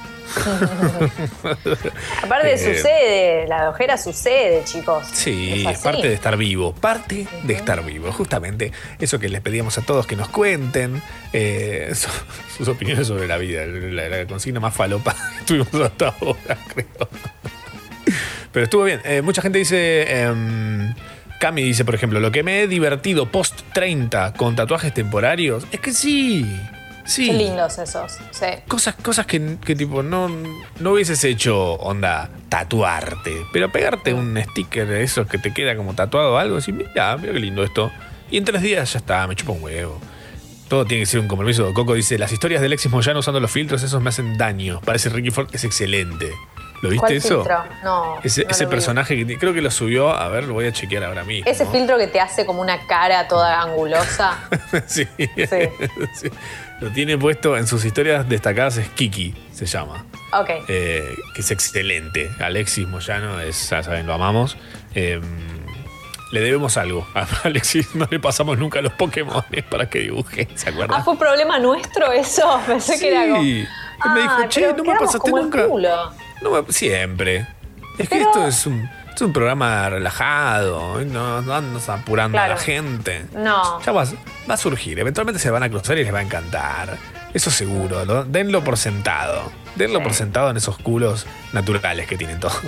Aparte eh, sucede, la ojera sucede, chicos. Sí, es parte de estar vivo, parte uh-huh. de estar vivo, justamente eso que les pedíamos a todos que nos cuenten eh, su, sus opiniones sobre la vida, la, la consigna más falopa que tuvimos hasta ahora, creo. Pero estuvo bien, eh, mucha gente dice, eh, Cami dice, por ejemplo, lo que me he divertido post treinta con tatuajes temporarios, es que sí. Sí. Qué lindos esos, sí. Cosas, cosas que, que tipo no, no hubieses hecho, onda, tatuarte. Pero pegarte un sticker de esos que te queda como tatuado o algo, así, mira, mira qué lindo esto. Y en tres días ya está, me chupa un huevo. Todo tiene que ser un compromiso. Coco dice, las historias de Alexis Moyano usando los filtros, esos me hacen daño. Parece Ricky Ford, es excelente. ¿Lo viste ¿Cuál eso? Filtro? No. Ese, no ese personaje que creo que lo subió, a ver, lo voy a chequear ahora mismo. Ese filtro que te hace como una cara toda angulosa. sí. Sí. sí. Lo tiene puesto en sus historias destacadas, es Kiki, se llama. Ok. Eh, que es excelente. Alexis Moyano, es, ya saben, lo amamos. Eh, le debemos algo. A Alexis no le pasamos nunca los Pokémon para que dibuje, ¿se acuerdan? Ah, ¿fue problema nuestro eso? Pensé sí. que era como... Él ah, me dijo, che, no me pasaste como nunca. El culo. No me, siempre. Es pero... que esto es un, es un programa relajado. No, no andas apurando claro. a la gente. No. Ya va, va a surgir. Eventualmente se van a cruzar y les va a encantar. Eso seguro. ¿no? Denlo por sentado. Denlo sí. por sentado en esos culos naturales que tienen todos.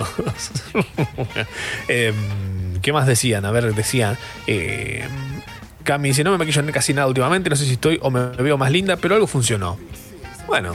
eh, ¿Qué más decían? A ver, decían... Eh, Cami dice, no me maquillo casi nada últimamente. No sé si estoy o me veo más linda, pero algo funcionó. Bueno...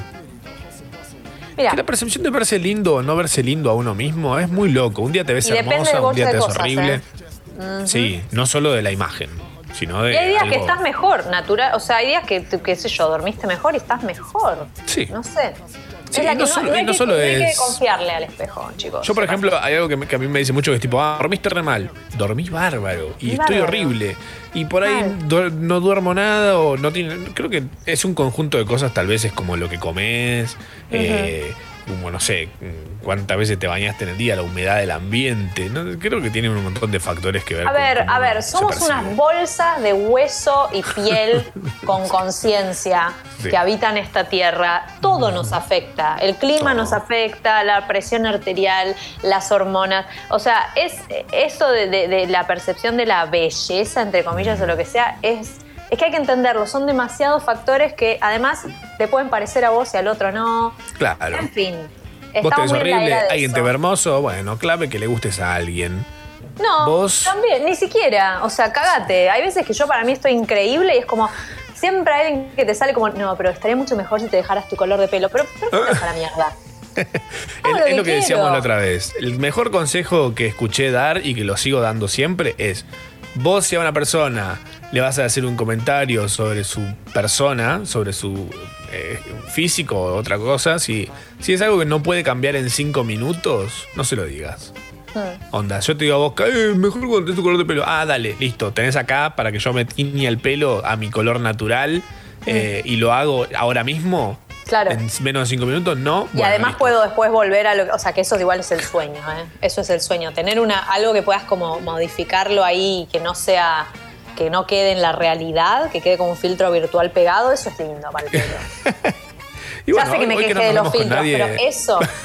Mira. Que la percepción de verse lindo o no verse lindo a uno mismo es muy loco. Un día te ves y hermosa, un día te ves horrible. Eh. Uh-huh. Sí, no solo de la imagen, sino de. Y hay días algo... que estás mejor, natural. O sea, hay días que, qué sé yo, dormiste mejor y estás mejor. Sí. No sé. Sí, es la no, que solo, no, no hay no que, solo no es. Hay que confiarle al espejo, chicos. Yo, por ejemplo, hay algo que, me, que a mí me dice mucho que es tipo, ah, dormiste re mal. Dormí bárbaro. Y, y estoy bárbaro. horrible. Y por ahí du- no duermo nada o no tiene. Creo que es un conjunto de cosas, tal vez es como lo que comes. Uh-huh. Eh. Como no sé cuántas veces te bañaste en el día, la humedad del ambiente, ¿no? Creo que tiene un montón de factores que ver. A ver, con a ver, somos unas bolsas de hueso y piel con conciencia sí. que habitan esta tierra. Todo nos afecta. El clima Todo. nos afecta, la presión arterial, las hormonas. O sea, es eso de, de, de la percepción de la belleza, entre comillas, o lo que sea, es... Es que hay que entenderlo, son demasiados factores que además te pueden parecer a vos y al otro no. Claro. En fin. Vos te ves horrible, alguien eso. te ve hermoso, bueno, clave que le gustes a alguien. No, vos... también, ni siquiera. O sea, cagate. Hay veces que yo para mí estoy increíble y es como... Siempre hay alguien que te sale como, no, pero estaría mucho mejor si te dejaras tu color de pelo. Pero, pero ¿qué te deja la mierda? es, lo, es que lo que decíamos la otra vez. El mejor consejo que escuché dar y que lo sigo dando siempre es... Vos, si a una persona le vas a hacer un comentario sobre su persona, sobre su eh, físico o otra cosa, si, si es algo que no puede cambiar en cinco minutos, no se lo digas. Hmm. Onda, yo te digo a vos, eh, mejor cuando tenés tu color de pelo. Ah, dale, listo, tenés acá para que yo me tiñe el pelo a mi color natural eh, hmm. y lo hago ahora mismo. Claro. En menos de cinco minutos, no. Y bueno, además listo. puedo después volver a lo que... O sea, que eso igual es el sueño, ¿eh? Eso es el sueño. Tener una algo que puedas como modificarlo ahí, que no sea... Que no quede en la realidad, que quede como un filtro virtual pegado, eso es lindo para el pelo. y bueno, ya sé que me quejé de los filtros, pero eso...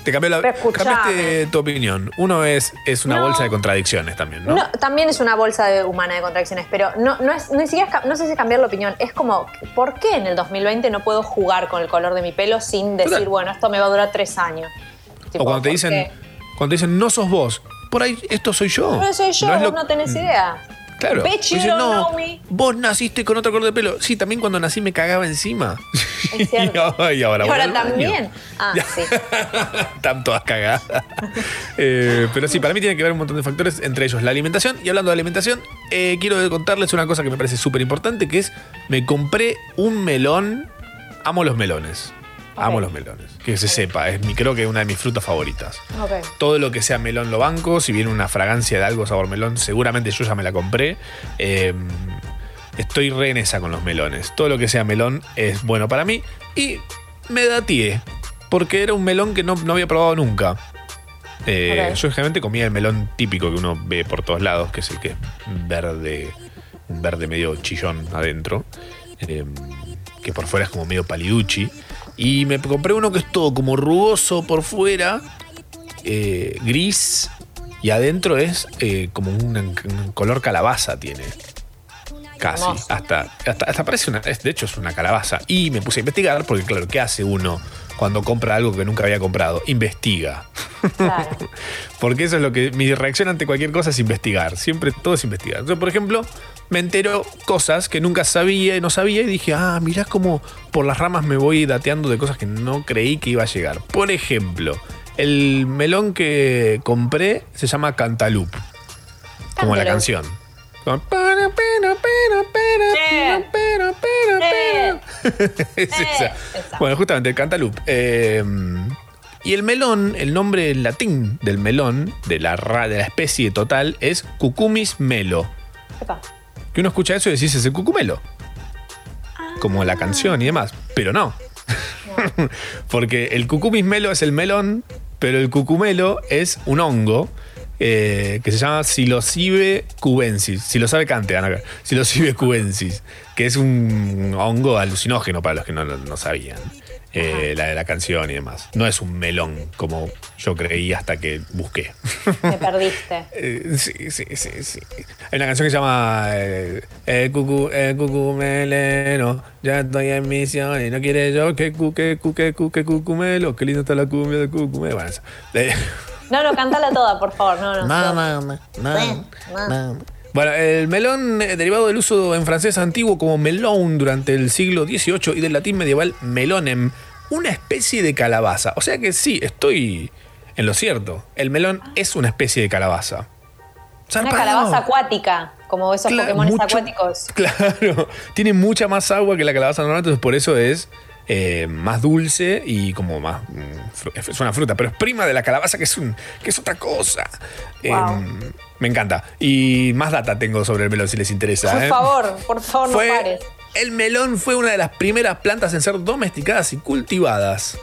Te cambió la, Pero escuchame. cambiaste tu opinión. Uno es, es una No. bolsa de contradicciones también, ¿no? No, también es una bolsa de- humana de contradicciones, pero no, no, es, ni siquiera es ca- no sé si cambiar la opinión. Es como, ¿por qué en el dos mil veinte no puedo jugar con el color de mi pelo sin decir, Total. bueno, esto me va a durar tres años? Tipo, o cuando te ¿por dicen, qué? cuando te dicen, no sos vos. Por ahí, esto soy yo. No soy yo, No es vos lo- no tenés idea. Claro. Bitch, you Dicen, don't no, know me. vos naciste con otro color de pelo. Sí, también cuando nací me cagaba encima. Es cierto. y ahora, Y voy ahora al baño. también. Ah, sí. Están todas cagadas. Eh, pero sí, para mí tiene que ver un montón de factores, entre ellos la alimentación. Y hablando de alimentación, eh, quiero contarles una cosa que me parece súper importante, que es, me compré un melón. Amo los melones. Amo los melones. Que se sepa, es mi, creo que es una de mis frutas favoritas. Ok. Todo lo que sea melón lo banco. Si viene una fragancia de algo sabor melón, seguramente yo ya me la compré. Eh, estoy re en esa con los melones. Todo lo que sea melón es bueno para mí. Y me datié, porque era un melón que no, no había probado nunca. Eh, Ok. Yo generalmente comía el melón típico que uno ve por todos lados, que es el que es verde, un verde medio chillón adentro. Eh, que por fuera es como medio paliduchi. Y me compré uno que es todo como rugoso por fuera, eh, gris, y adentro es eh, como un, un color calabaza tiene. Casi. Hermoso. Hasta, hasta, hasta parece una. es- De hecho, es una calabaza. Y me puse a investigar, porque claro, ¿qué hace uno cuando compra algo que nunca había comprado? Investiga. Porque eso es lo que. Mi reacción ante cualquier cosa es investigar. Siempre todo es investigar. Entonces, por ejemplo, me entero cosas que nunca sabía y no sabía. Y dije, ah, mirá cómo por las ramas me voy dateando de cosas que no creí que iba a llegar. Por ejemplo, el melón que compré se llama Cantaloupe. Como la Cantaloupe. canción. Como, para, para, para, para, para, para, para. Es esa. Bueno, justamente el Cantaloupe. Eh, y el melón, el nombre latín del melón, de la, ra- de la especie total, es Cucumis melo. Epa. Que uno escucha eso y decís, es el cucumelo. Como la canción y demás. Pero no. Porque el cucumis melo es el melón, pero el cucumelo es un hongo eh, que se llama Psilocybe cubensis. Si lo sabe, cante, Ana. Psilocybe cubensis. Que es un hongo alucinógeno para los que no, no sabían. Eh, la de la canción y demás. No es un melón como yo creí hasta que busqué. Me perdiste. Eh, sí, sí, sí, sí. Hay una canción que se llama eh, El cucu, el cucumeleno, ya estoy en misión y no quiere yo que cu, que cu, que cu, que cucumelo, qué lindo está la cumbia del cucumelo. Bueno, eso. Eh, No, no, cantala toda, por favor. No, no. No, no, no, no, no. Bueno, el melón, eh, derivado del uso en francés antiguo como melón durante el siglo dieciocho y del latín medieval melonem, una especie de calabaza. O sea que sí, estoy en lo cierto. El melón es una especie de calabaza. Una Zarpado. calabaza acuática, como esos Claro, Pokémones mucho- acuáticos. Claro, tiene mucha más agua que la calabaza normal, entonces por eso es eh, más dulce y como más. mm, fru- Es una fruta, pero es prima de la calabaza, que es, un, que es otra cosa. Wow. Eh, me encanta. Y más data tengo sobre el melón si les interesa. Por ¿eh? favor, por favor, Fue- no pares. El melón fue una de las primeras plantas en ser domesticadas y cultivadas.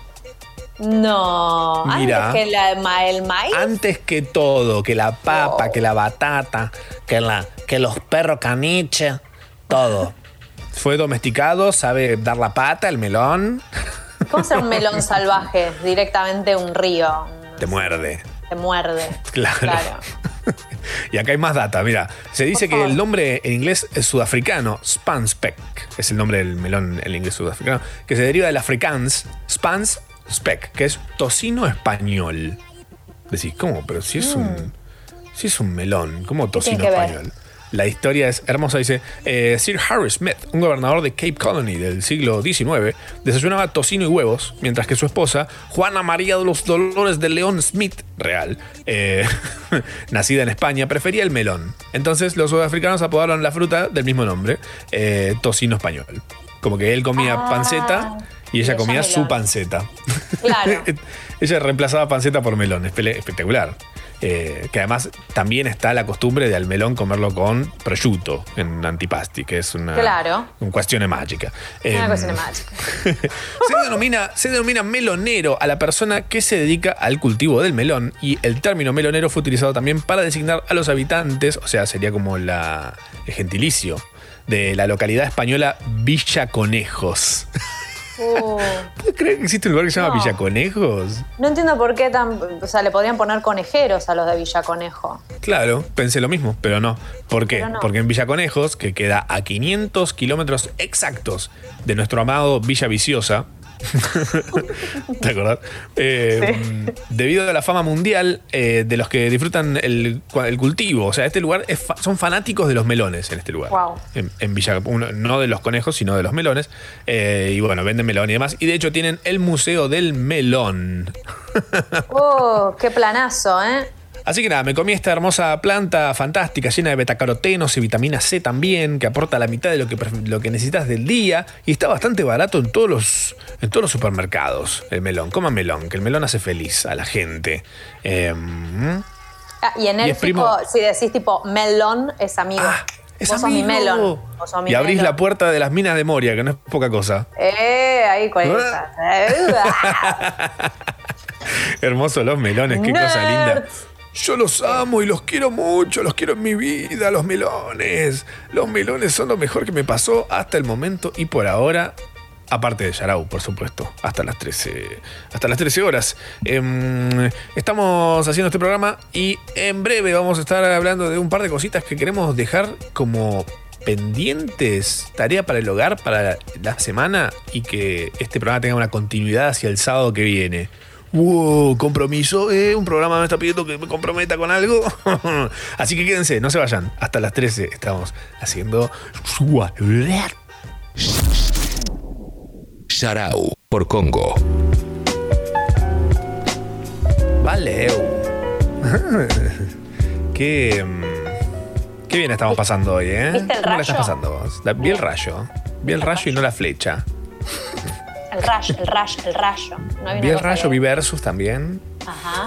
No, Mira. antes que la, ma- el maíz. Antes que todo, que la papa, que la batata, que, la, que los perros caniche, todo. Fue domesticado, sabe dar la pata, el melón. ¿Cómo ser un melón salvaje? Directamente un río. Te muerde. Te muerde. Claro. Claro. Y acá hay más data, mira. Se dice Por que favor. el nombre en inglés es sudafricano, Spanspeck, es el nombre del melón en inglés sudafricano, que se deriva del afrikaans, Spans speck, que es tocino español. Decís, ¿cómo? Pero si es un. Si es un melón, ¿cómo tocino tiene que ver? español? La historia es hermosa, dice, eh, Sir Harry Smith, un gobernador de Cape Colony del siglo diecinueve, desayunaba tocino y huevos, mientras que su esposa, Juana María de los Dolores de León Smith, real, eh, nacida en España, prefería el melón. Entonces los sudafricanos apodaron la fruta del mismo nombre, eh, tocino español. Como que él comía Ah, panceta y ella y ella comía su melón. panceta. Claro. Ella reemplazaba panceta por melón, espe- espectacular. Eh, que además también está la costumbre de al melón comerlo con prosciutto en antipasti, que es una, Claro. una cuestión mágica. Una Em, cosa mágica. se denomina, se denomina melonero a la persona que se dedica al cultivo del melón, y el término melonero fue utilizado también para designar a los habitantes, o sea, sería como la, el gentilicio de la localidad española Villa Conejos. Uh, ¿Puedes creer que existe un lugar que se llama No. Villaconejos? no entiendo por qué tan. O sea, le podrían poner conejeros a los de Villaconejo. Claro, pensé lo mismo, pero no. ¿Por qué? Pero no. Porque en Villaconejos, que queda a quinientos kilómetros exactos de nuestro amado Villa Viciosa, ¿te acordás? Eh, Sí. Debido a la fama mundial eh, de los que disfrutan el, el cultivo, o sea, este lugar es fa- son fanáticos de los melones en este lugar. Wow. En, en Villa, uno- no de los conejos, sino de los melones. Eh, y bueno, venden melón y demás. Y de hecho tienen el Museo del Melón. Oh, qué planazo, ¿eh? Así que nada, me comí esta hermosa planta fantástica, llena de betacarotenos y vitamina C también, que aporta la mitad de lo que, pref- lo que necesitas del día. Y está bastante barato en todos los, en todos los supermercados, el melón. Coman melón, que el melón hace feliz a la gente. Eh, Ah, y en Y el es primo- si decís tipo melón, es amigo. es Vos sos mi amigo. melón. Vos sos mi y abrís melón. la puerta de las minas de Moria, que no es poca cosa. Eh, ahí con esa. Eh, Hermosos los melones, qué Nerds. cosa linda. Yo los amo y los quiero mucho, los quiero en mi vida, los melones. Los melones son lo mejor que me pasó hasta el momento y por ahora, aparte de Yarau, por supuesto, hasta las trece, hasta las trece horas. Em, estamos haciendo este programa y en breve vamos a estar hablando de un par de cositas que queremos dejar como pendientes, tarea para el hogar para la semana y que este programa tenga una continuidad hacia el sábado que viene. Wow, compromiso, ¿eh? Un programa me está pidiendo que me comprometa con algo. Así que quédense, no se vayan. Hasta las trece estamos haciendo Yarau por Congo. Valeu. Qué, mm, qué bien estamos pasando hoy, ¿eh? ¿Viste el ¿Cómo la rayo? estás pasando vos? La- vi el rayo. Vi el rayo y no la flecha. El rayo, el rayo, el rayo. No hay Vi una el cosa rayo, que- vi Versus también. Ajá.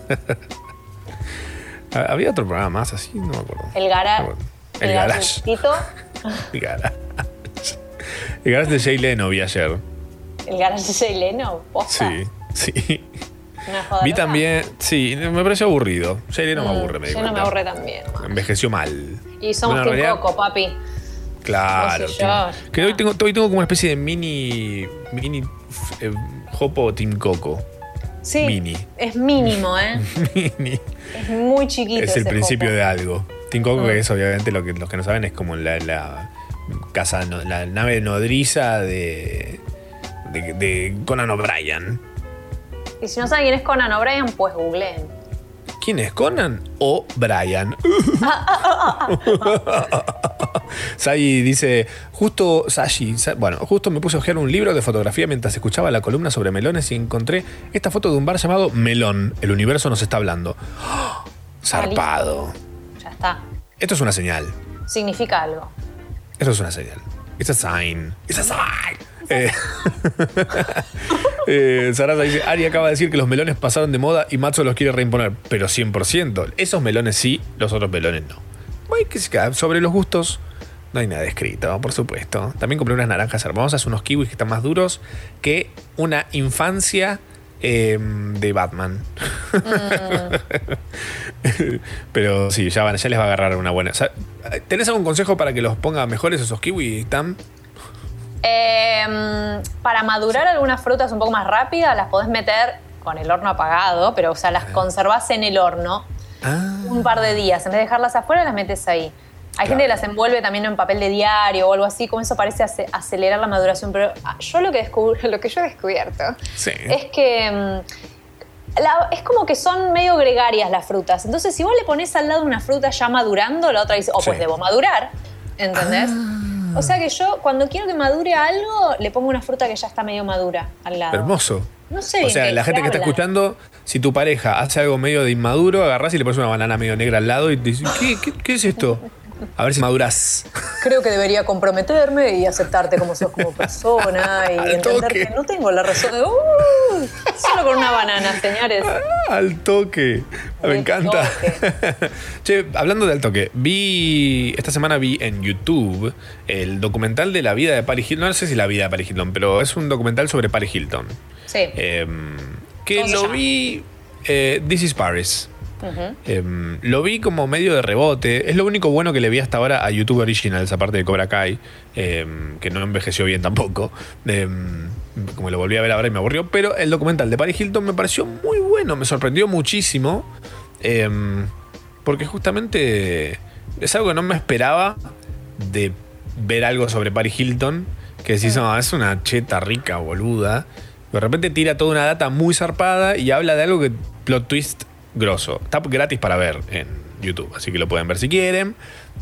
Ha- Había otro programa más así, no me acuerdo. El gara. El garage. garajito. El garage. El garage de Jay Leno vi ayer. El garage de Jay Leno. Posta. Sí, sí. Una joda Vi loca. también, sí, me pareció aburrido. Jay Leno me Mm, aburre, me di Yo no me cuenta. aburre también. Envejeció mal. Y somos Bueno, en Team realidad- Coco, papi. Claro. No sé Team- yo. que hoy tengo, hoy tengo como una especie de mini. Mini. Eh, Hopo Team Coco. Sí. Mini. Es mínimo, ¿eh? Mini. Es muy chiquito. Es el ese principio coco. de algo. Team Coco, Mm. que es obviamente lo que los que no saben, es como la, la casa, no- la nave nodriza de. de, de Conan O'Brien. Y si no saben quién es Conan O'Brien, pues googleen. ¿Quién es Conan o Brian? Sai dice, justo, Sashi, Sa- bueno, justo me puse a ojear un libro de fotografía mientras escuchaba la columna sobre melones y encontré esta foto de un bar llamado Melón. El universo nos está hablando. ¡Oh! Zarpado. Ya está. Esto es una señal. Significa algo. Esto es una señal. It's a sign. It's a sign. Eh, eh, Sarasa dice, Ari acaba de decir que los melones pasaron de moda y Matzo los quiere reimponer. Pero cien por ciento. Esos melones sí, los otros melones no. Bueno, que se- sobre los gustos no hay nada escrito, por supuesto. También compré unas naranjas hermosas, unos kiwis que están más duros que una infancia eh, de Batman. Pero sí, ya, van, ya les va a agarrar una buena. O sea, ¿tenés algún consejo para que los ponga mejores esos kiwis, Tam? Eh, para madurar algunas frutas un poco más rápidas, las podés meter con el horno apagado, pero o sea, las conservás en el horno un par de días. En vez de dejarlas afuera, las metes ahí. Hay gente que las envuelve también en papel de diario o algo así, como eso parece ace- acelerar la maduración. Pero ah, yo lo que, descubro, lo que yo he descubierto Sí. es que mm, la- es como que son medio gregarias las frutas. Entonces, si vos le pones al lado una fruta ya madurando, la otra dice, oh, pues Sí. debo madurar. ¿Entendés? O sea que yo, cuando quiero que madure algo, le pongo una fruta que ya está medio madura al lado. Hermoso. No sé O bien sea, qué la gente que está habla. escuchando, si tu pareja hace algo medio de inmaduro, agarrás y le pones una banana medio negra al lado y te dices, ¿qué, qué, qué es esto? A ver si maduras. Creo que debería comprometerme y aceptarte como sos como persona y Al entender toque. que no tengo la razón de... Uh, solo con una banana, señores. Al toque. Me encanta. Che, hablando de al toque, vi. Esta semana vi en YouTube el documental de la vida de Paris Hilton. No sé si la vida de Paris Hilton, pero es un documental sobre Paris Hilton. Sí. Eh, que ¿Cómo se lo llama? vi. eh, This is Paris. Ujú. Eh, lo vi como medio de rebote. Es lo único bueno que le vi hasta ahora a YouTube Originals, aparte de Cobra Kai, eh, que no envejeció bien tampoco. Eh, como lo volví a ver ahora y me aburrió. Pero el documental de Paris Hilton me pareció muy bueno, me sorprendió muchísimo. Eh, porque justamente es algo que no me esperaba de ver algo sobre Paris Hilton. Que decís, no, es una cheta rica, boluda. De repente tira toda una data muy zarpada y habla de algo que plot twist grosso. Está gratis para ver en YouTube, así que lo pueden ver si quieren.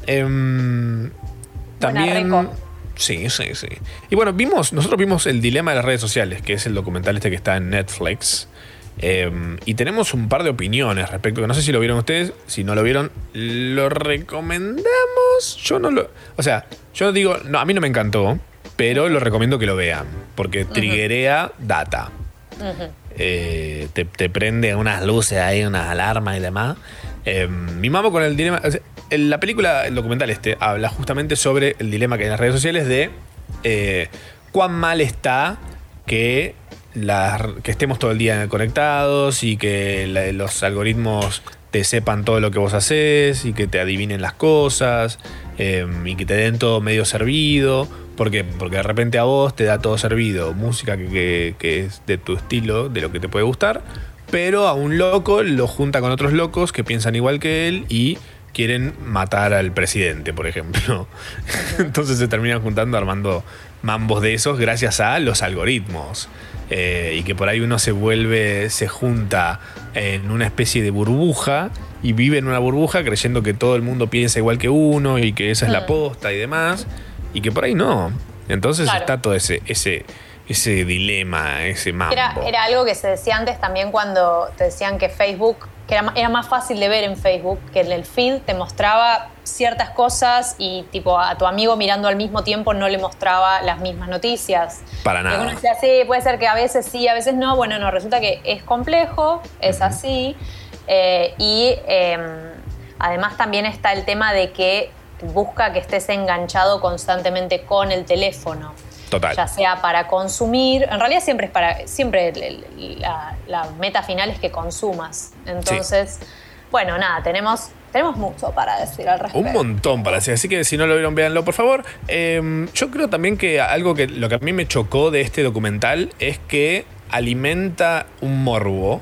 Eh, también. Buena reco. Sí, sí, sí. Y bueno, vimos, nosotros vimos El Dilema de las Redes Sociales, que es el documental este que está en Netflix. Eh, y tenemos un par de opiniones respecto, que no sé si lo vieron ustedes. Si no lo vieron, lo recomendamos. Yo no lo. O sea, yo digo, no, a mí no me encantó, pero lo recomiendo que lo vean, porque triggerea data. Ujú. Eh, te, te prende unas luces ahí, unas alarmas y demás. Eh, mi mamá con el dilema. O sea, en la película, el documental este, habla justamente sobre el dilema que hay en las redes sociales de eh, cuán mal está que, las, que estemos todo el día conectados y que la, los algoritmos te sepan todo lo que vos haces y que te adivinen las cosas eh, y que te den todo medio servido. ¿Por qué? Porque de repente a vos te da todo servido, música que, que, que es de tu estilo, de lo que te puede gustar, pero a un loco lo junta con otros locos que piensan igual que él y quieren matar al presidente, por ejemplo. Entonces se terminan juntando, armando mambos de esos gracias a los algoritmos. Eh, y que por ahí uno se vuelve, se junta en una especie de burbuja y vive en una burbuja creyendo que todo el mundo piensa igual que uno y que esa es la posta y demás. Y que por ahí no. Entonces Claro. está todo ese, ese, ese dilema, ese mambo. Era, era algo que se decía antes también cuando te decían que Facebook, que era, era más fácil de ver en Facebook, que en el feed te mostraba ciertas cosas y tipo a tu amigo mirando al mismo tiempo no le mostraba las mismas noticias. Para Y nada. uno decía, sí, puede ser que a veces sí, a veces no. Bueno, no, resulta que es complejo, es así. Eh, y eh, además también está el tema de que busca que estés enganchado constantemente con el teléfono. Total. Ya sea para consumir, en realidad siempre es para, siempre el- el- la, la meta final es que consumas. Entonces, bueno, nada, tenemos, tenemos mucho para decir al respecto. Un montón para decir, así que si no lo vieron, véanlo por favor. Eh, yo creo también que algo que lo que a mí me chocó de este documental es que alimenta un morbo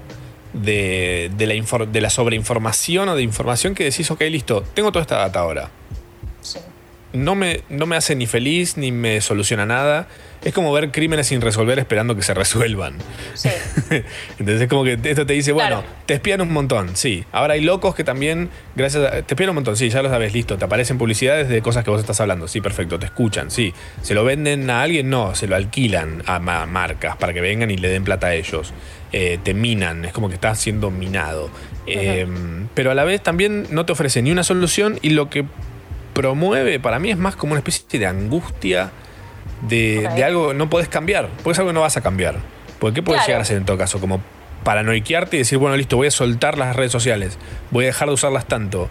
de, de, la, infor- de la sobreinformación o de información que decís, ok, listo, tengo toda esta data ahora. Sí. No me, no me hace ni feliz ni me soluciona nada. Es como ver crímenes sin resolver esperando que se resuelvan. Sí. Entonces es como que esto te dice, bueno, Claro. te espían un montón, sí. Ahora hay locos que también, gracias a... Te espían un montón, sí, ya lo sabes, listo. Te aparecen publicidades de cosas que vos estás hablando, sí, perfecto, te escuchan, sí. ¿Se lo venden a alguien? No, se lo alquilan a ma- marcas para que vengan y le den plata a ellos. Eh, te minan, es como que estás siendo minado. Eh, pero a la vez también no te ofrece ni una solución y lo que promueve para mí es más como una especie de angustia de, Ok. de algo que no podés cambiar, porque es algo que no vas a cambiar. Porque ¿qué puedes Claro. llegar a hacer en todo caso? Como paranoiquearte y decir, bueno, listo, voy a soltar las redes sociales, voy a dejar de usarlas tanto.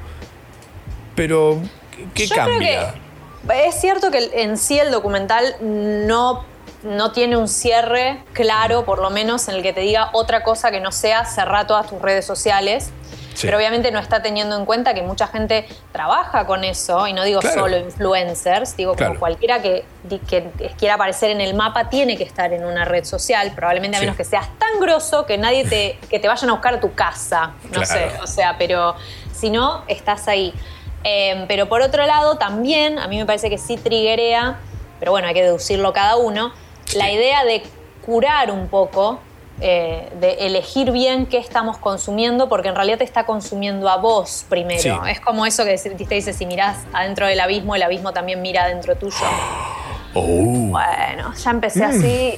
Pero, ¿qué, qué Yo cambia? creo que es cierto que el- en sí el documental no, no tiene un cierre claro, por lo menos, en el que te diga otra cosa que no sea cerrar todas tus redes sociales. Sí. Pero obviamente no está teniendo en cuenta que mucha gente trabaja con eso, y no digo Claro. solo influencers, digo Claro. como cualquiera que, que quiera aparecer en el mapa tiene que estar en una red social, probablemente a Sí. menos que seas tan grosso que nadie te, que te vayan a buscar a tu casa, no Claro. sé, o sea, pero si no, estás ahí. Eh, pero por otro lado, también, a mí me parece que sí triggerea, pero bueno, hay que deducirlo cada uno, la idea de curar un poco, eh, de elegir bien qué estamos consumiendo, porque en realidad te está consumiendo a vos primero. Sí. Es como eso que te dice, si mirás adentro del abismo, el abismo también mira adentro tuyo. Oh. Bueno, ya empecé así.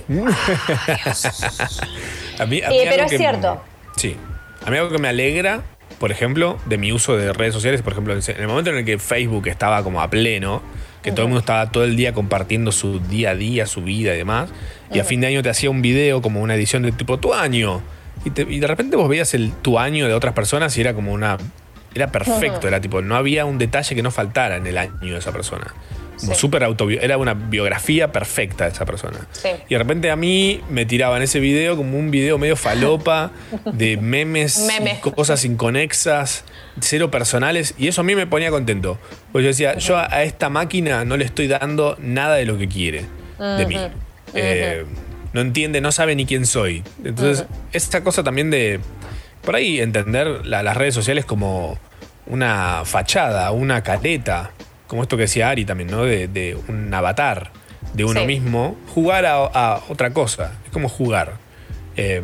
A mí- a mí Eh, algo pero es que- cierto. Sí. A mí algo que me alegra, por ejemplo, de mi uso de redes sociales, por ejemplo, en el momento en el que Facebook estaba como a pleno, que todo el mundo estaba todo el día compartiendo su día a día, su vida y demás, y a Ujú. fin de año te hacía un video como una edición de tipo tu año, y, te- y de repente vos veías el tu año de otras personas y era como una... Era perfecto, Ujú. era tipo, no había un detalle que no faltara en el año de esa persona. Como Sí. súper autobi- Era una biografía perfecta de esa persona. Sí. Y de repente a mí me tiraban ese video como un video medio falopa de memes, Meme. y cosas inconexas, cero personales. Y eso a mí me ponía contento. Porque yo decía, yo a esta máquina no le estoy dando nada de lo que quiere de mí. Ujú. Eh, no entiende, no sabe ni quién soy. Entonces, esta cosa también de, por ahí, entender la- las redes sociales como una fachada, una careta, como esto que decía Ari también, ¿no? De, de un avatar de uno Sí. mismo, jugar a, a otra cosa. Es como jugar. Eh,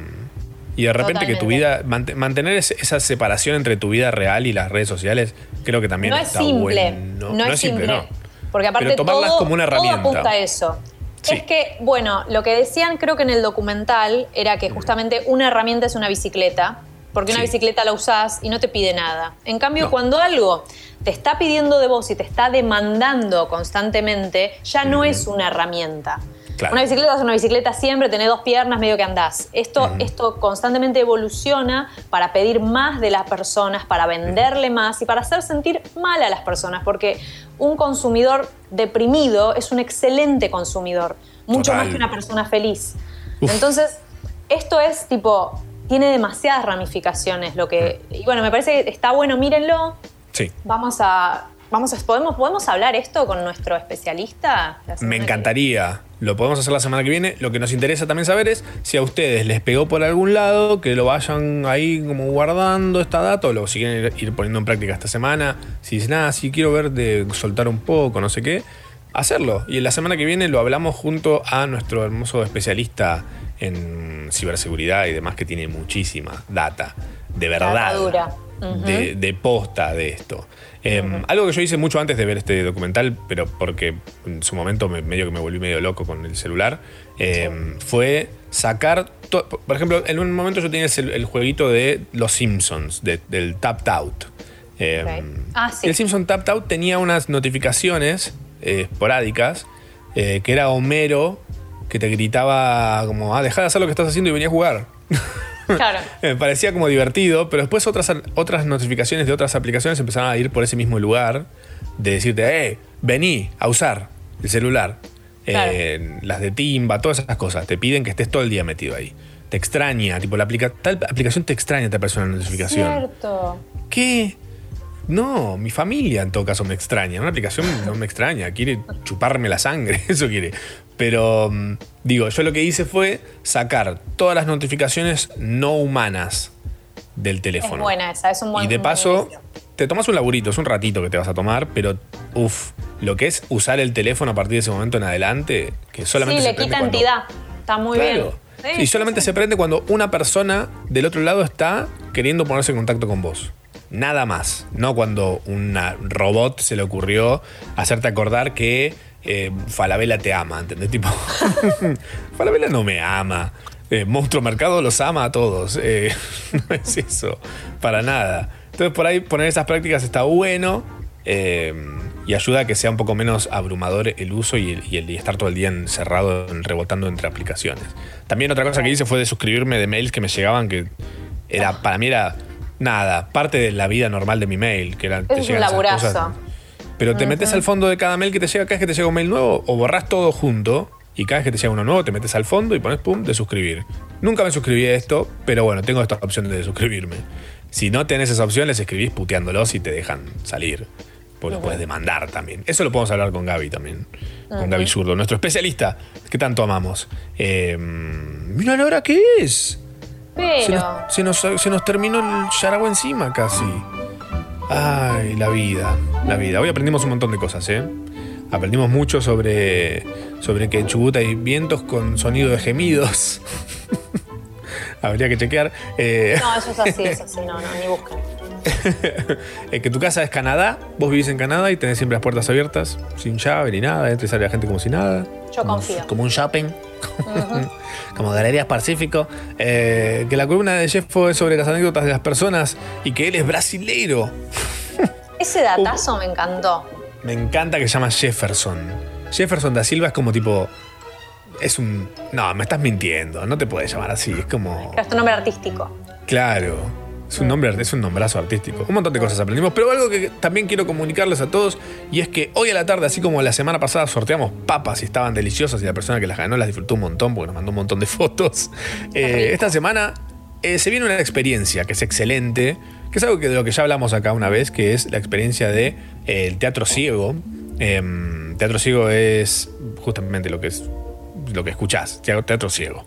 y de repente que tu vida, mant- mantener ese- esa separación entre tu vida real y las redes sociales, creo que también No es está simple. bueno. No, es simple. no. Porque aparte Pero tomarlas todo, como una herramienta. todo apunta a eso. Sí. Es que, bueno, lo que decían creo que en el documental era que justamente una herramienta es una bicicleta, porque una Sí. bicicleta la usás y no te pide nada. En cambio, No. cuando algo te está pidiendo de vos y te está demandando constantemente, ya no es una herramienta. Claro. Una bicicleta es una bicicleta siempre, tenés dos piernas, medio que andás. Esto, esto constantemente evoluciona para pedir más de las personas, para venderle más y para hacer sentir mal a las personas, porque un consumidor deprimido es un excelente consumidor, mucho Total. más que una persona feliz. Entonces, esto es tipo, tiene demasiadas ramificaciones, lo que, y bueno, me parece que está bueno, mírenlo. Sí. Vamos a, vamos a, podemos, podemos hablar esto con nuestro especialista. La semana Me que encantaría. Lo podemos hacer la semana que viene. Lo que nos interesa también saber es si a ustedes les pegó por algún lado, que lo vayan ahí como guardando esta data, o lo si quieren ir, ir poniendo en práctica esta semana. Si dicen, nada, si quiero ver de soltar un poco, no sé qué, hacerlo. Y en la semana que viene lo hablamos junto a nuestro hermoso especialista en ciberseguridad y demás, que tiene muchísima data, de Data verdad. dura. Ujú. de, de posta de esto. Eh, Algo que yo hice mucho antes de ver este documental, pero porque en su momento me, medio que me volví medio loco con el celular, eh, fue sacar... to- por ejemplo, en un momento yo tenía el, cel- el jueguito de Los Simpsons, de- del Tapped Out. Eh, Ah, sí. El Simpson Tapped Out tenía unas notificaciones eh, esporádicas, eh, que era Homero, que te gritaba como, ah, dejá de hacer lo que estás haciendo y venía a jugar. Claro. Me parecía como divertido, pero después otras, otras notificaciones de otras aplicaciones empezaban a ir por ese mismo lugar, de decirte, eh, vení a usar el celular. Claro. Eh, las de Timba, todas esas cosas. Te piden que estés todo el día metido ahí. Te extraña, tipo, la aplica tal aplicación te extraña, te aparece una notificación. Cierto. ¿Qué? No, mi familia en todo caso me extraña. Una aplicación no me extraña, quiere chuparme la sangre, eso quiere. Pero, mm, digo, yo lo que hice fue sacar todas las notificaciones no humanas del Es teléfono. buena esa, es un buen Y de un buen paso, inicio. te tomas un laburito, es un ratito que te vas a tomar, pero uff, lo que es usar el teléfono a partir de ese momento en adelante, que solamente Sí, se le prende quita cuando- entidad. Está muy Claro. bien. Sí, Y solamente se prende cuando una persona del otro lado está queriendo ponerse en contacto con vos. Nada más. No cuando un robot se le ocurrió hacerte acordar que eh, Falabella te ama, ¿entendés? Tipo, Falabella no me ama. Eh, Monstruo Mercado los ama a todos. Eh, no es eso, para nada. Entonces por ahí poner esas prácticas está bueno. eh, y ayuda a que sea un poco menos abrumador el uso y, el, y, el, y estar todo el día encerrado, en, rebotando entre aplicaciones. También otra cosa que hice fue de suscribirme de mails que me llegaban, que era para mí era nada, parte de la vida normal de mi mail, que era, te Es un llegan esas laburazo. cosas. Pero te metes al fondo de cada mail que te llega, cada vez que te llega un mail nuevo, o borrás todo junto, y cada vez que te llega uno nuevo te metes al fondo y pones pum, de suscribir. Nunca me suscribí a esto, pero bueno, tengo esta opción de suscribirme. Si no tenés esa opción, les escribís puteándolos y te dejan salir. Porque los puedes demandar también. Eso lo podemos hablar con Gaby también. Con Ujú. Gaby Zurdo, nuestro especialista, que tanto amamos. Eh, mira la hora que es. Se Pero. nos, se, nos, se nos terminó el yaragua encima casi. Ay, la vida, la vida. Hoy aprendimos un montón de cosas, ¿eh? Aprendimos mucho sobre, sobre que en Chubut hay vientos con sonido de gemidos. Habría que chequear. Eh, No, eso es así, es así, no, no, ni busquen. eh, que tu casa es Canadá, vos vivís en Canadá y tenés siempre las puertas abiertas, sin llave ni nada, entra y sale la gente como si nada. Yo confío. Como un shopping. Como Galerías Pacífico. Eh, que la columna de Jeffo es sobre las anécdotas de las personas y que él es brasileiro. Ese datazo me encantó. Me encanta que se llama Jefferson. Jefferson da Silva es como tipo. Es un. No, me estás mintiendo. No te puedes llamar así. Es como. Pero es tu nombre artístico. Claro. Es un nombre, es un nombrazo artístico. Un montón de cosas aprendimos, pero algo que también quiero comunicarles a todos, y es que hoy a la tarde, así como la semana pasada sorteamos papas y estaban deliciosas y la persona que las ganó las disfrutó un montón porque nos mandó un montón de fotos, eh, esta semana eh, se viene una experiencia que es excelente, que es algo que de lo que ya hablamos acá una vez, que es la experiencia de eh, el teatro ciego. Eh, teatro ciego es justamente lo que es lo que escuchás, teatro ciego.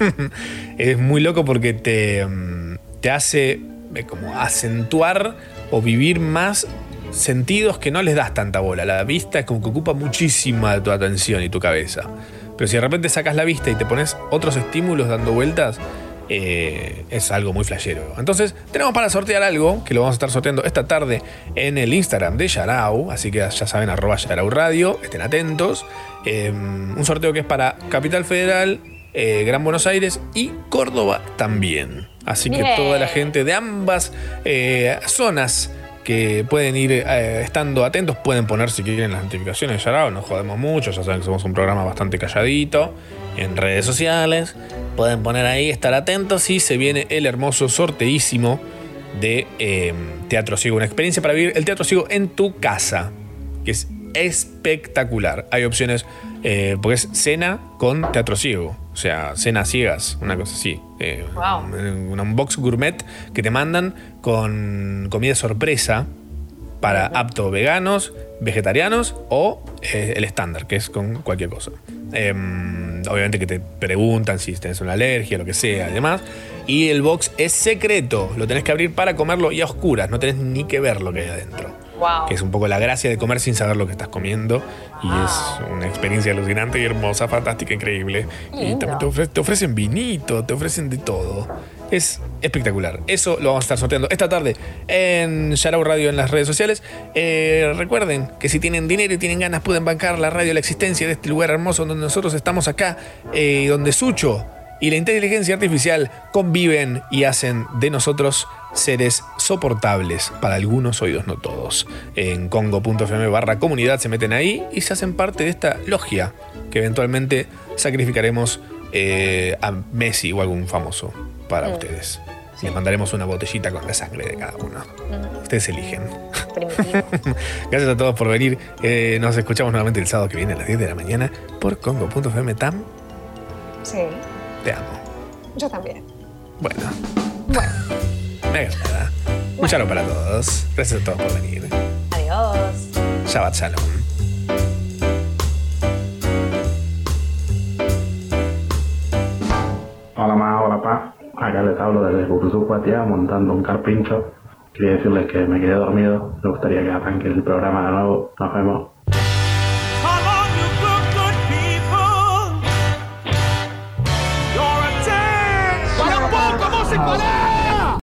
Es muy loco porque te, te hace como acentuar o vivir más sentidos que no les das tanta bola. La vista es como que ocupa muchísima de tu atención y tu cabeza. Pero si de repente sacas la vista y te pones otros estímulos dando vueltas, eh, es algo muy flashero. Entonces tenemos para sortear algo que lo vamos a estar sorteando esta tarde en el Instagram de Yarao, así que ya saben, arroba Yarao Radio, estén atentos. Eh, un sorteo que es para Capital Federal, eh, Gran Buenos Aires y Córdoba también. Así que Bien. toda la gente de ambas eh, zonas que pueden ir eh, estando atentos, pueden poner si quieren las notificaciones de Yarao, no jodemos mucho, ya saben que somos un programa bastante calladito en redes sociales, pueden poner ahí, estar atentos y se viene el hermoso sorteísimo de eh, Teatro Ciego, una experiencia para vivir el Teatro Ciego en tu casa, que es espectacular. Hay opciones, eh, porque es cena con Teatro Ciego, o sea, cena ciegas, una cosa así. Eh, Wow. un, un box gourmet que te mandan con comida sorpresa para apto veganos, vegetarianos o eh, el estándar, que es con cualquier cosa. Eh, obviamente que te preguntan si tenés una alergia, lo que sea y demás. Y el box es secreto, lo tenés que abrir para comerlo y a oscuras, no tenés ni que ver lo que hay adentro. Wow. Que es un poco la gracia de comer sin saber lo que estás comiendo. Y Wow. es una experiencia alucinante y hermosa, fantástica, increíble. Y Lindo. también te, ofre- te ofrecen vinito, te ofrecen de todo. Es espectacular. Eso lo vamos a estar sorteando esta tarde en Yarao Radio en las redes sociales. Eh, recuerden que si tienen dinero y tienen ganas pueden bancar la radio, la existencia de este lugar hermoso donde nosotros estamos acá, eh, donde Sucho y la inteligencia artificial conviven y hacen de nosotros seres soportables para algunos oídos, no todos. En congo.fm barra comunidad se meten ahí y se hacen parte de esta logia que eventualmente sacrificaremos eh, a Messi o algún famoso para Mm. ustedes. Les mandaremos una botellita con la sangre de cada uno. Mm, Ustedes eligen. primitivo. Gracias a todos por venir. Eh, nos escuchamos nuevamente el sábado que viene a las diez de la mañana por congo.fm. Tam, Sí, te amo. yo también. Bueno, Bueno, me agrada. Un saludo para todos. Gracias a todos por venir. adiós. Shabbat Shalom. Hola ma, hola pa. Acá les hablo desde Curuzú, Cuatía, montando un carpincho. Quería decirles que me quedé dormido. Me gustaría que arranque el programa de nuevo. Nos vemos. ¡Para un poco, músico!